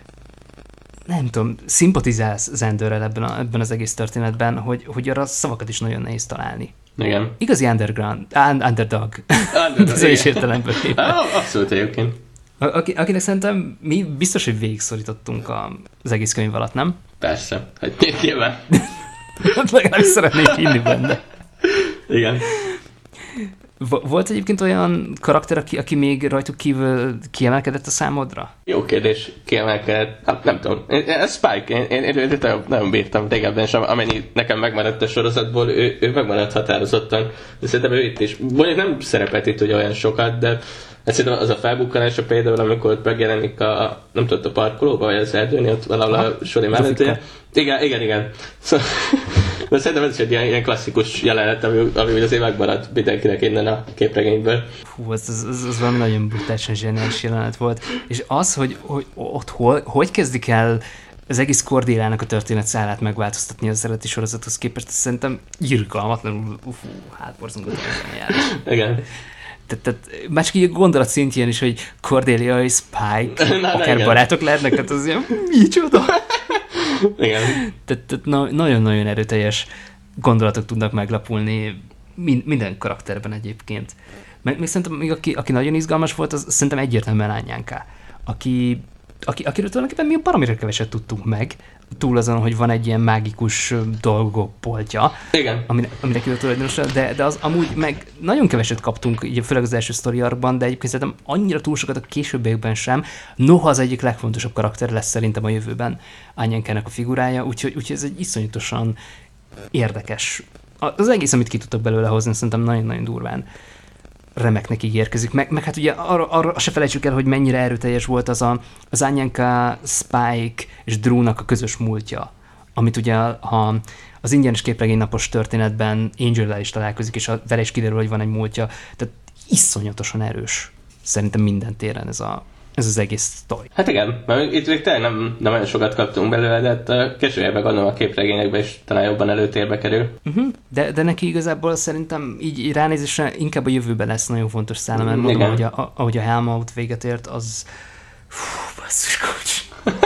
nem tudom, szimpatizálsz Xanderrel ebben, a, ebben az egész történetben, hogy, hogy arra szavakat is nagyon nehéz találni. Igen. Igazi underground, underdog. Ez is értelemben. Abszolút egyébként. Aki, akinek szerintem mi biztos, hogy végigszorítottunk az egész könyv alatt, nem? Persze. Hát nyilván. Legalábbis szeretnék hinni benne. Igen. Volt egyébként olyan karakter, aki, aki még rajtuk kívül kiemelkedett a számodra? Jó kérdés, kiemelkedett. Hát nem tudom. Ez Spike, én, én, én, én nagyon bírtam régebben, és amennyi nekem megmaradt a sorozatból, ő, ő megmaradt határozottan. De szerintem ő itt is. Mondjuk nem szerepelt itt ugye olyan sokat, de hát szerintem az a felbukkanása például, amikor ott megjelenik a, nem tudod, a parkolóba, vagy az erdőnél, ott valahol a sori mellett. Igen, igen, igen. Szóval, de szerintem ez is egy ilyen, ilyen klasszikus jelenet, ami, ami azért megmaradt mindenkinek innen a képregényből. Hú, ez, ez, ez, ez valami nagyon brutálisan zseniális jelenet volt. És az, hogy, hogy ott hol, hogy kezdik el az egész Cordélának a történetszálát megváltoztatni az eredeti sorozathoz képest, szerintem irgalmatlanul, fú, hátborzongató zseniális. Igen. Tehát, tehát már csak így a gondolat szintjén is, hogy Cordelia és Spike na, akár igen. barátok lehetnek, tehát az ilyen, micsoda? Igen. Tehát, tehát na, nagyon-nagyon erőteljes gondolatok tudnak meglapulni Mind, minden karakterben egyébként. Meg, még szerintem, még aki, aki nagyon izgalmas volt, az szerintem egyértelműen Anyánká, aki, aki, akiről tulajdonképpen mi baromira keveset tudtunk meg, túl azon, hogy van egy ilyen mágikus dolgok poltja, Igen. Amire, amire kívül tulajdonosan, de, de az amúgy meg nagyon keveset kaptunk, így főleg az első sztori arcban, de egyébként szerintem annyira túl sokat a későbbiekben sem, noha az egyik legfontosabb karakter lesz szerintem a jövőben Anyánkának a figurája, úgyhogy, úgyhogy ez egy iszonyatosan érdekes. Az egész, amit ki tudtak belőle hozni, szerintem nagyon-nagyon durván remeknek ígérkezik. Meg, meg hát ugye arra, arra se felejtsük el, hogy mennyire erőteljes volt az a, az Anyánka, Spike és Drew-nak a közös múltja, amit ugye ha az ingyenes képregénynapos történetben Angel-lel is találkozik, és vele is kiderül, hogy van egy múltja. Tehát iszonyatosan erős szerintem minden téren ez, a, ez az egész sztori. Hát igen, mert itt még tényleg nem, nem olyan sokat kaptunk belőle, de hát később gondolom a képregényekben is talán jobban előtérbe kerül. Uh-huh. De, de neki igazából szerintem így, így ránézésre inkább a jövőben lesz nagyon fontos szállal, mert mondom, ahogy a, ahogy a Helmut véget ért, az... Fú, basszus, kocs.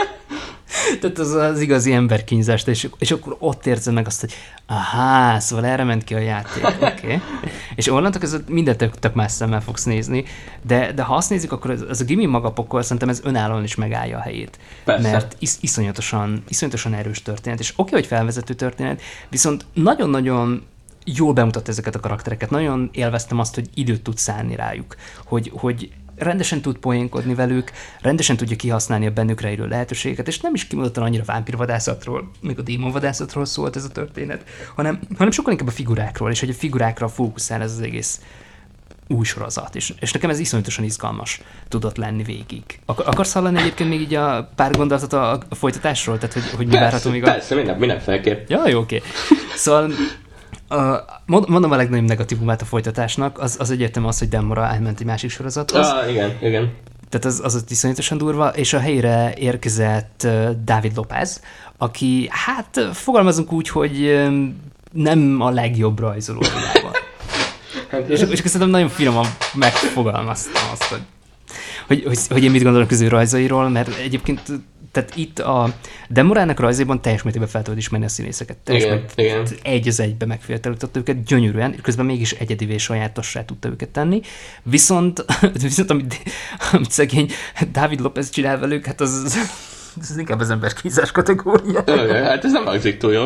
Tehát az az igazi emberkínzást, és, és akkor ott érzed meg azt, hogy ahá, szóval erre ment ki a játék, oké. Okay. És onnantól között mindent tök, tök más szemmel fogsz nézni, de, de ha azt nézzük, akkor ez, ez a Gimme maga pokol, szerintem ez önállóan is megállja a helyét. Persze. Mert is, iszonyatosan, iszonyatosan erős történet, és oké, okay, hogy felvezető történet, viszont nagyon-nagyon jól bemutat ezeket a karaktereket. Nagyon élveztem azt, hogy időt tud szállni rájuk, hogy, hogy rendesen tud poénkodni velük, rendesen tudja kihasználni a bennük rejlő lehetőségeket, és nem is kimondottan annyira vámpírvadászatról, még a démonvadászatról szólt ez a történet, hanem, hanem sokkal inkább a figurákról, és hogy a figurákra fókuszál ez az egész új sorozat, és, és nekem ez iszonyatosan izgalmas tudott lenni végig. Ak- akarsz hallani egyébként még így a pár gondolatot a, a folytatásról? Tehát, hogy, hogy mi várható még a... Persze, minden, mindenféleképp. Ja, jó, oké. Okay. Szóval Uh, mondom a legnagyobb negatívumát a folytatásnak, az, az egyértelműen az, hogy Demora elment egy másik sorozathoz. Ah, igen, igen. Tehát az, az ott iszonyatosan durva, és a helyre érkezett uh, David Lopez, aki, hát fogalmazunk úgy, hogy um, nem a legjobb rajzoló a világban. és, és köszönöm, nagyon finoman megfogalmaztam azt, hogy, hogy, hogy, hogy én mit gondolok az ő rajzairól, mert egyébként tehát itt a Demorának rajzaiban teljes mértékben fel tudod ismerni a színészeket. Teljes igen, igen. Egy az egybe megfiatalította őket gyönyörűen, közben mégis egyedivé sajátossá tudta őket tenni. Viszont, viszont amit, amit szegény David Lopez csinál velük, hát az, az, az inkább az emberkínzás kategória. Ö, hát ez nem hangzik túl jó.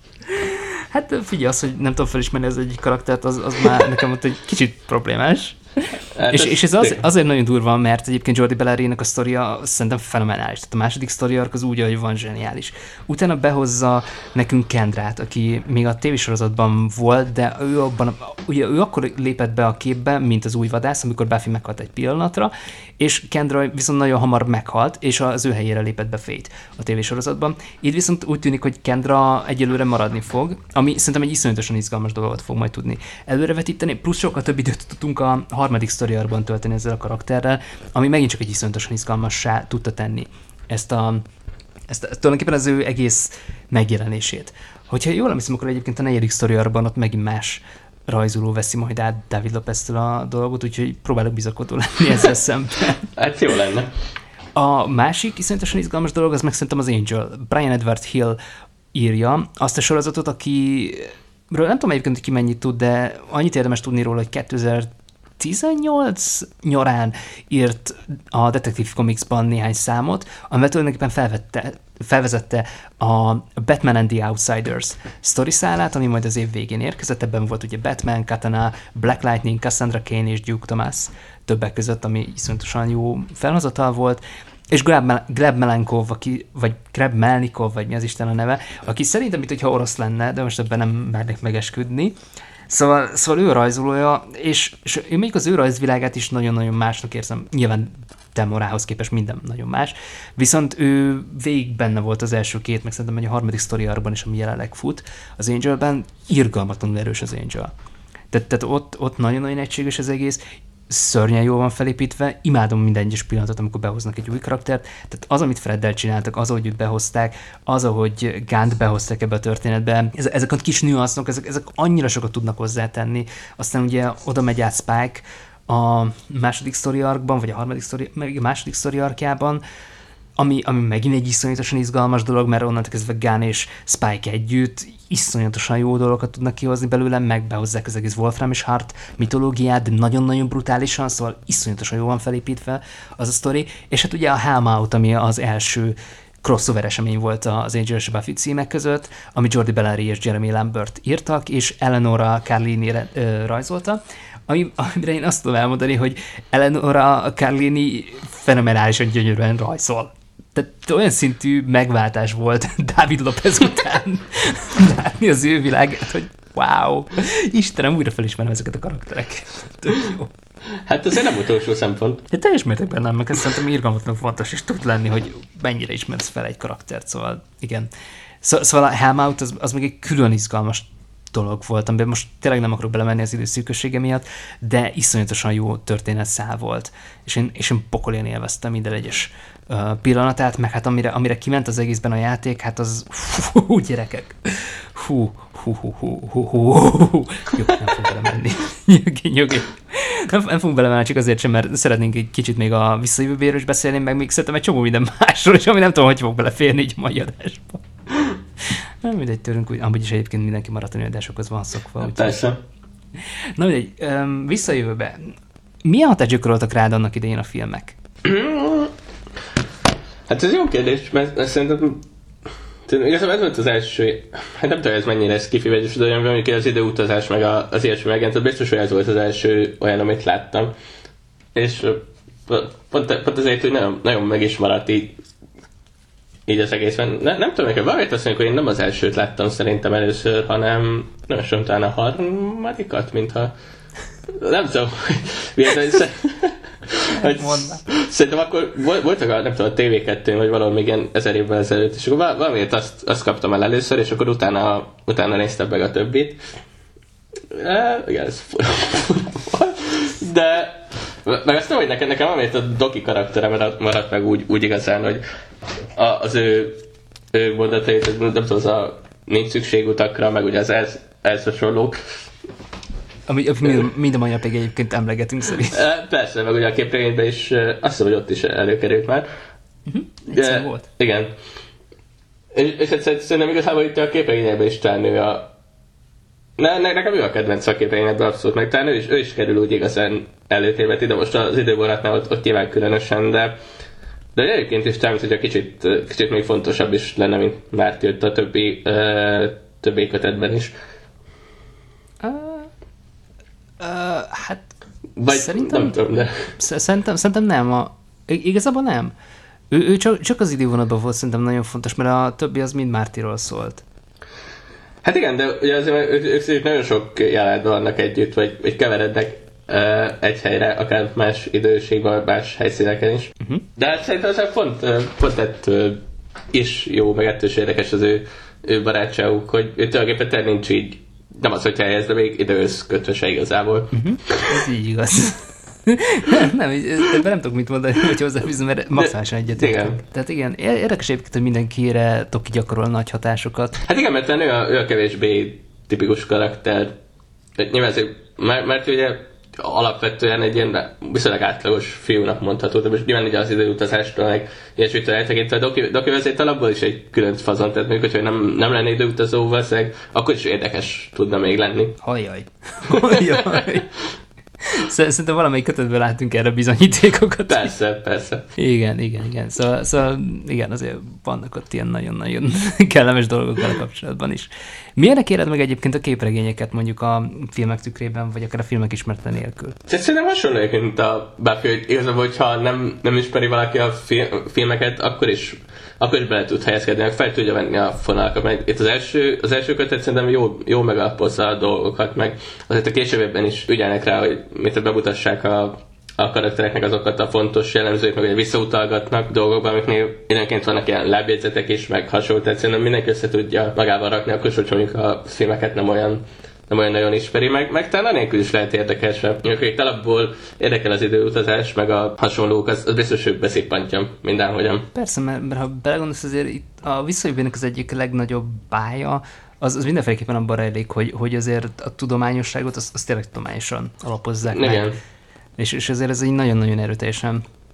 Hát figyelj, az, hogy nem tudom felismerni az egyik karaktert, az, az már nekem ott egy kicsit problémás. Hát és, ez és ez az, azért nagyon durva, mert egyébként Jordi Bellarinak a sztoria szerintem fenomenális. Tehát a második sztori arc az úgy, ahogy van, zseniális. Utána behozza nekünk Kendrát, aki még a tévésorozatban volt, de ő, abban, ugye, ő akkor lépett be a képbe, mint az új vadász, amikor Buffy meghalt egy pillanatra, és Kendra viszont nagyon hamar meghalt, és az ő helyére lépett be Fate a tévésorozatban. Így viszont úgy tűnik, hogy Kendra egyelőre maradni fog, ami szerintem egy iszonyatosan izgalmas dolgot fog majd tudni előrevetíteni, plusz sokkal több időt tudtunk a harmadik sztori arcban tölteni ezzel a karakterrel, ami megint csak egy iszonyatosan izgalmassá tudta tenni ezt a, ezt a tulajdonképpen az ő egész megjelenését. Hogyha jól emlékszem, akkor egyébként a negyedik sztori arcban ott megint más rajzoló veszi majd át David Lopez-től a dolgot, úgyhogy próbálok bizakodó lenni ezzel szemben. Hát jó lenne. A másik iszonyatosan izgalmas dolog, az meg szerintem az Angel. Brian Edward Hill írja azt a sorozatot, aki nem tudom egyébként, ki mennyit tud, de annyit érdemes tudni róla, hogy kétezer-tizennyolc nyarán írt a Detective Comicsban néhány számot, amivel tulajdonképpen felvette, felvezette a Batman and the Outsiders sztori szálát, ami majd az év végén érkezett. Ebben volt ugye Batman, Katana, Black Lightning, Cassandra Cain és Duke Thomas többek között, ami iszonyatosan jó felhozatal volt. És Gleb, Gleb Melenkov, aki, vagy Gleb Melnikov, vagy mi az Isten a neve, aki szerintem, mintha orosz lenne, de most ebben nem mernek megesküdni. Szóval, szóval ő a rajzolója, és, és én még az ő rajzvilágát is nagyon-nagyon másnak érzem. Nyilván Demorához képest minden nagyon más. Viszont ő végig benne volt az első két, meg szerintem egy a harmadik sztori arcban is, ami jelenleg fut. Az Angelben irgalmatlanul erős az Angel. Tehát, tehát ott, ott nagyon-nagyon egységes az egész, szörnyen jól van felépítve, imádom minden egyes pillanatot, amikor behoznak egy új karaktert, tehát az, amit Freddel csináltak, az, ahogy őt behozták, az, ahogy Gunnt behozták ebbe a történetbe, ezek a kis nüanszok, ezek, ezek annyira sokat tudnak hozzátenni, aztán ugye oda megy át Spike a második sztori arcban, vagy a harmadik sztori, a második sztori arcjában, ami, ami megint egy iszonyatosan izgalmas dolog, mert onnantól kezdve Gunn és Spike együtt iszonyatosan jó dolgokat tudnak kihozni belőle, meg behozzák az egész Wolfram és Hart mitológiát, de nagyon-nagyon brutálisan, szóval iszonyatosan jó van felépítve az a sztori, és hát ugye a Helm Out, ami az első crossover esemény volt az Angel és Buffy címek között, ami Jordi Bellary és Jeremy Lambert írtak, és Eleonora Carlini ö, rajzolta, ami, amire én azt tudom elmondani, hogy Eleonora Carlini fenomenálisan gyönyörűen rajzol. Tehát olyan szintű megváltás volt David Lopez után látni az ő világát, hogy wow, Istenem, újra felismerem ezeket a karaktereket. Tök jó. Hát azért nem utolsó szempont. Én teljes mértékben nem, meg ezt szerintem irgalmatlan fontos, és tud lenni, hogy mennyire ismersz fel egy karaktert, szóval igen. Szó, szóval a Helm Out az, az meg egy külön izgalmas dolog volt, amiben most tényleg nem akarok belemenni az idő szűkössége miatt, de iszonyatosan jó történetszál volt, és én, és én pokolén élveztem minden egyes uh, pillanatát, meg hát amire, amire kiment az egészben a játék, hát az hú, gyerekek, hú, hú, hú, hú, hú, hú, hú. Jó, nem fog belemenni. Nyugi, nyugi. Nem, nem fogunk belemenni csak azért sem, mert szeretnénk egy kicsit még a visszajövőbéről is beszélni, meg még szerintem egy csomó minden másról, és ami nem tudom, hogy fog beleférni így a mai adásba. Nem mindegy tőlünk, úgy, amúgy is egyébként mindenki maratoni adásokhoz van szokva. Hát persze. Na mindegy, um, visszajövőbe. Milyen hatást gyakoroltak rád annak idején a filmek? Hát ez jó kérdés, mert szerintem igazából ez volt az első, hát nem tudom, ez mennyire ez kifejezés, de olyan, amikor az időutazás meg az ilyesmi megjelent, biztos, hogy ez volt az első olyan, amit láttam. És pont, pont azért, hogy nagyon, nagyon meg is maradt így, így az egészben. Ne, nem tudom, nekem valamit azt mondjuk, hogy én nem az elsőt láttam szerintem először, hanem nem sem talán a harmadikat, mintha nem tudom, hogy hogy szerintem akkor voltak a, nem tudom, a té vé kettőn, vagy valahol még ilyen ezer évvel ezelőtt, és akkor valamiért azt, azt kaptam el először, és akkor utána, utána néztem meg a többit. E, igen, ez fura. De meg azt nem, hogy nekem, nekem valamiért a Doki karaktere maradt, maradt meg úgy, úgy igazán, hogy a, az ő, ő mondatait, nem tudom, az a nincs szükség utakra, meg ugye az ez, ez hasonlók. Ami, ami mind a mai napig egyébként emlegetünk szerint. Persze, meg ugye a képregényben is, azt hiszem, hogy ott is előkerült már. Uh-huh. Egyszer volt. Igen. És, és szerintem igazából itt a képregényben is talán ő a... Ne, ne, nekem ő a kedvenc a képregényben abszolút, meg talán ő is, ő is kerül úgy igazán előtévet ide, most az idővonalatnál ott, ott nyilván különösen, de de egyébként is talán, hogyha kicsit, kicsit még fontosabb is lenne, mint Márti a többi, uh, többi kötetben is. Uh... Uh, hát vagy szerintem, nem tudom, de... Szerintem, szerintem nem. A, igazából nem. Ő, ő csak, csak az idővonatban volt szerintem nagyon fontos, mert a többi az mind Mártiról szólt. Hát igen, de ugye azért ők, ők, ők nagyon sok jelenetben vannak együtt, vagy, vagy keverednek uh, egy helyre, akár más időségben, más helyszíneken is. Uh-huh. De hát szerintem azért pont, pont ettől is jó, meg ettől is érdekes az ő, ő barátságuk, hogy ő tulajdonképpen nincs így, nem az, hogy helyez, de még időhöz kötve se igazából. Uh-huh. Ez így igaz. nem, ebben nem tudok mit mondani, hogy hozzáfűzöm, mert maximálisan egyetértek. Tehát igen, érdekes egyébként, hogy mindenkire Toki gyakorol nagy hatásokat. Hát igen, mert ő a, ő a kevésbé tipikus karakter. Nyilván azért, mert, mert ugye alapvetően egy ilyen viszonylag átlagos fiúnak mondható, de most nyilván ugye az időutazástól, meg ilyesmitől eltekintve, Doki, Doki azért alapból is egy külön fazon, tehát mondjuk, hogyha nem, nem lenne időutazó valószínűleg, akkor is érdekes tudna még lenni. Hajjaj. Hajjaj. Szerintem valamelyik kötetből látunk erre bizonyítékokat. Persze, persze. Igen, igen, igen. Szóval, szóval igen, azért vannak ott ilyen nagyon-nagyon kellemes dolgok vele kapcsolatban is. Milyennek éred meg egyébként a képregényeket mondjuk a filmek tükrében, vagy akár a filmek ismerte nélkül? Szerintem hasonlóak, mint a Buffy, hogy igazából, hogyha nem, nem ismeri valaki a filmeket, akkor is, akkor is bele tud helyezkedni, meg fel tudja venni a fonalakat. Mert itt az első, az első kötet szerintem jó, jó megalapozza a dolgokat, meg azért a későbbiben is ügyelnek rá, hogy mit bemutassák a, a karaktereknek azokat a fontos jellemzők, meg visszautalgatnak dolgokban, amiknél időnként vannak ilyen lábjegyzetek is, meg hasonló, tehát szerintem mindenki össze tudja magával rakni, akkor is, hogy mondjuk a filmeket nem olyan, nem olyan nagyon ismeri, meg, meg talán anélkül is lehet érdekesebb. Mondjuk alapból érdekel az időutazás, meg a hasonlók, az, az biztos, hogy beszippantja mindenhogyan. Persze, mert, mert ha belegondolsz, azért itt a visszajövőnek az egyik legnagyobb bája, az, az mindenféleképpen abban rejlik, hogy, hogy azért a tudományosságot azt, azt tényleg tudományosan alapozzák igen. meg. És, és ezért ez egy nagyon-nagyon erőteljesen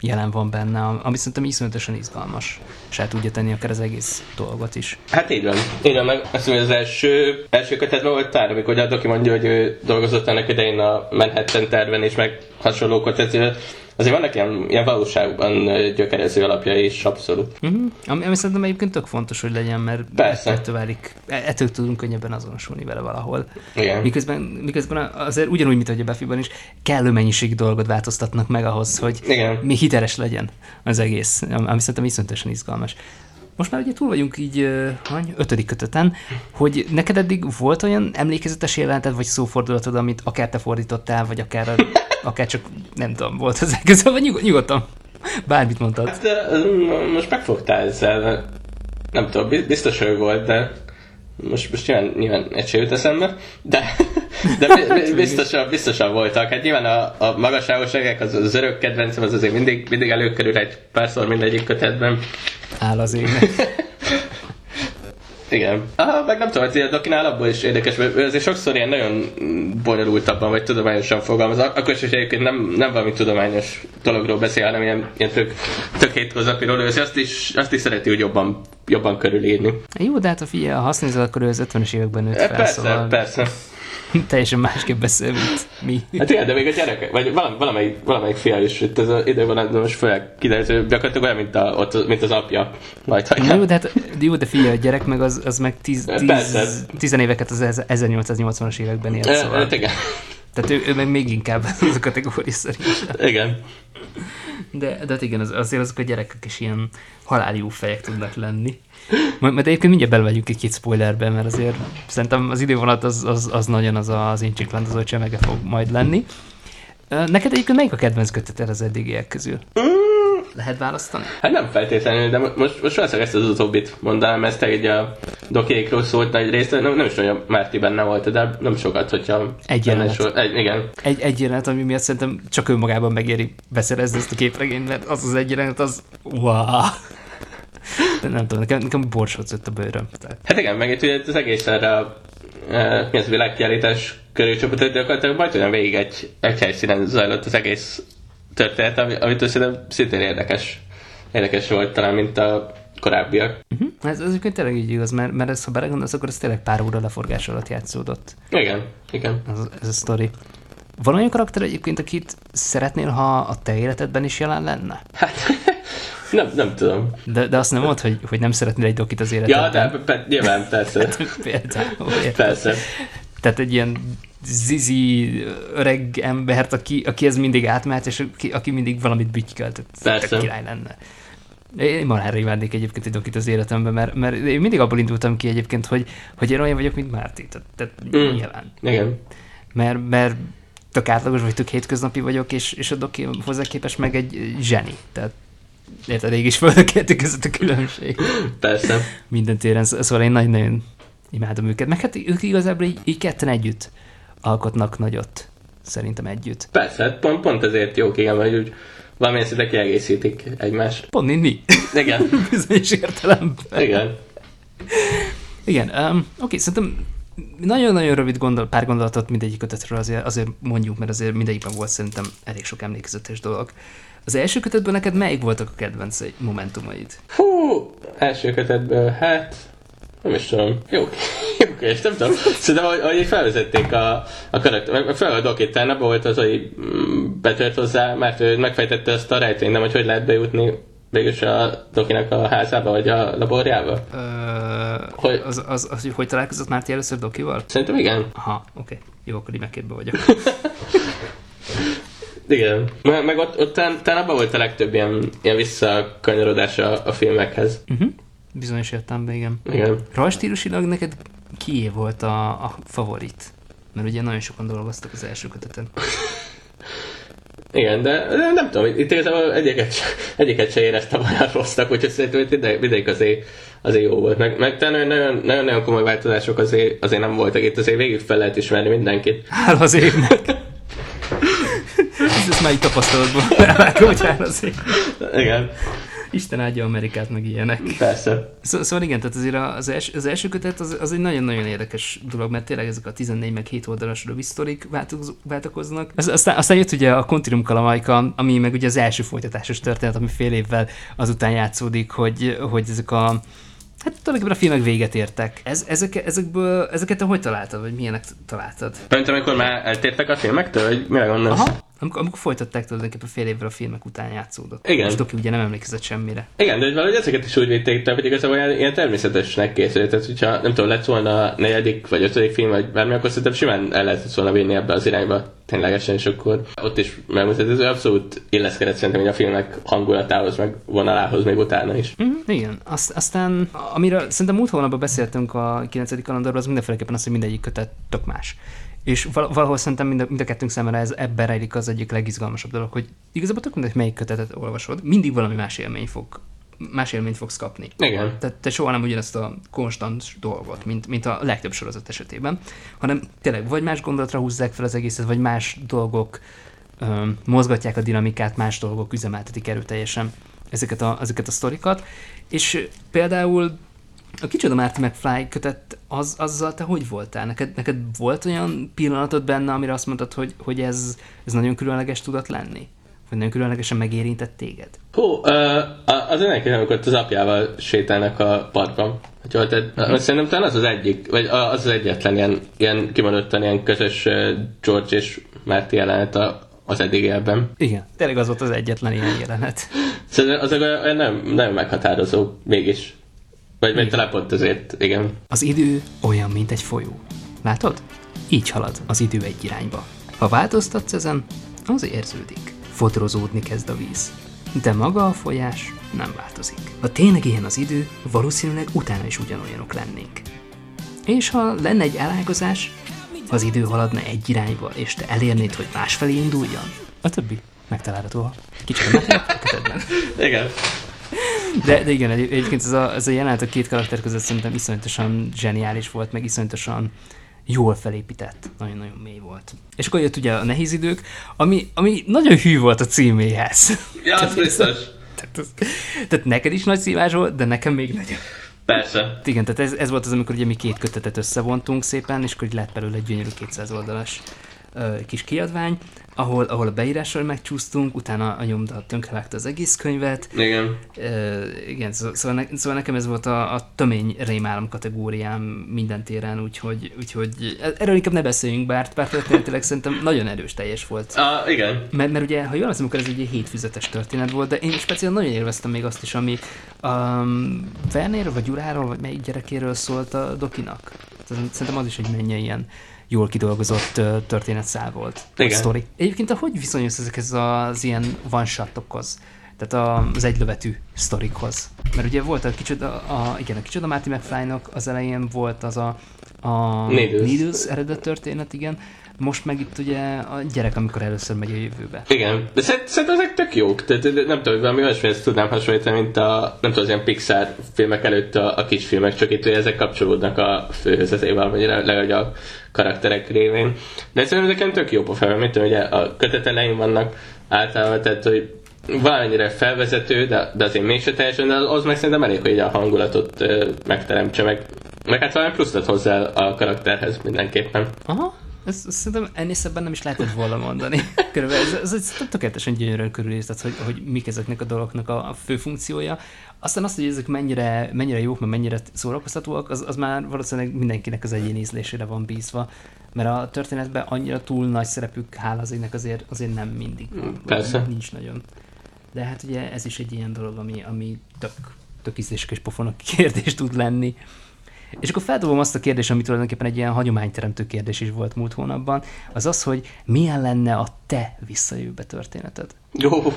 jelen van benne, ami szerintem iszonyatosan izgalmas, és el tudja tenni akár az egész dolgot is. Hát így van. Így van, meg azt mondja, az első, első kötetben volt tár, amikor a Doki mondja, hogy ő dolgozott ennek idején a Manhattan terven és meg hasonlókat, tehát azért vannak ilyen, ilyen valóságban gyökerező alapjai is, abszolút. Uh-huh. Ami, ami szerintem egyébként tök fontos, hogy legyen, mert ettől, válik, ettől tudunk könnyebben azonosulni vele valahol. Igen. Miközben, miközben azért ugyanúgy, mint ahogy a Buffyban is, kellő mennyiségű dolgot változtatnak meg ahhoz, hogy igen. még hiteles legyen az egész, ami szerintem iszonyatosan izgalmas. Most már ugye túl vagyunk így hany, ötödik köteten, hogy neked eddig volt olyan emlékezetes jeleneted, vagy szófordulatod, amit akár te fordítottál, vagy akár, a, akár csak nem tudom, volt az elkezdve, vagy nyugod, nyugodtan bármit mondtad. Hát, de, most megfogtál ezzel, nem tudom, biztos, hogy volt, de most, most nyilván, nyilván egy se jut eszembe, de, de biztosan, biztosan voltak. Hát nyilván a, a magasságoságok, az, az örök kedvencem, az azért mindig, mindig előkerül egy párszor mindegyik kötetben. Áll az égnek. Igen. Aha, meg nem tudom, hogy a Dokinál abból is érdekes, mert ő azért sokszor ilyen nagyon bonyolultabban, vagy tudományosan fogalmaz. Akkor is, hogy egyébként nem, nem valami tudományos dologról beszél, hanem ilyen, ilyen tök, tök hétköznapiról, ő azt is, azt is szereti úgy jobban, jobban körülírni. Jó, de hát a figyelj, ha azt nézed, akkor ő az ötvenes években nőtt fel, persze, szóval... Persze, teljesen másképp beszél, mint mi. Hát igen, de még a gyerek, vagy valamelyik, valamelyik fia is itt ez az időben most főleg kiderült, hogy gyakorlatilag olyan, mint, a, ott, mint az apja. Majd, Na jó, de, hát, jó, de fia, a gyerek meg az, az meg tíz, tíz, tizenéveket az ezernyolcszáznyolcvanas években élt, szóval. Hát igen. Tehát ő, ő meg még inkább az a kategória szerint. Igen. De, de hát igen, az, azért azok a gyerekek is ilyen haláljú fejek tudnak lenni. Majd egyébként mindjárt belevegyünk egy két spoilerbe, mert azért szerintem az idővonat az, az, az nagyon az az én csiklandozó csemege fog majd lenni. Neked egyébként melyik a kedvenc köteted az eddigiek közül? Mm. Lehet választani? Hát nem feltétlenül, de most, most valószínűleg ezt az utóbbit mondanám, ezt egy a dokiékról szólt nagy részt, nem, nem is olyan, hogy Márti benne volt, de nem sokat, hogyha... Egy jelenet. Sor, egy, igen. Egy, egy jelenet, ami miatt szerintem csak önmagában megéri beszerezni ezt a képregényt, mert az az egy jelenet, az... Wow. De nem tudom, nekem, nekem borsot jött a bőröm. Tehát. Hát igen, meg itt ugye az egész erre a e, mi az világkiállítás körül csapatot, gyakorlatilag majd olyan végig egy, egy helyszínen zajlott az egész történet, amit szerintem szintén érdekes, érdekes volt talán, mint a korábbiak. Uh-huh. Ez azért tényleg így igaz, mert, mert ez, ha belegondolsz, akkor ez tényleg pár óra leforgás alatt játszódott. Igen, igen. Ez, ez a sztori. Van olyan karakter egyébként, akit szeretnél, ha a te életedben is jelen lenne? Hát, nem, nem tudom. De, de azt nem mondd, hogy, hogy nem szeretnél egy dokit az életedben. Ja, de pe, nyilván, persze. Például. Persze. Tehát egy ilyen zizi öreg embert, aki, aki ez mindig átmehet, és aki, aki mindig valamit bütykölt. Persze. Király lenne. Én marhára imádnék egyébként egy dokit az életemben, mert, mert én mindig abból indultam ki egyébként, hogy, hogy én olyan vagyok, mint Márti. Tehát, tehát mm. nyilván. Igen. Mert, mert tök átlagos, vagy tök hétköznapi vagyok, és, és a doki hozzá képest meg egy zseni. Tehát érted, rég is földökeltük között a különbség. Persze. Minden téren, szóval én nagyon-nagyon imádom őket. Meg hát ők igazából így, így ketten együtt alkotnak nagyot. Szerintem együtt. Persze, pont, pont ezért jók, igen, hogy úgy valamilyen szinten kiegészítik egymást. Pont mint mi. Igen. Bizonyos értelemben. Igen. Igen, um, oké, szerintem nagyon-nagyon rövid gondol, pár gondolatot mindegyik kötetről azért, azért mondjuk, mert azért mindegyikben volt szerintem elég sok emlékezetes dolog. Az első kötetből neked melyik voltak a kedvenc momentumaid? Hú, első kötetből, hát nem is tudom. Jó, jó és nem tudom. Szerintem, ahogy, ahogy felvezették a, a karakter, meg fel a dokit, talán abban volt az, hogy betört hozzá, mert ő megfejtette azt a rejtényt, nem, hogy hogy lehet bejutni végülis a dokinak a házába, vagy a laborjába. Ö, hogy, az, az, az, hogy hogy találkozott Márti először dokival? Szerintem igen. Aha, oké. Okay. Jó, akkor így megképbe vagyok. Igen. Meg, meg ott, ott talán, talán abban volt a legtöbb ilyen, ilyen visszakanyarodás a, a filmekhez. Uh-huh. Bizonyos értelemben, igen. Igen. Rajstílusilag neked kié volt a, a favorit? Mert ugye nagyon sokan dolgoztak az első köteten. Igen, de nem tudom, itt igazából egyiket, egyiket se éreztem olyan rossznak, úgyhogy szerintem mindegyik azért, azért jó volt. Meg, meg nagyon-nagyon komoly változások azért, azért nem voltak itt, azért végig fel lehet ismerni mindenkit. Hála az égnek! Ezt már így tapasztalatban elvágom, hogy hála az égnek. Igen. Isten áldja Amerikát, meg ilyenek. Persze. Szó, szóval igen, tehát azért az, els, az első kötet az, az egy nagyon-nagyon érdekes dolog, mert tényleg ezek a tizennégy meg hét oldalas rövid sztorik váltakoznak. Aztán, aztán jött ugye a Continuum Kalamajka, ami meg ugye az első folytatásos történet, ami fél évvel azután játszódik, hogy, hogy ezek a hát tulajdonképpen a filmek véget értek. Ez, ezek, ezekből, ezeket te hogy találtad, vagy milyenek találtad? Pont amikor már eltértek a filmektől, hogy mire gondolsz? Aha. Amikor, amikor folytatták tulajdonképpen fél évvel a filmek után játszódott. Igen. És Doki ugye nem emlékezett semmire. Igen, de valahogy ezeket is úgy vitték, hogy igazából ilyen, ilyen természetesnek készült. Tehát, hogyha nem tudom, lett volna a negyedik vagy ötödik film, vagy bármi, akkor szerintem simán el lehetett volna vinni ebbe az irányba. Ténylegesen, és akkor ott is megmutat, ez abszolút illeszkedett szerintem a filmek hangulatához, meg vonalához még utána is. Mm, igen. Azt, aztán, amiről szerintem múlt hónapban beszéltünk a kilencedik kalandorban, az mindenféleképpen az, hogy mindegyik kötet tök más. És valahol szerintem mind a, mind a kettőnk számára ez ebben rejlik az egyik legizgalmasabb dolog, hogy igazából tök mindegy, melyik kötetet olvasod, mindig valami más élmény fog, más élményt fogsz kapni. Igen. Tehát te soha nem ugyanezt a konstant dolgot, mint, mint a legtöbb sorozat esetében, hanem tényleg vagy más gondolatra húzzák fel az egészet, vagy más dolgok öm, mozgatják a dinamikát, más dolgok üzemeltetik erőteljesen ezeket a, ezeket a sztorikat. És például a Kicsoda Marty McFly kötet, az, azzal te hogy voltál? Neked, neked volt olyan pillanatod benne, amire azt mondtad, hogy, hogy ez, ez nagyon különleges tudott lenni? Vagy nagyon különlegesen megérintett téged? Hú, uh, az ennek, amikor az apjával sétálnak a parkban. Hogy te, uh-huh. Szerintem talán az az egyik, vagy az az egyetlen ilyen, ilyen kimondottan ilyen közös George és Marty jelenet a, az eddigiekben. Igen, tényleg az volt az egyetlen ilyen jelenet. Szerintem az olyan nem, nem meghatározó mégis. Vagy, vagy talán pont ezért, igen. Az idő olyan, mint egy folyó. Látod? Így halad az idő egy irányba. Ha változtatsz ezen, az érződik. Fodrozódni kezd a víz. De maga a folyás nem változik. Ha tényleg ilyen az idő, valószínűleg utána is ugyanolyanok lennénk. És ha lenne egy elágazás, az idő haladna egy irányba, és te elérnéd, hogy másfelé induljon, a többi megtalálható. Kicsit megtalálható. Igen. De, de igen, egyébként ez a, ez a jelenet a két karakter között szerintem iszonyatosan zseniális volt, meg iszonyatosan jól felépített. Nagyon-nagyon mély volt. És akkor jött ugye a Nehéz idők, ami, ami nagyon hű volt a címéhez. Ja, az biztos. Tehát, az, tehát neked is nagy szívás volt, de nekem még nagyobb. Persze. Igen, tehát ez, ez volt az, amikor ugye mi két kötetet összevontunk szépen, és akkor így lett belőle egy gyönyörű kétszáz oldalas ö, kis kiadvány, ahol, ahol a beírással megcsúsztunk, utána a nyomda tönkrevágta az egész könyvet. Igen. Uh, igen, szó, szóval, ne, szóval nekem ez volt a, a tömény rémálom kategóriám minden téren, úgyhogy, úgyhogy erről inkább ne beszéljünk, bár, bár történetileg szerintem nagyon erős teljes volt. Ah, igen. Mert, mert ugye, ha jól hiszem, akkor ez egy hétfüzetes történet volt, de én speciál nagyon élveztem még azt is, ami um, Wernéről, vagy Gyuráról, vagy melyik gyerekéről szólt a Dokinak. Szerintem az is egy mennyi ilyen jól kidolgozott uh, történetszál volt. Igen. Sztori. Egyébként a hogy viszonyulsz ezekhez az ilyen one-shotokhoz? Tehát az egylövetű sztorikhoz. Mert ugye volt a kicsoda, a, igen, a Kicsoda Marty McFly-nak az elején volt az a, a Needles. Needles eredet történet, igen. Most meg itt ugye a gyerek, amikor először megy a jövőbe. Igen, de szerintem ezek tök jók. Tehát nem tudom, valami olyasmihez tudnám hasonlítani, mint a, nem tudom, az ilyen Pixar filmek előtt a, a kisfilmek, csak itt ugye ezek kapcsolódnak a főhőzetével, vagy legalább a karakterek révén. De szerintem ezeken tök jó pofával, mint tudom, ugye a kötet elején vannak általában, tehát hogy valamennyire felvezető, de, de azért mégse teljesen, de az meg szerintem elég, hogy a hangulatot ö, megteremtse, meg, meg hát valami pluszat hozzá a karakterhez mindenképpen. Aha. Ez, ez szerintem ennél szebben nem is lehetett volna mondani. Körülbelül ez, ez, ez tökéletesen gyönyörűen körülnézted, hogy, hogy mik ezeknek a dolgoknak a, a fő funkciója. Aztán azt, hogy ezek mennyire, mennyire jók, meg mennyire szórakoztatóak, az, az már valószínűleg mindenkinek az egyéni ízlésére van bízva. Mert a történetben annyira túl nagy szerepük, hála az égnek azért, azért nem mindig van. Persze. Nincs nagyon. De hát ugye ez is egy ilyen dolog, ami, ami tök, tök ízlések és pofonok kérdés tud lenni. És akkor feldobom azt a kérdést, ami tulajdonképpen egy ilyen hagyományteremtő kérdés is volt múlt hónapban, az az, hogy milyen lenne a te visszajövőbe történeted? Jó.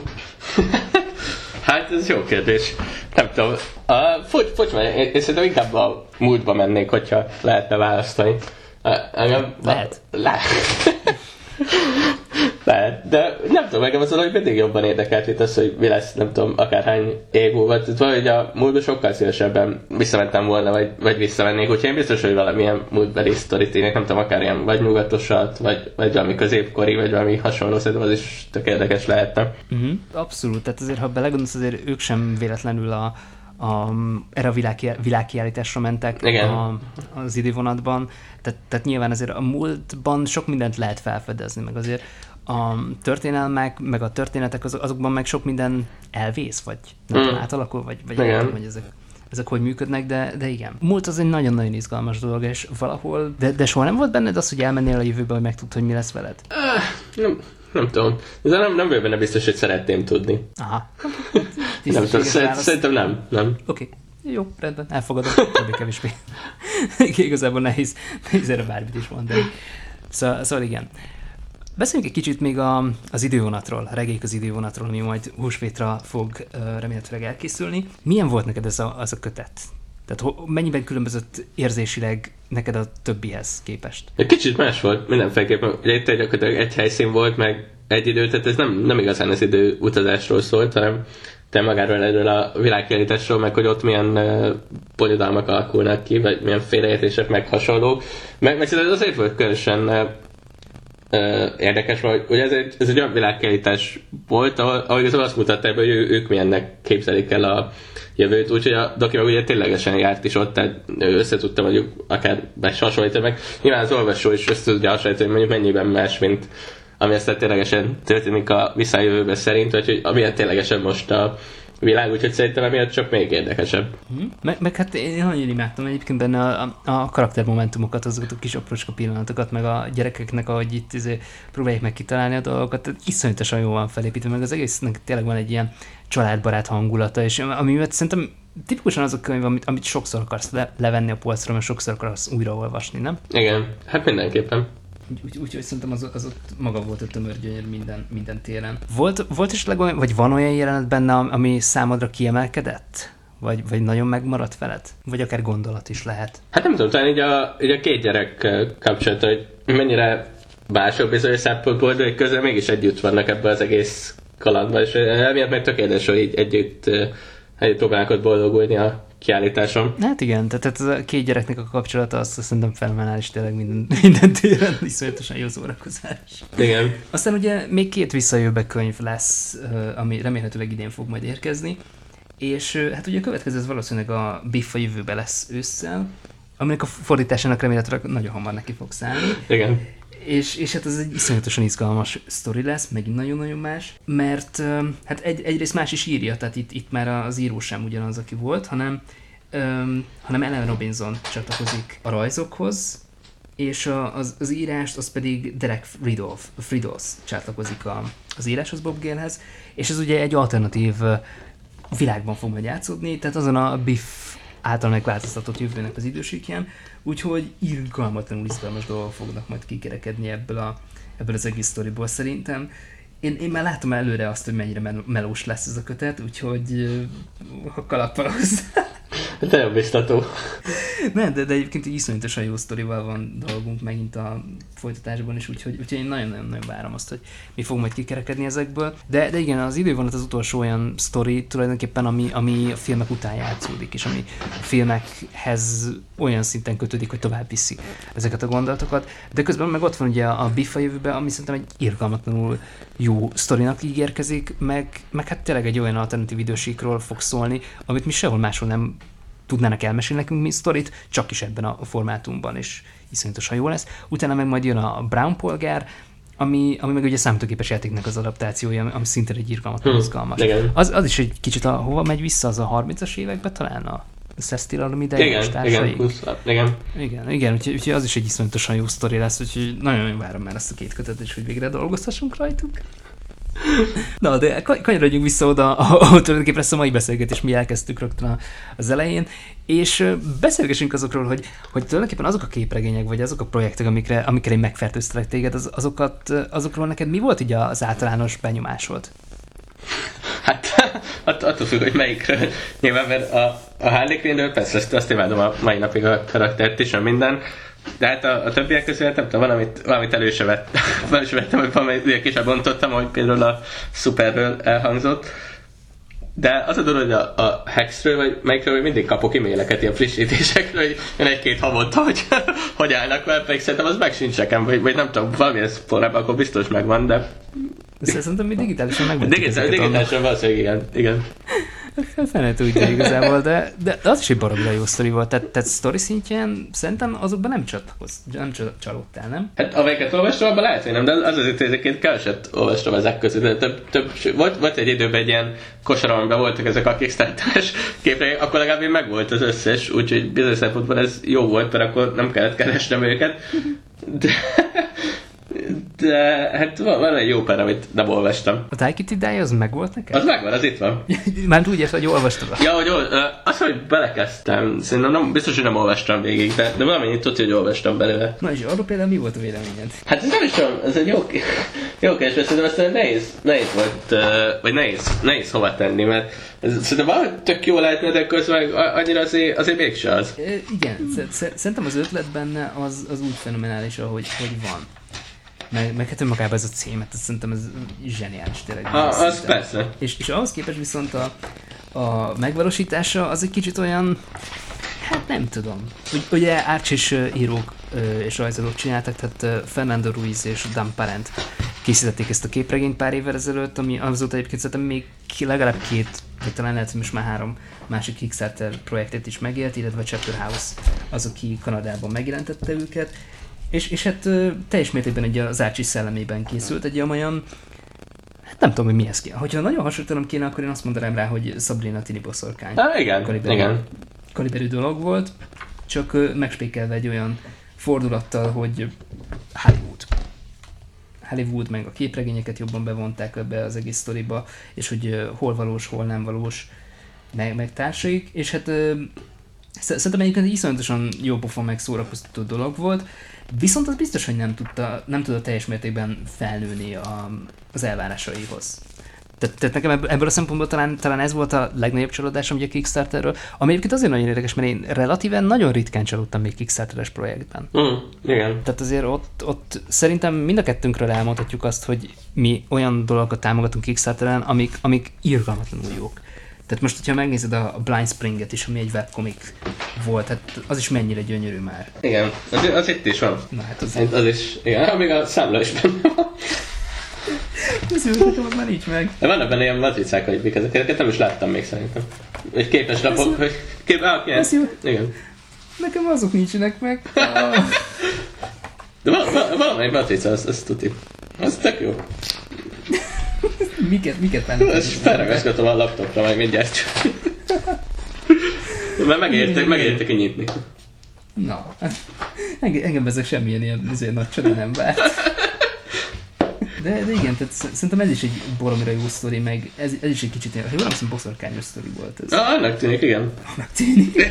Hát ez jó kérdés. Nem tudom. Uh, fogy, fogy, én, én szerintem inkább a múltba mennék, hogyha lehetne választani. Uh, engem, Lehet. Lehet. Lehet. De nem tudom, engem az valahogy mindig jobban érdekelt, mint az, hogy mi lesz, nem tudom, akárhány év múlva. Tehát valahogy a múltban sokkal szívesebben visszamentem volna, vagy, vagy visszamennék, úgyhogy én biztos, hogy valamilyen múltbeli sztorit írnék, nem tudom, akár ilyen vagy nyugatosat, vagy, vagy valami középkori, vagy valami hasonló, szerintem az is tök érdekes lehetne. Uh-huh. Abszolút, tehát azért, ha belegondolsz, azért ők sem véletlenül a A, erre a világ, világkiállításra mentek a, az idővonatban, tehát, tehát nyilván azért a múltban sok mindent lehet felfedezni, meg azért a történelmek, meg a történetek azok, azokban meg sok minden elvész, vagy nem mm. tudom, átalakul, vagy, vagy nem tudom, hogy ezek, ezek hogy működnek, de, de igen. A múlt az egy nagyon-nagyon izgalmas dolog, és valahol, de, de soha nem volt benned az, hogy elmennél a jövőbe, hogy megtudd, hogy mi lesz veled? Uh, nem, nem tudom. De nem, nem vagyok benne biztos, hogy szeretném tudni. Aha. Nem tudom, szerintem nem. nem. Oké. Okay. Jó, rendben, elfogadom, többé-kevésbé. Igazából nehéz, nehéz erre bármit is mondani. Szóval, szóval igen. Beszéljünk egy kicsit még a, az idővonatról, a Regék az idővonatról, ami majd húsvétra fog uh, remélhetőleg elkészülni. Milyen volt neked ez a, az a kötet? Tehát ho, mennyiben különbözött érzésileg neked a többihez képest? Egy kicsit más volt mindenféleképpen. Ugye itt gyakorlatilag egy helyszín volt, meg egy idő, tehát ez nem, nem igazán az idő utazásról szólt, hanem te magáról erről a világkiállításról, meg hogy ott milyen uh, bonyodalmak alakulnak ki, vagy milyen félreértések, meg hasonlók. Meg, meg szerintem azért volt különösen uh, uh, érdekes, hogy ugye ez egy, ez egy olyan világkiállítás volt, ahol, ahol igazából azt mutatta, hogy ő, ők milyennek képzelik el a jövőt, úgyhogy a doki meg ugye ténylegesen járt is ott, tehát össze tudta mondjuk akár hasonlítani, meg nyilván az olvasó is össze tudja hasonlítani, hogy mondjuk mennyiben más, mint ami aztán ténylegesen történik a visszajövőben szerint, vagy hogy amilyen ténylegesen most a világ, úgyhogy szerintem emiatt csak még érdekesebb. Hmm. Meg, meg hát én nagyon imádtam egyébként benne a, a, a karaktermomentumokat, azokat a kis aprócska pillanatokat, meg a gyerekeknek, ahogy itt izé, próbálják meg kitalálni a dolgokat, iszonyatosan jól van felépítve, meg az egésznek tényleg van egy ilyen családbarát hangulata, és amivel szerintem tipikusan az a könyv, amit, amit sokszor akarsz le, levenni a polcra, mert sokszor akarsz újraolvasni, nem? Igen, hát mindenképpen. Úgyhogy úgy, úgy, szerintem az, az ott maga volt a tömörgyönyör minden, minden téren. Volt, volt is legalább, vagy van olyan jelenet benne, ami számodra kiemelkedett? Vagy, vagy nagyon megmaradt veled? Vagy akár gondolat is lehet? Hát nem tudom, talán így a, így a két gyerek kapcsolata, hogy mennyire mások bizonyos szempontból, de közben mégis együtt vannak ebben az egész kalandban, és emiatt meg tökéletes, hogy így együtt, együtt próbálnak ott boldogulni a kiállításon. Hát igen, tehát ez a két gyereknek a kapcsolata azt szerintem fenomenális tényleg minden, minden téren, iszonyatosan jó szórakozás. Igen. Aztán ugye még két visszajövőbe könyv lesz, ami remélhetőleg idén fog majd érkezni, és hát ugye a következő ez valószínűleg a Biff a jövőbe lesz ősszel, aminek a fordításának remélhetőleg nagyon hamar neki fog szállni. Igen. És, és hát ez egy iszonyatosan izgalmas sztori lesz, megint nagyon-nagyon más, mert hát egy, egyrészt más is írja, tehát itt, itt már az író sem ugyanaz, aki volt, hanem, um, hanem Ellen Robinson csatlakozik a rajzokhoz, és a, az, az írást, az pedig Derek Fridolf, Fridolf csatlakozik a, az íráshoz Bob Galehez, és ez ugye egy alternatív világban fog majd játszódni, tehát azon a Biff által megváltoztatott jövőnek az idősíkján, úgyhogy irgalmatlanul izgalmas dolgok fognak majd kikerekedni ebből, a, ebből az egész sztoriból szerintem. Én, én már látom előre azt, hogy mennyire mel- melós lesz ez a kötet, úgyhogy ha kalappal hozzá. De jobb biztató. Nem, de, de egyébként így iszonyatosan jó sztorival van dolgunk megint a folytatásban is, úgyhogy, úgyhogy én nagyon-nagyon várom azt, hogy mi fog majd kikerekedni ezekből. De, de igen, az idővonat az utolsó olyan sztori tulajdonképpen, ami, ami a filmek után játszódik, és ami a filmekhez olyan szinten kötődik, hogy tovább viszi ezeket a gondolatokat. De közben meg ott van ugye a Biff a jövőben, ami szerintem egy irgalmatlanul jó sztorinak ígérkezik, meg, meg hát tényleg egy olyan alternatív idősíkról fog szólni, amit mi sehol máshol nem tudnának elmesélni nekünk mi sztorit, csak is ebben a formátumban, és iszonyatosan jó lesz. Utána meg majd jön a Brown polgár, ami, ami meg ugye számítógépes játéknak az adaptációja, ami szintén egy irgalmatlan izgalmas. Hmm, az, az is egy kicsit a, hova megy vissza, az a harmincas években talán a Szesztilalom ideje és társaik. Igen, igen. Igen, igen, úgyhogy, úgyhogy az is egy iszonyatosan jó sztori lesz, úgyhogy nagyon-nagyon várom már ezt a két kötetet, és hogy végre dolgozhassunk rajtuk. Na, de kanyarodjunk vissza oda, ahol tulajdonképpen ezt a mai beszélgetést mi elkezdtük rögtön az elején, és beszélgessünk azokról, hogy, hogy tulajdonképpen azok a képregények, vagy azok a projektek, amikre, amikre én megfertőztelek téged, az, azokat, azokról neked mi volt így az általános benyomásod? Hát attól függ, hogy melyikről. Nyilván, mert a, a Harley Quinnről persze azt, azt imádom a mai napig a karaktert is, a minden. De hát a, a többiek közül nem tudom, valamit, valamit elő se vett, vettem, hogy valamit később bontottam, hogy például a Superről elhangzott. De az a dolog, hogy a, a Hexről, vagy melyikről mindig kapok e-maileket ilyen frissítésekről, hogy jön egy-két havonta, hogy hogy állnak vele, pedig szerintem az meg sincs nekem, vagy, vagy nem tudom, valamilyen formában akkor biztos megvan, de... Szerintem mi digitálisan megvettük Digitál, Digitálisan valószínűleg igen, igen. Fene tudja igazából, de, de az is egy baromra jó sztori volt. Tehát, tehát sztori szintjén szerintem azokban nem csatlakoz, nem csalódtál, nem? Hát amelyiket olvastam, abban lehet, hogy nem, de az azért egyébként keveset olvastam ezek közül. De több, több, volt, volt egy időben egy ilyen kosaramban voltak ezek a Kickstarter-es képre, akkor legalább én megvolt az összes, úgyhogy bizonyos szempontból ez jó volt, mert akkor nem kellett keresnem őket. De... De hát van, van egy jó pár, amit nem olvastam. A Taikiti Die az megvolt neked? Az megvan, az itt van. Már úgy érted, hogy olvastad. Ja, hogy ol, az, hogy belekezdtem, szerintem nem, biztos, hogy nem olvastam végig, de, de valamennyit tudja, hogy olvastam belőle. Na és arról például mi volt a véleményed? Hát ez nem is olyan, ez egy jó, jó kérdés, szerintem ezt nehéz, nehéz volt, vagy nehéz, nehéz hova tenni, mert ez, szerintem valahogy tök jó lehetne, de közben annyira azért, azért mégse az. E, igen, szerintem az ötlet benne az, az úgy fenomenális, ahogy hogy van. Meg, meg hát önmagában ez a cím, hát szerintem ez zseniális tényleg. Ha, az persze. És, és ahhoz képest viszont a, a megvalósítása az egy kicsit olyan, hát nem tudom. Ugye Archie-s írók és rajzolók csináltak, tehát Fernando Ruiz és Dan Parent készítették ezt a képregényt pár évvel ezelőtt, ami azóta egyébként szerintem még legalább két, vagy talán lehet, hogy most már három másik Kickstarter projektet is megélt, illetve a Chapter House az, aki Kanadában megjelentette őket. És, és hát teljes mértékben egy az Archie szellemében készült, egy olyan, hát nem tudom, hogy mihez kéne. Hogyha nagyon hasonlítanom kéne, akkor én azt mondanám rá, hogy Sabrina Tini boszorkány. Ah, igen, kaliberű, igen. Kaliberű dolog volt, csak megspékelve egy olyan fordulattal, hogy Hollywood. Hollywood meg a képregényeket jobban bevonták ebbe az egész sztoriba, és hogy hol valós, hol nem valós, meg, meg társaik, és hát szerintem egyébként egy iszonyatosan jó pofon meg szórakoztató dolog volt, viszont az biztos, hogy nem tudta, nem tudott teljes mértékben felnőni a, az elvárásaihoz. Tehát, tehát nekem ebből a szempontból talán, talán ez volt a legnagyobb csalódásom ugye a Kickstarterről, ami egyébként azért nagyon érdekes, mert én relatíven nagyon ritkán csalódtam még Kickstarteres projektben. Mm, igen. Tehát azért ott, ott szerintem mind a kettőnkről elmondhatjuk azt, hogy mi olyan dolgokat támogatunk Kickstarteren, amik, amik irgalmatlanul jók. Tehát most, hogyha megnézed a Blind Springet is, ami egy webkomik volt, hát az is mennyire gyönyörű már. Igen, az, az itt is van. Na hát az... Az is, igen, még a számla is benne van. Ez jó, hogy már nincs meg. De vannak benne ilyen matricák, hogy mik ezek, ezeket nem is láttam még szerintem. Egy képes lapok, hogy... Kép... Ah, ez jó. Igen. Nekem azok nincsenek meg. De val- val- valamelyik matrica, azt az tuti. Az tök jó. Miket, miket benne? Ezt felragaszgatom a laptopra, majd mindjárt. Mert megértek, megértek kinyitni. Na, engem, engem ezek semmilyen ilyen azért nagy csoda nem várt. De, de igen, tehát szerintem ez is egy boromira jó sztori, meg ez, ez is egy kicsit, ha jól emlékszem, boszorkányos sztori volt ez. Ah, annak tűnik, igen. Annak tűnik.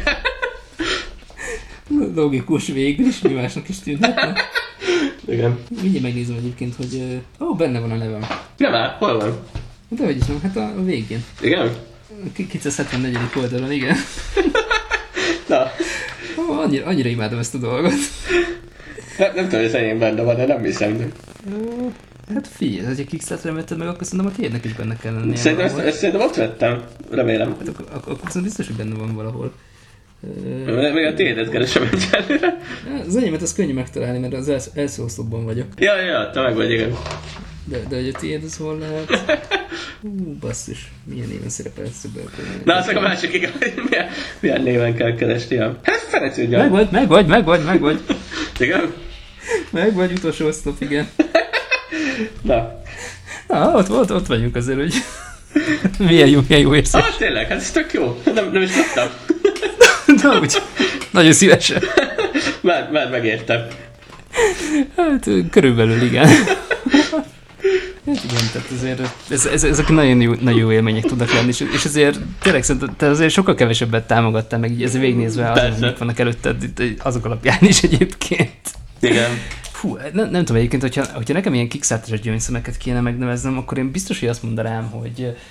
Logikus végül is, mi másnak is tűnhetne. Igen. Mindjárt megnézem egyébként, hogy... Ó, oh, benne van a nevem. Nem áll, hol van? De hogy is van, hát a, a végén. Igen? kétszázhetvennegyedik oldalon, igen. Na. Oh, annyira, annyira imádom ezt a dolgot. Nem, nem tudom, hogy az enyém benne van, de nem hiszem. De... Hát figyelj, hogyha Kickstarter-re vetted meg, akkor szerintem a tiédnek is benne kell lennie. Szerintem, ezt, ezt szerintem ott vettem, remélem. Hát akkor, akkor, akkor biztos, hogy benne van valahol. Uh, még a tiédet keresem egyelőre. Az enyémet az könnyű megtalálni, mert az els, első oszlopban vagyok. Ja, ja, te meg vagy, igen. De, de hogy a tiéd az hol lehet? Hú, basszus, milyen néven szerepel szöbből. Na, az meg a másik, igen, hogy milyen, milyen néven kell keresni. Ja. Hát fenecődjön. Meg vagy, meg vagy, meg vagy, meg vagy. Igen? Meg vagy, utolsó oszlop, igen. Na. Na, ott, ott, ott vagyunk azért, hogy milyen jó, milyen jó érzés. Ah, tényleg, hát ez tök jó. Nem, nem is tudtam. Na, úgy, nagyon szívesen. Már, már megértem. Hát, körülbelül igen. Hát igen, tehát azért ez, ez, ezek nagyon jó, nagyon jó élmények tudnak lenni, és, és azért tényleg szerintem te azért sokkal kevesebbet támogattál meg, így ezért végignézve azon, hogy vannak előtted, azok alapján is egyébként. Igen. Hú, nem, nem tudom egyébként, hogyha, hogyha nekem ilyen Kickstarter-es gyöngyszemeket kéne megneveznem, akkor én biztos, hogy azt mondanám, hogy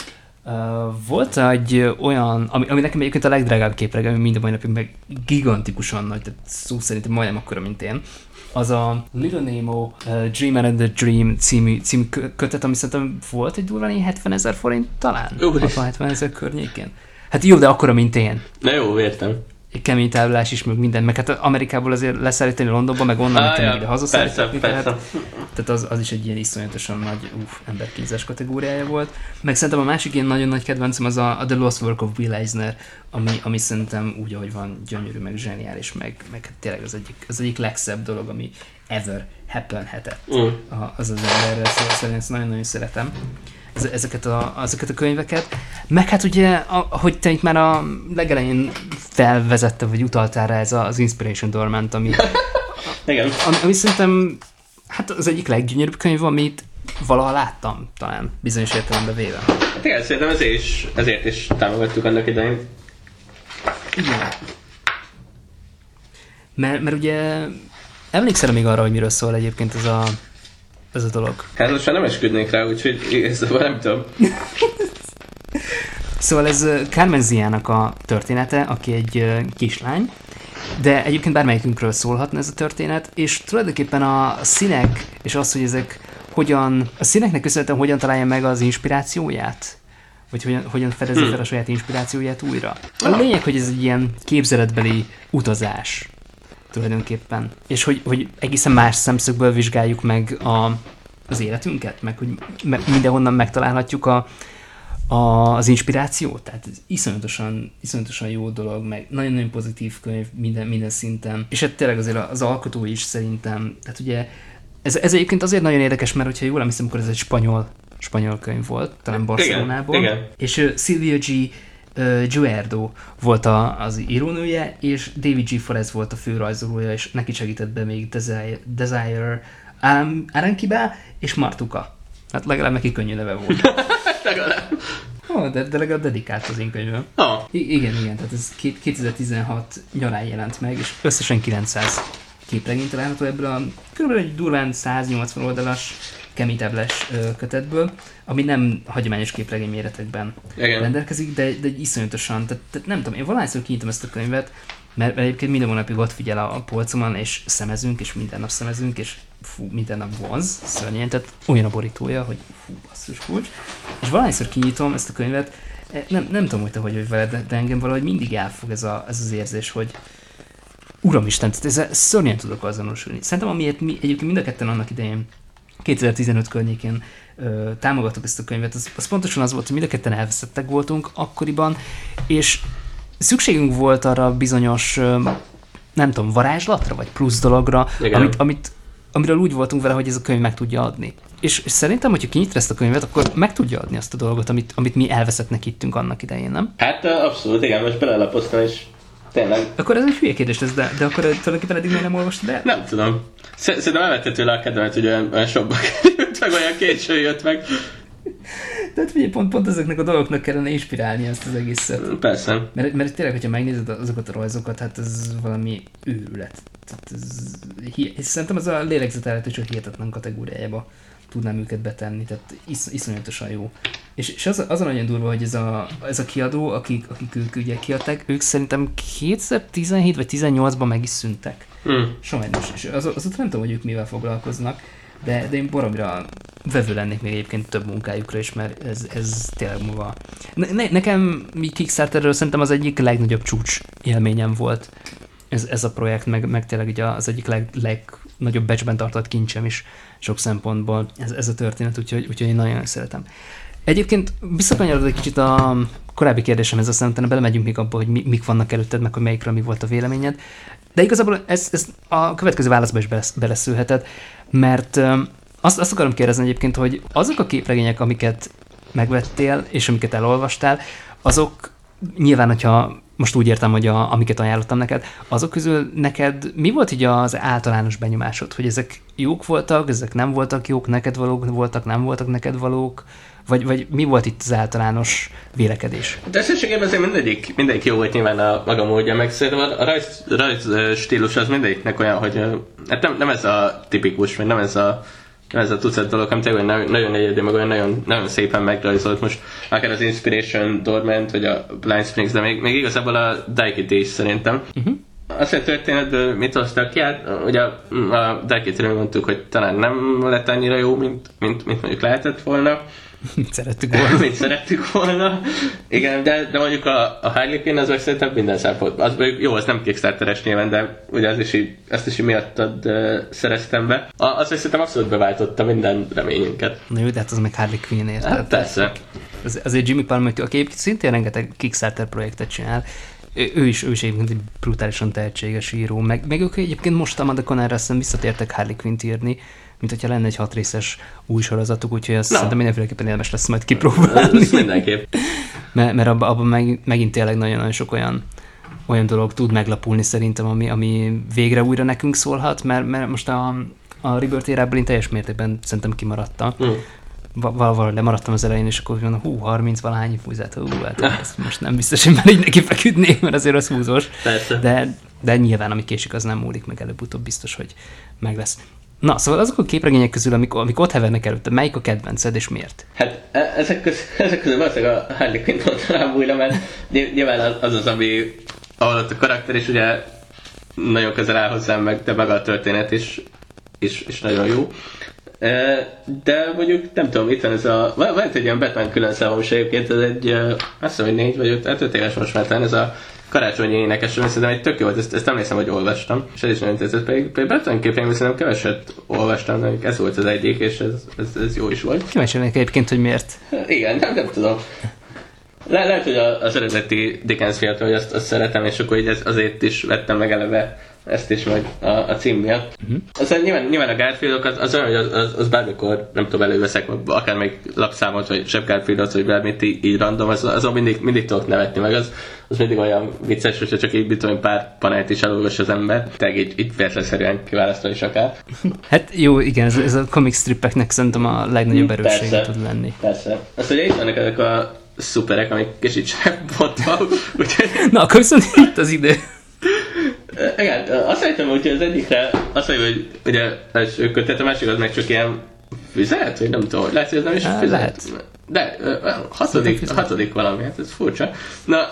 Uh, volt egy olyan, ami, ami nekem egyébként a legdrágább képregény, ami mind a mai napig meg gigantikusan nagy, tehát szó szerint majdnem akkora, mint én, az a Little Nemo uh, Dreamer and the Dream című, című kötet, ami szerintem volt egy durván hetvenezer forint talán? hatvan-hetven ezer környékén. Hát jó, de akkora, mint én. Na jó, értem. Egy kemény távolás is, meg minden, meg hát Amerikából azért leszállítani Londonba, meg onnan ah, ja, ide hazaszállítani. Tehát, tehát az, az is egy ilyen iszonyatosan nagy uff, emberkínzás kategóriája volt. Meg szerintem a másik ilyen nagyon nagy kedvencem az a, a The Lost Work of Will Eisner, ami, ami szerintem úgy, ahogy van, gyönyörű, meg zseniális, meg, meg hát tényleg az egyik, az egyik legszebb dolog, ami ever happenhetett mm. az az emberrel, szóval szerintem ezt nagyon-nagyon szeretem. Ezeket a, ezeket a könyveket. Meg hát ugye, ahogy te itt már a legelején felvezette, vagy utaltál rá, ez az Inspiration Dormant, ami, Igen. ami, ami szerintem hát az egyik leggyönyörűbb könyv, amit valaha láttam, talán bizonyos értelemben véve. Hát igen, szerintem ezért is, ezért is támogattuk annak idején. Igen. Mert, mert ugye emlékszel még arra, hogy miről szól egyébként ez a ez a dolog. Hát most már nem esküdnék rá, úgyhogy szóval nem tudom. Szóval ez Carmen Ziának a története, aki egy kislány, de egyébként bármelyikünkről szólhatna ez a történet, és tulajdonképpen a színek, és az, hogy ezek hogyan, a színeknek köszönhetően hogyan találja meg az inspirációját, vagy hogyan, hogyan fedezi hmm. fel a saját inspirációját újra. A lényeg, hogy ez egy ilyen képzeletbeli utazás tulajdonképpen. És hogy, hogy egészen más szemszögből vizsgáljuk meg a, az életünket, meg hogy me, mindenhonnan megtalálhatjuk a, a, az inspirációt. Tehát ez iszonyatosan, iszonyatosan jó dolog, meg nagyon-nagyon pozitív könyv minden, minden szinten. És hát tényleg azért az alkotó is szerintem, tehát ugye ez, ez egyébként azért nagyon érdekes, mert hogyha jól emlékszem, akkor ez egy spanyol, spanyol könyv volt, talán Barcelonából. Igen, igen. És uh, Silvia G. Uh, Guerdo volt a, az írónője, és David G. Forrest volt a főrajzolója, és neki segített be még Desire, Desire um, Arankiba és Martuka. Hát legalább neki könnyű neve volt. legalább. Oh, de, de legalább dedikált az én könyvem. Oh. I- igen, igen, tehát ez kétezer-tizenhat nyarán jelent meg, és összesen kilencszáz képregény található ebből a kb. Egy durván száznyolcvan oldalas keménytáblás kötetből, ami nem hagyományos képregény méretekben Igen. rendelkezik, de, de iszonyatosan, tehát, tehát nem tudom, én valahányszor kinyitom ezt a könyvet, mert, mert egyébként minden hónapig ott figyel a, a polcomon, és szemezünk, és minden nap szemezünk, és fú, minden nap vonz, szörnyen, tehát olyan a borítója, hogy fú, basszus kulcs. És valahányszor kinyitom ezt a könyvet, nem, nem tudom, hogy te hogy vagy veled, de, de engem valahogy mindig elfog ez, a, ez az érzés, hogy Uramisten, tehát ezzel szörnyen tudok azonosulni. Szerintem amiért mi egyébként mind a ketten annak idején kétezer-tizenöt környékén ö, támogattuk ezt a könyvet, az, az pontosan az volt, hogy mind a ketten elveszettek voltunk akkoriban, és szükségünk volt arra bizonyos, ö, nem tudom, varázslatra, vagy plusz dologra, amit, amit, amiről úgy voltunk vele, hogy ez a könyv meg tudja adni. És, és szerintem, hogyha kinyitod ezt a könyvet, akkor meg tudja adni azt a dolgot, amit, amit mi elveszettnek hittünk annak idején, nem? Hát abszolút, igen, most belelapoztam, és tényleg. Akkor ez egy hülye kérdés lesz, de, de akkor tulajdonképpen eddig miért nem olvastad el? Nem tudom. Szerintem elvetted tőle a kedvemet, hogy olyan, olyan sokba került, meg olyan későn jött meg. Tehát figyelj, pont, pont ezeknek a dolgoknak kellene inspirálni ezt az egészet. Persze. Mert, mert tényleg, hogyha megnézed azokat a rajzokat, hát ez valami őrület. Tehát ez, szerintem ez a lélegzetelhető csak hihetetlen kategóriájába tudnám őket betenni, tehát isz, iszonyatosan jó. És, és az, az a nagyon durva, hogy ez a, ez a kiadó, akik, akik ők ugye kiadták, ők szerintem kétezer-tizenhét vagy tizennyolcban meg is szűntek. Hmm. Sajnos. És az, azóta nem tudom, hogy ők mivel foglalkoznak, de, de én baromira vevő lennék még egyébként több munkájukra is, mert ez, ez tényleg maga. Ne, nekem Kickstarterről szerintem az egyik legnagyobb csúcs élményem volt ez, ez a projekt, meg, meg tényleg ugye az egyik leg, legnagyobb becsben tartott kincsem is sok szempontból ez, ez a történet, úgyhogy, úgyhogy én nagyon szeretem. Egyébként visszakanyarodok egy kicsit a korábbi kérdésemhez, aztán utána belemegyünk még abba, hogy mi, mik vannak előtted, meg hogy melyikről mi volt a véleményed. De igazából ez, ez a következő válaszba is beleszülheted, mert azt, azt akarom kérdezni egyébként, hogy azok a képregények, amiket megvettél, és amiket elolvastál, azok nyilván, hogyha most úgy értem, hogy a, amiket ajánlottam neked, azok közül neked mi volt így az általános benyomásod, hogy ezek jók voltak, ezek nem voltak jók, neked valók voltak, nem voltak neked valók, vagy, vagy mi volt itt az általános vélekedés? De összességében azért mindegyik, mindegyik jó volt nyilván a maga módja, meg szerintem a rajz, rajz stílus az mindegyiknek olyan, hogy hát nem, nem ez a tipikus, vagy nem ez a ez a tucat dolog, ami tényleg nagyon, nagyon egyedi, meg olyan nagyon, nagyon szépen megrajzolt most, akár az Inspiration Dormant, vagy a Blind Springs, de még, még igazából a Daikiti is szerintem. Uh-huh. Azt a történetből mit hoztak ki? Hát, ugye a Daikitiről mondtuk, hogy talán nem lett annyira jó, mint, mint, mint mondjuk lehetett volna. Szerettük volna. Mint szerettük volna. Igen, de, de mondjuk a, a Harley Quinn az meg szerintem minden szempontból. Az jó, az nem Kickstarteres nyilván, de ugye az is így, ezt is így miattad uh, szereztem be. A, az szerintem abszolút beváltotta minden reményünket. Na jó, de hát az meg Harley Quinn érted. Hát persze. Az, azért Jimmy Palmiotti, aki egyébként szintén rengeteg Kickstarter projektet csinál, ő, ő is, ő is egyébként egy brutálisan tehetséges író, meg, meg ők egyébként most a Amanda Connerre aztán visszatértek Harley Quinn-t írni, mint hogyha lenne egy hat részes új sorozatuk, úgyhogy azt no. szerintem mindenféleképpen érdemes lesz majd kipróbálni. Ez mindenképp. mert, mert abban abba meg, megint tényleg nagyon-nagyon sok olyan, olyan dolog tud meglapulni szerintem, ami, ami végre újra nekünk szólhat, mert, mert most a, a Rebirth érából én teljes mértékben szerintem kimaradtam. Mm. Valahogy lemaradtam az elején, és akkor mondom, hú, harminc valahány fúzát, hú, hát ezt most nem biztos, hogy már így neki feküdnék, mert azért az húzós. De, de nyilván, ami késik, az nem múlik, meg előbb-utóbb biztos, hogy meg lesz. Na, szóval azok a képregények közül, amik, amik ott hevernek előtte, melyik a kedvenced, és miért? Hát ezek közül, ezek közül valószínűleg a Harley Quinn mondanám újra, mert nyilván az az, ami, ahol ott a karakter is ugye nagyon közel áll hozzám, meg, de meg a történet is, is, is nagyon jó. De mondjuk nem tudom, itt van ez a... Van egy ilyen Batman külön számom is egyébként, ez egy, azt hiszem, hogy négy vagy öt, hát öt éves most már talán, ez a karácsonyi énekes, szerintem egy tök jó volt, ezt, ezt emlékszem, hogy olvastam, és ez is nagyon tetszett, pedig, pedig Batman képregényben szerintem keveset olvastam, de ez volt az egyik, és ez, ez, ez jó is volt. Kíváncsi lennék egyébként, hogy miért. Igen, nem, nem tudom. Le, lehet, hogy az eredeti Dickens fiat, hogy azt, azt szeretem, és akkor így ez, azért is vettem meg eleve ezt is majd a, a cím miatt. Uh-huh. Aztán nyilván, nyilván a Garfieldok az, az olyan, hogy az, az, az bármikor, nem tudom, előveszek, akár még lapszámot, vagy Sepp Garfieldot, vagy bármit így, így random, az, azon mindig, mindig tudok nevetni, meg az, az mindig olyan vicces, hogyha csak így tudom, pár panelt is elolvas az ember, tehát így, így véletlenszerűen kiválasztva is akár. Hát jó, igen, ez, ez a comic strippeknek szerintem a legnagyobb erőssége tud lenni. Persze. Azt, hogy itt vannak ezek a szuperek, amik kicsit bontva, úgyhogy... Na, akkor viszont itt az idő. Igen, azt szerintem, hogy az egyikre azt mondja, hogy ugye első kötet, a másik az meg csak ilyen füzet, vagy nem tudom, lehet, hogy ez nem is füzet. Lehet. De hatodik, hatodik valami, hát ez furcsa. Na,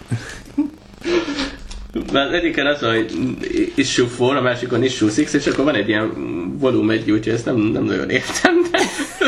az egyiken az van, hogy issue négy, a másikon issue hat, és akkor van egy ilyen volume egy, úgyhogy ezt nem, nem nagyon értem, de...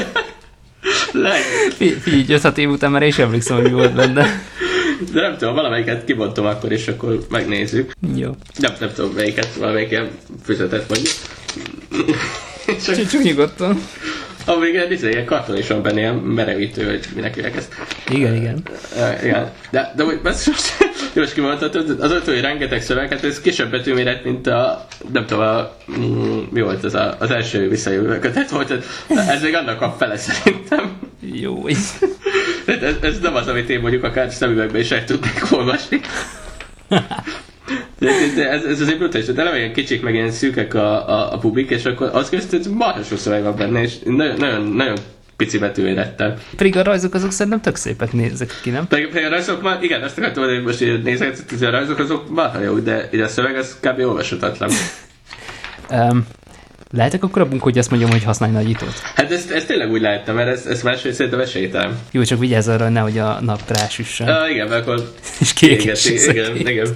Figyelj, öt-hat év után már én sem emlékszem, hogy mi volt benne. De nem tudom, valamelyiket kibontom akkor, és akkor megnézzük. Jó. Nem, nem tudom, melyiket, valamelyik ilyen füzetet mondjuk. Csak, csak, csak nyugodtan. A végén is ilyen karton is van benne, ilyen merevítő, vagy minek hívják ezt. Igen, igen. Uh, igen. De, de hogy most, most kimondhatod, az ott, hogy rengeteg szöveg, hát ez kisebb betűméret, mint a, nem tudom, a, mm, mi volt ez a, az első visszajövő kötet volt, ez még annak a fele szerintem. Jó. ez, ez nem az, amit én mondjuk akár szemüvegben is el tudnék olvasni. De, de ez, ez azért brutális, de eleve ilyen kicsik, meg ilyen szűkek a, a, a pubik, és akkor az között marha sok szöveg van benne, és nagyon, nagyon, nagyon pici betűmérettel. Pedig a rajzok azok szerintem tök szépek nézek ki, nem? Pedig, pedig a rajzok már, igen, azt akartam, hogy most így nézek, hogy a rajzok azok marha jók, de így a szöveg az kb. Olvashatatlan. um, lehetek akkor abunk, hogy azt mondjam, hogy használj nagyítót? Hát ezt, ezt tényleg úgy lehettem, mert ezt, ezt máshogy szerintem esélytelen. Jó, csak vigyázz arra, hogy nehogy a nap rásüssen. Ah, igen, mert akkor... És kékes. Igen, igen, igen.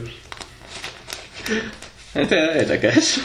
Hát érdekes.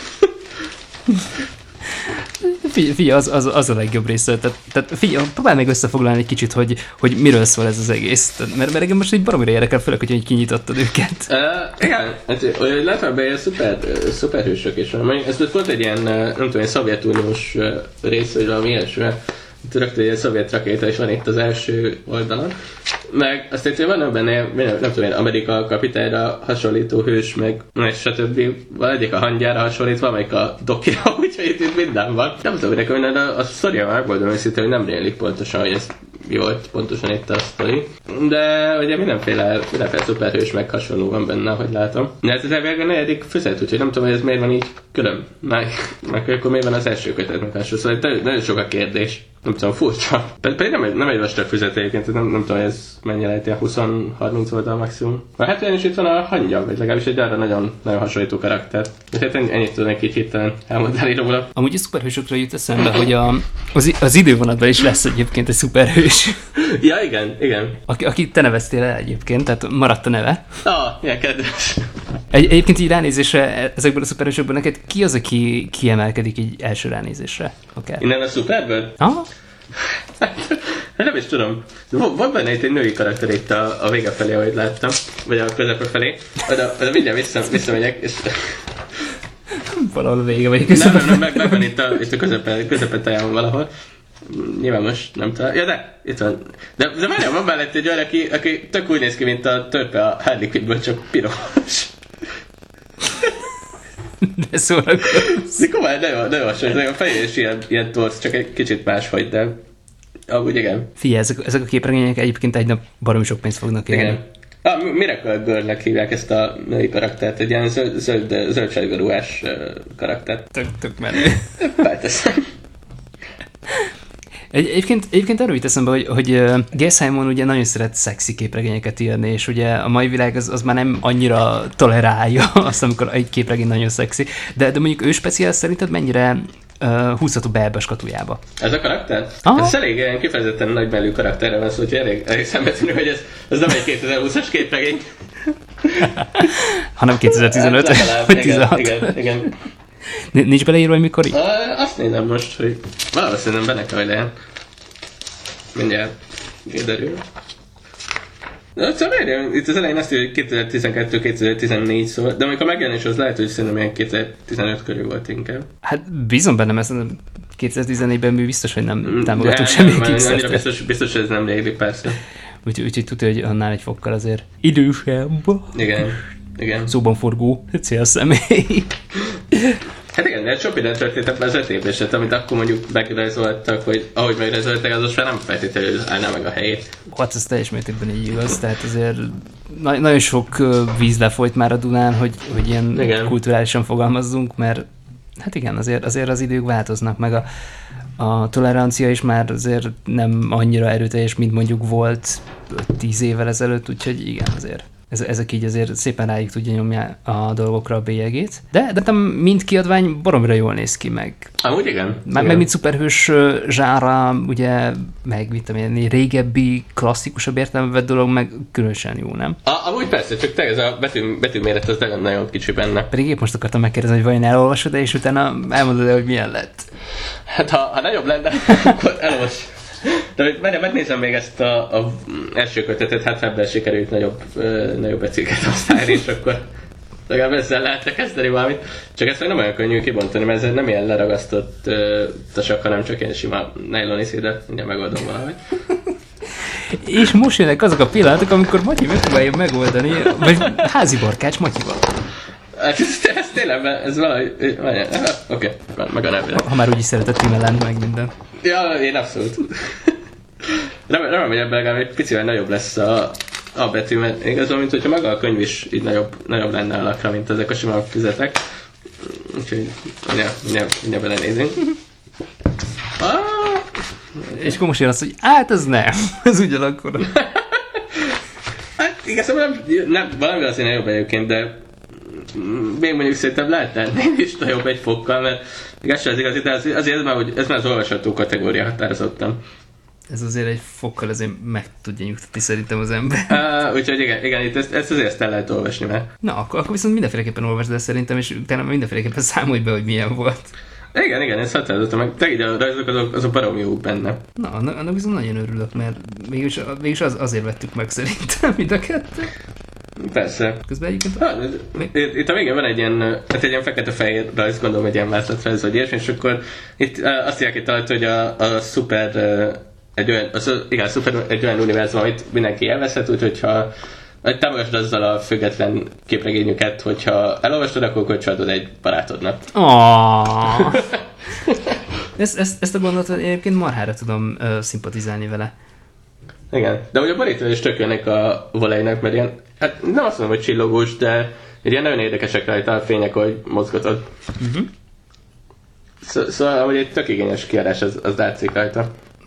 Figyelj, figyelj az, az, az a legjobb része. Tehát, tehát figyelj, próbálj meg összefoglalni egy kicsit, hogy, hogy miről szól ez az egész. Tehát, mert, mert engem most így baromira érdekel, főleg, hogy kinyitottad őket. Uh, igen, hát olyan látva ilyen szuper, szuperhősök is van. Ez volt egy ilyen, nem tudom, egy szovjetuniós rész, vagy valami ilyesmi. Rögtön egy szovjet rakéta is van itt az első oldalon. Meg aztán van benne, nem, nem tudom én, Amerika kapitányra hasonlító hős, meg stb. Van egyik a hangyára hasonlít, valamelyik a dokira, úgyhogy itt, itt minden van. Nem tudom, hogy nekem a, a sztoria már megmondom őszintén, hogy nem rémlik pontosan, hogy ez mi volt pontosan itt a sztori. De ugye mindenféle, mindenféle szuperhős meg hasonló van benne, ahogy látom. De ez az elvileg a negyedik füzet, úgyhogy nem tudom, hogy ez miért van így külön. Meg, meg akkor miért van az első kötet meg hasonló. Szóval nagyon sok a kérdés. nem tudom, furcsa. Pedig nem egy, nem egy vastag füzet egyébként, nem, nem tudom, ez mennyi lehet, ilyen húsz-harminc oldal maximum. Hát olyan is itt van a hangya, vagy legalábbis egy arra nagyon, nagyon hasonlító karakter. És hát ennyit tudnék így hirtelen elmondani róla. Amúgy a szuperhősökről jut eszembe, hogy a, az, az idővonatban is lesz egyébként egy szuperhős. Ja, igen, igen. Aki, aki te neveztél el egyébként, tehát maradt a neve. Ah, ilyen kedves. Egy, egyébként így ránézésre ezekből a szuperhősökből neked ki az, aki kiemelkedik így első ránézésre? Okay. Innen a szuperből? Aha. Hát, nem is tudom. Van benne itt egy női karakter itt a, a vége felé, ahogy láttam. Vagy a közepe felé. Oda, oda mindjárt vissza, visszamegyek, és... Valahol a vége, vagy közepe. Nem, nem, meg, meg van itt a, itt a közepe, közepe táján valahol. Nyilván most nem talál. Ja, de, itt van. De, de várjál, van mellett egy olyan, aki, aki tök úgy néz ki, mint a törpe a Harley Quinnből, csak piros. De szórakozz. De komolyan, nagyon, nagyon hasonló. A feje is ilyen, ilyen torz, csak egy kicsit máshogy, de amúgy igen. Figyelj, ezek, ezek a képregények egyébként egy nap baromi sok pénzt fognak élni. Igen. A Miracle Girl-nek hívják ezt a női karaktert, egy ilyen zöld, zöld, zöldségbe ruhás karaktert. Tök, tök menő. Felteszem. Egy, egyébként, egyébként arra jut eszembe, hogy, hogy uh, Gail Simon ugye nagyon szeret szexi képregényeket írni, és ugye a mai világ az, az már nem annyira tolerálja azt, amikor egy képregény nagyon szexi, de, de mondjuk ő speciál szerinted mennyire uh, húzható be ebbe a skatujába? Ez a karakter? Aha. Ez elég ilyen kifejezetten nagybelű karakterre van szó, úgyhogy elég, elég szembetűnő, hogy ez, ez nem egy kétezer-húszas képregény. Hanem kétezer-tizenöt hát, vagy tizenhat. Igen, igen, igen. Nincs beleírva, hogy mikor így? Uh, azt nézem most, hogy valahol szerintem benne kell, hogy legyen. Mindjárt kiderül. De szóval miért? Itt az elején azt írja, hogy kétezer-tizenkettő kétezer-tizennégy szól, de amikor megjelenés az lehet, hogy szerintem ilyen kétezer-tizenöt körül volt inkább. Hát bízom benne, mert kétezer-tizennégyben mi biztos, hogy nem támogatunk semmi Kickstarter. Biztos, biztos, hogy ez nem régi, persze. Úgyhogy úgy, tudja, hogy annál egy fokkal azért idősebb. Igen. Igen. Szóban forgó célszemély. Hát igen, de sok minden történt ebben az öt évben, amit akkor mondjuk megrajzoltak, hogy ahogy megrajzoltak, az most már nem feltétlenül állná meg a helyét. Hát ez teljes mértékben így igaz, tehát azért na- nagyon sok víz lefolyt már a Dunán, hogy, hogy ilyen igen. kulturálisan fogalmazzunk, mert hát igen, azért, azért az idők változnak, meg a, a tolerancia is már azért nem annyira erőteljes, mint mondjuk volt tíz évvel ezelőtt, úgyhogy igen, azért. Ezek így azért szépen rájuk tudja nyomni a dolgokra a bélyegét. De, de mind kiadvány baromira jól néz ki meg. Amúgy igen. Már igen. meg mint szuperhős zsára, ugye, meg mit tudom én, régebbi, klasszikusabb értelembe vett dolog, meg különösen jó, nem? A, amúgy persze, csak te ez a betű, betűméret az nagyon, nagyon kicsi benne. Pedig épp most akartam megkérdezni, hogy vajon elolvasod-e, és utána elmondod, hogy milyen lett. Hát ha, ha nagyobb lenne, akkor elolvas. De meg, megnézem még ezt a, a első kötetet, hát ebben sikerült nagyobb, ö, nagyobb becéket használni, és akkor legalább ezzel lehetne kezdeni valamit. Csak ezt meg nem olyan könnyű kibontani, mert ez nem ilyen leragasztott ö, tasak, hanem csak ilyen sima nylon iszi, de mindjárt megoldom valahogy. És most jönnek azok a pillanatok, amikor Matyi megpróbálja megoldani, vagy házi barkács Matyival. Hát ez, ez tényleg, ez valahogy... Oké, okay, meg a nevére. Ha már úgyis szeretett íme lenni, meg minden. Ja, én abszolút. Remélem, hogy ebben legalább egy picivel nagyobb lesz a, a betű, mert igazol, mint hogyha maga a könyv is így nagyobb, nagyobb lenne alakra, mint ezek a sima füzetek. Úgyhogy mindjárt, mindjárt, mindjárt belenézünk. Ah. És akkor most jön az, hogy hát ez nem, ez ugyanakkor. Hát igazából nem, nem valami azért nagyobb egyébként, de még mondjuk szerintem lehetne is nagyobb egy fokkal, mert igaz az igazi, de azért ez már, hogy ez már az olvasható kategória határozottam. Ez azért egy fokkal azért meg tudja nyugtatni szerintem az ember. Uh, úgyhogy igen, igen itt ezt, ezt azért ezt el lehet olvasni már. Na, akkor, akkor viszont mindenféleképpen olvasd el szerintem, és utána mindenféleképpen számolj be, hogy milyen volt. Igen, igen, ezt határozottam meg. Te ide a rajzok, azok, azok baromi jók benne. Na, annak, annak viszont nagyon örülök, mert mégis, mégis az, azért vettük meg szerintem mind a kettő. Persze. Közben egyébként... Ha, itt, itt a végén van egy ilyen, hát egy ilyen fekete-fehér rajz, gondolom egy ilyen vázlatrajz vagy ilyesmi, és akkor itt azt írják itt alatt, hogy a, a szuper, egy olyan, az, igen, a szuper egy olyan univerzum, amit mindenki élvezhet, úgyhogy ha támogasd azzal a független képregényüket, hogyha elolvastad, akkor kölcsönadod egy barátodnak. Oh. ezt, ezt, ezt a gondolatot egyébként marhára tudom uh, szimpatizálni vele. Igen, de ugye a borítva is tök jönnek a volejnek, mert ilyen, hát nem azt mondom, hogy csillogós, de ilyen nagyon érdekesek rajta a fények, hogy mozgatod. Uh-huh. Szó, szóval, hogy egy tök igényes kiadás, az, az látszik rajta.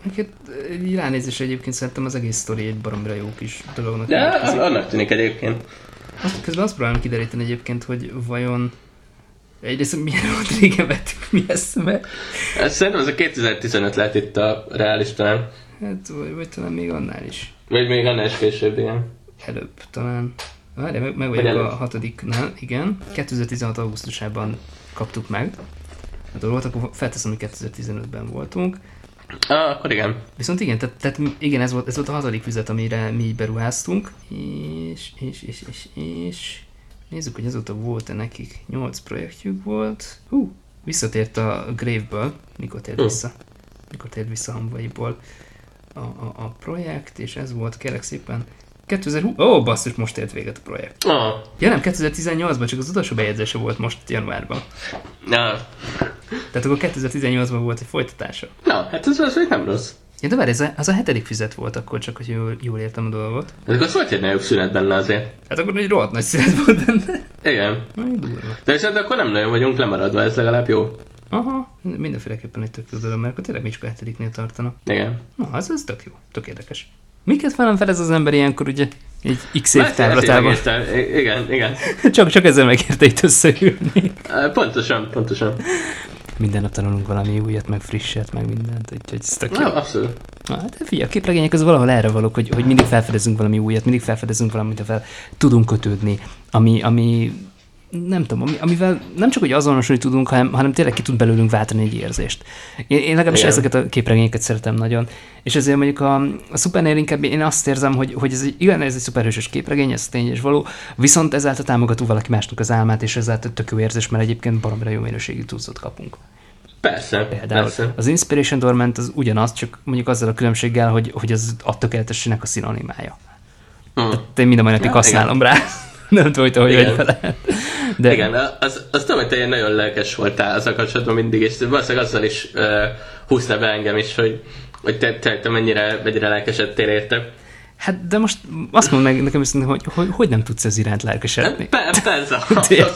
Hát így ránézésre egyébként szerintem az egész sztori egy baromira jó kis dolognak. De annak tűnik egyébként. Azt, közben azt próbálom kideríteni egyébként, hogy vajon egyrészt milyen volt régen vettük mi ezt meg. Szerintem ez a kétezer-tizenöt lehet itt a reális talán. Hát, vagy, vagy talán még annál is. Vagy még annál is később, igen. Előbb talán. Várj, meg, meg vagyok a hatodiknál, igen. kétezer-tizenhat augusztusában kaptuk meg a dolgot, akkor felteszem, hogy kétezer-tizenötben voltunk. Ah, akkor igen. Viszont igen, tehát, tehát igen, ez volt, ez volt a hatodik füzet, amire mi beruháztunk, és, és, és, és, és nézzük, hogy azóta volt-e nekik. Nyolc projektjük volt. Hú, visszatért a Grave-ből. Mikor tért uh. vissza? Mikor tért vissza Hamvaiból a, a, a projekt, és ez volt, kérlek szépen, kétezer-húsz... Ó, oh, basszus, most ért véget a projekt. Ah. Ja nem, kétezer-tizennyolcban, csak az utolsó bejegyzése volt most januárban. Na. Tehát akkor kétezer-tizennyolcban volt egy folytatása. Na, hát ez az, hogy nem rossz. Ja, de várj, ez a, az a hetedik füzet volt akkor, csak hogy jól, jól értem a dolgot. Ez akkor volt egy nagyobb szünet benne azért. Hát akkor egy rohadt nagy szünet volt benne. Igen. Na, durva. De viszont akkor nem nagyon vagyunk lemaradva, ez legalább jó. Aha, mindenféleképpen egy tök jó dolog, mert akkor tényleg Micska hetediknél tartana. Igen. Na, ez, ez tök jó, tök érdekes. Miket velem felez az ember ilyenkor ugye egy x év távlatában? Igen, igen. csak, csak ezzel megérte itt összeülni. Pontosan, pontosan. Minden nap tanulunk valami újat, meg frisset, meg mindent, úgyhogy ez tök jó. Na, abszolút. Na, hát figyelj, a képregények az valahol erre valók, hogy, hogy mindig felfedezünk valami újat, mindig felfedezünk valamit, amivel tudunk kötődni, ami, ami nem tudom, ami, amivel nem csak hogy azonosulni tudunk, hanem, hanem tényleg ki tud belőlünk váltani egy érzést. Én, én legalábbis igen. ezeket a képregényeket szeretem nagyon. És ezért mondjuk a, a Supernél inkább én azt érzem, hogy, hogy ez egy, igen, ez egy szuperhősös képregény, ez tény és való, viszont ezáltal támogatunk valaki másnak az álmát, és ezáltal tök jó érzés, mert egyébként baromira jó minőségű túlzót kapunk. Persze, Például persze. Az Inspiration Dormant az ugyanaz, csak mondjuk azzal a különbséggel, hogy, hogy az a tökéletességnek a szinonimája. Hmm. Tehát én minden mai napig ja, használom igen. rá. Nem tudom, hogy te hogy vagy vele. De... Igen, az, az tudom, hogy te ilyen nagyon lelkes voltál azzal kapcsolatban mindig, és valószínűleg azzal is uh, húzta be engem is, hogy, hogy te, te, te mennyire, mennyire lelkesedtél érte. Hát, de most azt mondd meg nekem őszintén, hogy, hogy hogy nem tudsz ez iránt lelkesedni? Persze.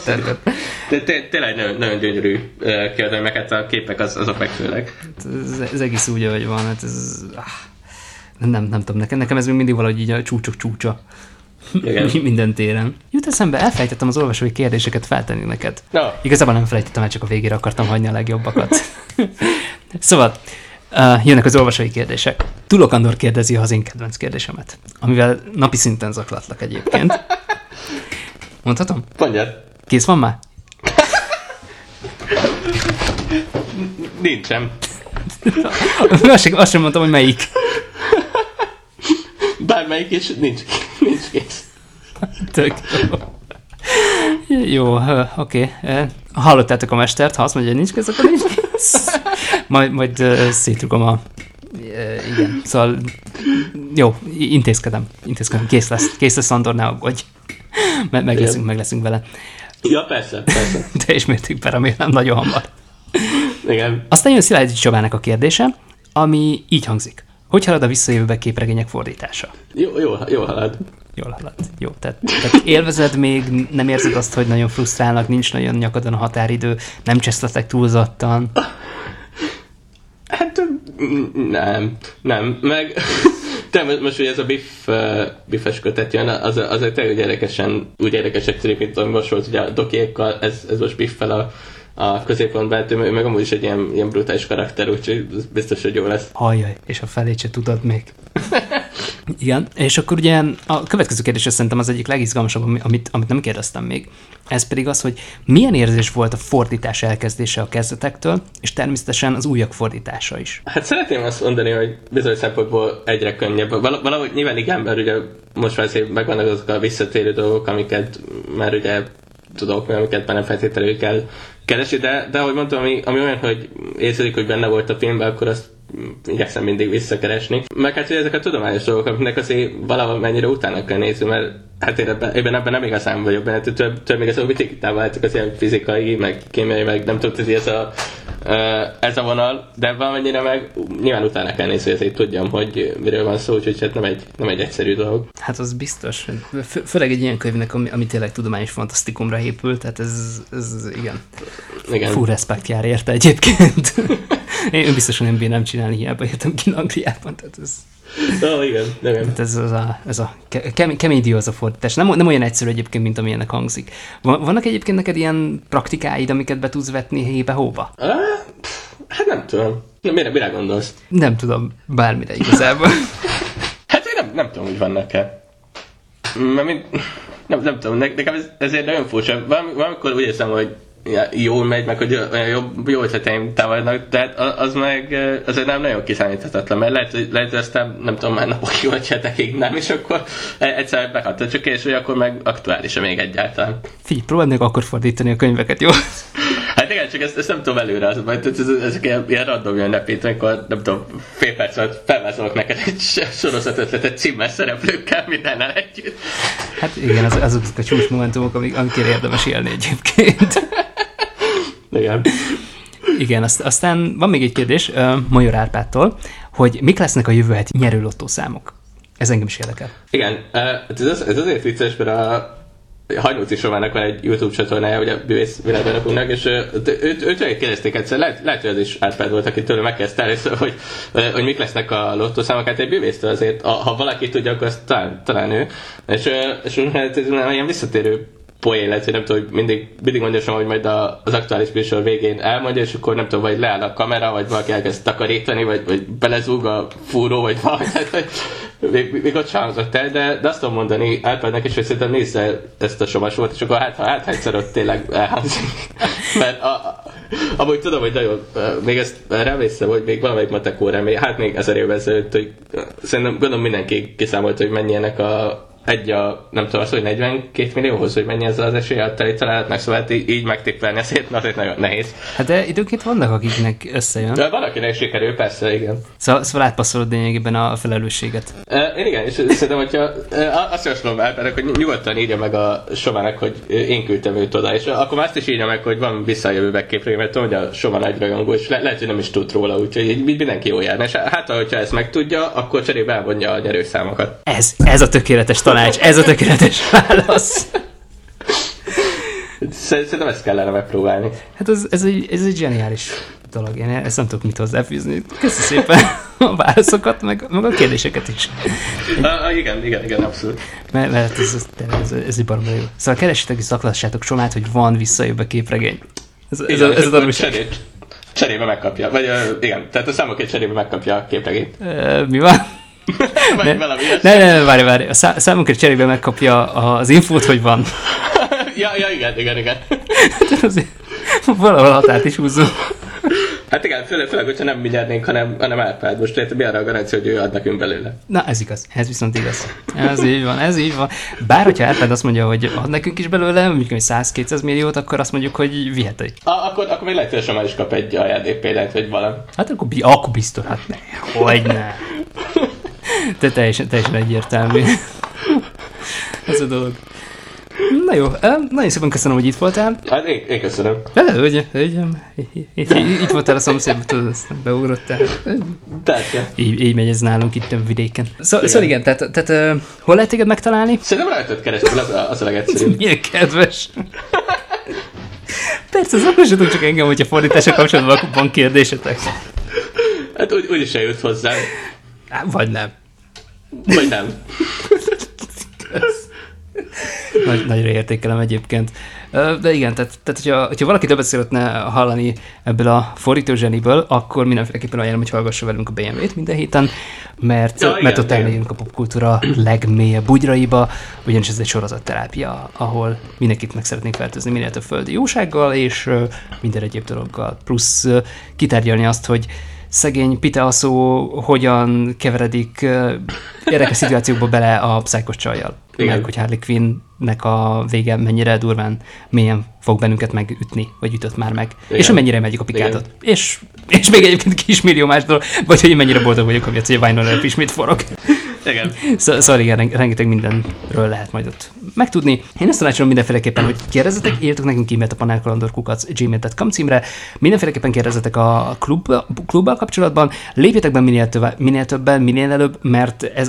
Tényleg nagyon gyönyörű kiadvány, meg hát a képek az, azok meg főleg. Ez egész úgy, ahogy van, hát ez... Nem, nem, nem tudom, nekem, nekem ez még mindig valahogy így a csúcsok csúcsa. Igen. Minden téren. Jut eszembe, elfelejtettem az olvasói kérdéseket feltenni neked. No. Igazából nem felejtettem, mert csak a végére akartam hagyni a legjobbakat. Szóval, uh, jönnek az olvasói kérdések. Tulok Andor kérdezi az én kedvenc kérdésemet, amivel napi szinten zaklatlak egyébként. Mondhatom? Mondjad. Kész van már? Nincsen. azt, sem, azt sem mondtam, hogy melyik. Bármelyik is nincs, nincs kész. Tök jó. Jó, oké. Okay. Hallottátok a mestert, ha azt mondja, hogy nincs kész, akkor nincs kész. Majd, majd uh, szétrugom a... Uh, igen, szóval... Jó, intézkedem. Intézkedem. Kész lesz. Kész lesz, Andor, ne aggódj. Meg, meg, leszünk, meg leszünk vele. Ja, persze, persze. Teljes mértékben remélem, nagyon hamar. Igen. Aztán jön Szilágyi Csabának a kérdése, ami így hangzik. Hogy halad a visszajövőbe képregények fordítása? Jó, jó, jó halad. Jól halad. Jó, tehát, tehát élvezed még, nem érzed azt, hogy nagyon frusztrálnak, nincs nagyon nyakadon a határidő, nem cseszletek túlzottan? Hát nem, nem, meg te most, ugye ez a biff, uh, biffes kötet jön, az, az egy tényleg érdekesen, úgy érdekesek tűnik, mint ami most volt ugye a dokiékkal, ez, ez most biffel a a középpontban, ő meg amúgy is egy ilyen, ilyen brutális karakter, úgyhogy biztos, hogy jó lesz. Ajjaj, és a felét se tudod még. Igen, és akkor ugye a következő kérdés szerintem az egyik legizgalmasabb, amit, amit nem kérdeztem még. Ez pedig az, hogy milyen érzés volt a fordítás elkezdése a kezdetektől, és természetesen az újak fordítása is. Hát szeretném azt mondani, hogy bizonyos szempontból egyre könnyebb. Val- valahogy nyilván igen, mert ugye most már szép megvannak azok a visszatérő dolgok, amiket már ugye tudok, amiket már nem feltétlenül kell keresni, de, de ahogy mondtam, ami, ami olyan, hogy érzik, hogy benne volt a filmben, akkor azt igyekszem mindig visszakeresni. Meg hát, hogy ezek a tudományos dolgok, amiknek azért valahol mennyire utána kell nézni, mert hát én ebben, ebben, ebben nem igazán vagyok benne, több, több még ez a vitikítában álltak az ilyen fizikai, meg kémiai, meg nem tudom, hogy ez a, ez a vonal, de valamennyire meg nyilván utána kell nézni, hogy ezért tudjam, hogy miről van szó, úgyhogy hát nem egy, nem egy egyszerű dolog. Hát az biztos. Fő, főleg egy ilyen könyvnek, ami, ami tényleg tudományos fantasztikumra épül, tehát ez, ez igen. igen. Full respekt jár érte egyébként. Én biztosan nem bírnám csinálni, hiába értem ki Angliában, tehát ez... Ó, igen, igen. Tehát ez, az a, ez a kemény, kemény dió az a fordítás. Nem, nem olyan egyszerű egyébként, mint amilyennek hangzik. Vannak egyébként neked ilyen praktikáid, amiket be tudsz vetni hébe-hóba? Hát nem tudom. Mire, mire gondolsz? Nem tudom, bármire igazából. Hát én nem, nem tudom, hogy vannak-e. Nem, nem, nem tudom, nekem ez, ezért nagyon furcsa. Valamikor úgy érzem, hogy jól megy, meg hogy jobb, jó ötleteim támadnak, de az meg azért nem nagyon kiszámíthatatlan, mert lehet, hogy, lehet, hogy aztán nem tudom, már napokig vagy hetekig nem, és akkor egyszer bekattan csak és hogy akkor meg aktuális még egyáltalán. Figyelj, próbáld meg akkor fordítani a könyveket, jó? Hát igen, csak ezt, ezt nem tudom előre, az, majd ez, ezek ilyen, ilyen random jön nepít, amikor nem tudom, fél perc alatt felvázolok neked egy sorozat ötletet címmel szereplőkkel, mindennel együtt. Hát igen, az, azok a csúcs momentumok, amik, amikért érdemes élni egyébként. Igen. Igen, azt, aztán van még egy kérdés uh, Major Árpádtól, hogy mik lesznek a jövő heti nyerő lottószámok? Ez engem is érdekel. Igen, ez, az, ez azért vicces, mert a Hajnóci Somának van egy YouTube csatornája, ugye Bűvész Világbajnokunknak, és őt, őt, őt kérdezték egyszer, lehet, lehet, hogy az is Árpád volt, aki tőle megkezdte először, hogy, hogy mik lesznek a lottószámok, hát egy bűvésztől azért, ha valaki tudja, akkor azt talán, talán ő. És, és hát ez ilyen visszatérő poén lett, hogy nem tudom, hogy mindig, mindig mondja, hogy majd a, az aktuális műsor végén elmondja, és akkor nem tudom, vagy leáll a kamera, vagy valaki elkezd takarítani, vagy, vagy belezúg a fúró, vagy valami, tehát, hogy még, még ott sem hangzott el, de, de azt tudom mondani Árpádnak is, hogy szerintem nézze ezt a Somasort, és akkor hát, ha hát egyszer ott tényleg elhangzik. Mert a, a, amúgy tudom, hogy nagyon, még ezt rávészem, hogy még valamelyik matek órán, hát még ezer évvel ezelőtt, hogy szerintem gondolom mindenki kiszámolt, hogy mennyi ennek a egy a, nem tudom, az, hogy negyvenkét millióhoz, hogy mennyi ezzel az esélyelteli találatnak, szóval hát így, így megtippelni, azért azért nagyon nehéz. Hát de időnként vannak, akiknek összejön. De van, akinek sikerül, persze, igen. Szóval, szóval átpasszolod lényegében a felelősséget. Uh, igen, és szerintem, hogyha uh, azt javaslom Árpádnak, hogy nyugodtan írja meg a Somának, hogy én küldtem őt oda, és akkor már azt is írja meg, hogy van visszajövő megképre, mert tudom, hogy a Soma nagy rajongó, és le- lehet, hogy nem is tud róla, úgyhogy így mindenki jól járna. És hát, hogyha ezt megtudja, akkor cserébe elmondja a nyerőszámokat. Ez, ez a tökéletes tanács, ez a tökéletes válasz. Szerintem ezt kellene megpróbálni. Hát ez, ez, egy, ez egy zseniális dolog. Én ezt nem tudok mit hozzáfűzni. Köszönöm szépen a válaszokat, meg, meg a kérdéseket is. Ah, igen, igen, igen, abszolút. Mert, mert ez, ez, ez, ez egy baromra jó. Szóval keressetek és zaklassátok Somát, hogy van visszajövő képregény. Ez, ez, igen, ez, ez a tanulság. Cserébe, cserébe megkapja. Vagy uh, igen, tehát a számokért cserébe megkapja a képregényt. Uh, mi van? Vagy ne, valami ne, ne, ne, várj, várj. A szá- számunkért cserébe megkapja az infót, hogy van. ja, ja, igen, igen, igen. Valahol határt is húzzunk. Hát igen, főleg, főleg hogyha nem mi nyernénk, hanem, hanem Árpád. Most lehet, mi arra a garancia, hogy ő ad nekünk belőle. Na, ez igaz. Ez viszont igaz. Ez így van, ez így van. Bár, hogyha Árpád azt mondja, hogy ad nekünk is belőle, mondjuk, hogy száz-kétszáz milliót, akkor azt mondjuk, hogy viheti. A, akkor, akkor még lehet, hogy Soma is kap egy ajándék példányt, vagy valami. Hát akkor, akkor biztos, hát ne. Hogyne. De teljesen, teljesen egyértelmű. Ez a dolog. Na jó, nagyon szépen köszönöm, hogy itt voltál. Hát én, én köszönöm. De, ugye, ugye, itt voltál a szomszédban, tudod, aztán beugrottál. Persze. Így, így megy ez nálunk itt a vidéken. Szó, igen. Szóval igen, tehát, tehát uh, hol lehet téged megtalálni? Szerintem rajtad keresztül, az a, az a legegyszerűbb. Milyen kedves. Persze, az akkor sem csak engem, hogyha fordításra kapcsolatban van kérdésetek. Hát úgy, úgyis eljut hozzám. Vagy nem. Vagy nem. Nagy, nagyra értékelem egyébként. De igen, tehát, tehát hogyha, hogyha valaki többet szeretne hallani ebből a fordító zseniből, akkor mindenféleképpen ajánlom, hogy hallgassa velünk a bé em vét minden héten, mert, ja, igen, mert ott elmegyünk a popkultúra legmélyebb bugyraiba, ugyanis ez egy sorozatterápia, ahol mindenkit meg szeretnénk fertőzni minél több földi jósággal, és minden egyéb dologgal. Plusz kitárgyalni azt, hogy szegény Piteaszó hogyan keveredik érdekes szituációkba bele a pszájkos csajjal. Meg, hogy Harley Quinnnek a vége mennyire durván mélyen fog bennünket megütni, vagy ütött már meg. Igen. És mennyire megyik a pikátot. És, és még egyébként kismillió más dolog, vagy hogy mennyire boldog vagyok, amiatt, hogy a Wynonna ismét forog. Igen. Szóval szóval igen, rengeteg mindenről lehet majd ott megtudni. Én azt tanácsolom mindenféleképpen, hogy kérdezzetek, írtok nekünk e-mailt a panelkalandorkukac gmail pont com címre, mindenféleképpen kérdezzetek a klub, klubbal kapcsolatban, lépjetek be minél, több, minél többen, minél előbb, mert ez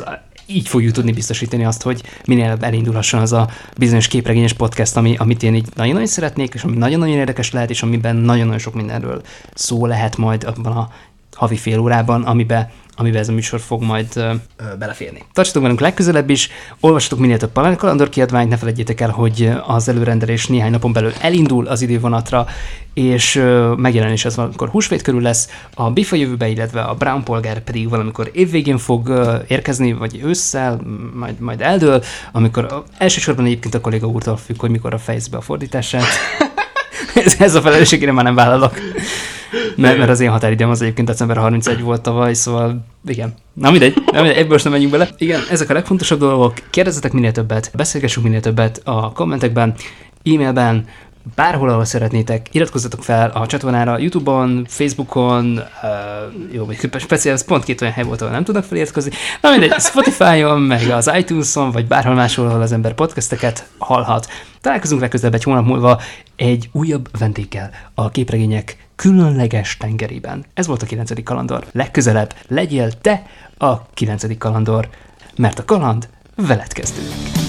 így fogjuk tudni biztosítani azt, hogy minél előbb elindulhasson az a bizonyos képregényes podcast, ami, amit én így nagyon-nagyon szeretnék, és ami nagyon-nagyon érdekes lehet, és amiben nagyon-nagyon sok mindenről szó lehet majd abban a havi fél órában, amiben, amiben ez a műsor fog majd ö, ö, beleférni. Tartsatok velünk legközelebb is, olvassatok minél több Paládi Kalandor kiadványt, ne felejtjétek el, hogy az előrendelés néhány napon belül elindul az idővonatra, és ö, megjelenés az valamikor húsvét körül lesz, a Biff a jövőbe, illetve a Brown Polgár pedig valamikor évvégén fog ö, érkezni, vagy ősszel, majd, majd eldől, amikor ö, elsősorban egyébként a kolléga úrtól függ, hogy mikor a fejez be a fordítását. ez, ez a felelősség, én már nem vállalok. Mert, mert az én határidőm az egyébként december harmincegy volt tavaly, szóval igen. Na mindegy, na mindegy, ebből sem menjünk bele. Igen, ezek a legfontosabb dolgok. Kérdezzetek minél többet, beszélgessünk minél többet a kommentekben, e-mailben, bárhol, ahol szeretnétek, iratkozzatok fel a csatornára, YouTube-on, Facebookon, uh, jó, még speciális pont két olyan hely volt, ahol nem tudnak feliratkozni. Na mindegy, Spotify-on, meg az iTunes-on, vagy bárhol máshol, ahol az ember podcasteket hallhat. Találkozunk legközelebb egy hónap múlva egy újabb vendéggel a képregények különleges tengerében. Ez volt a kilencedik kalandor. Legközelebb legyél te a kilencedik kalandor, mert a kaland veled kezdődik.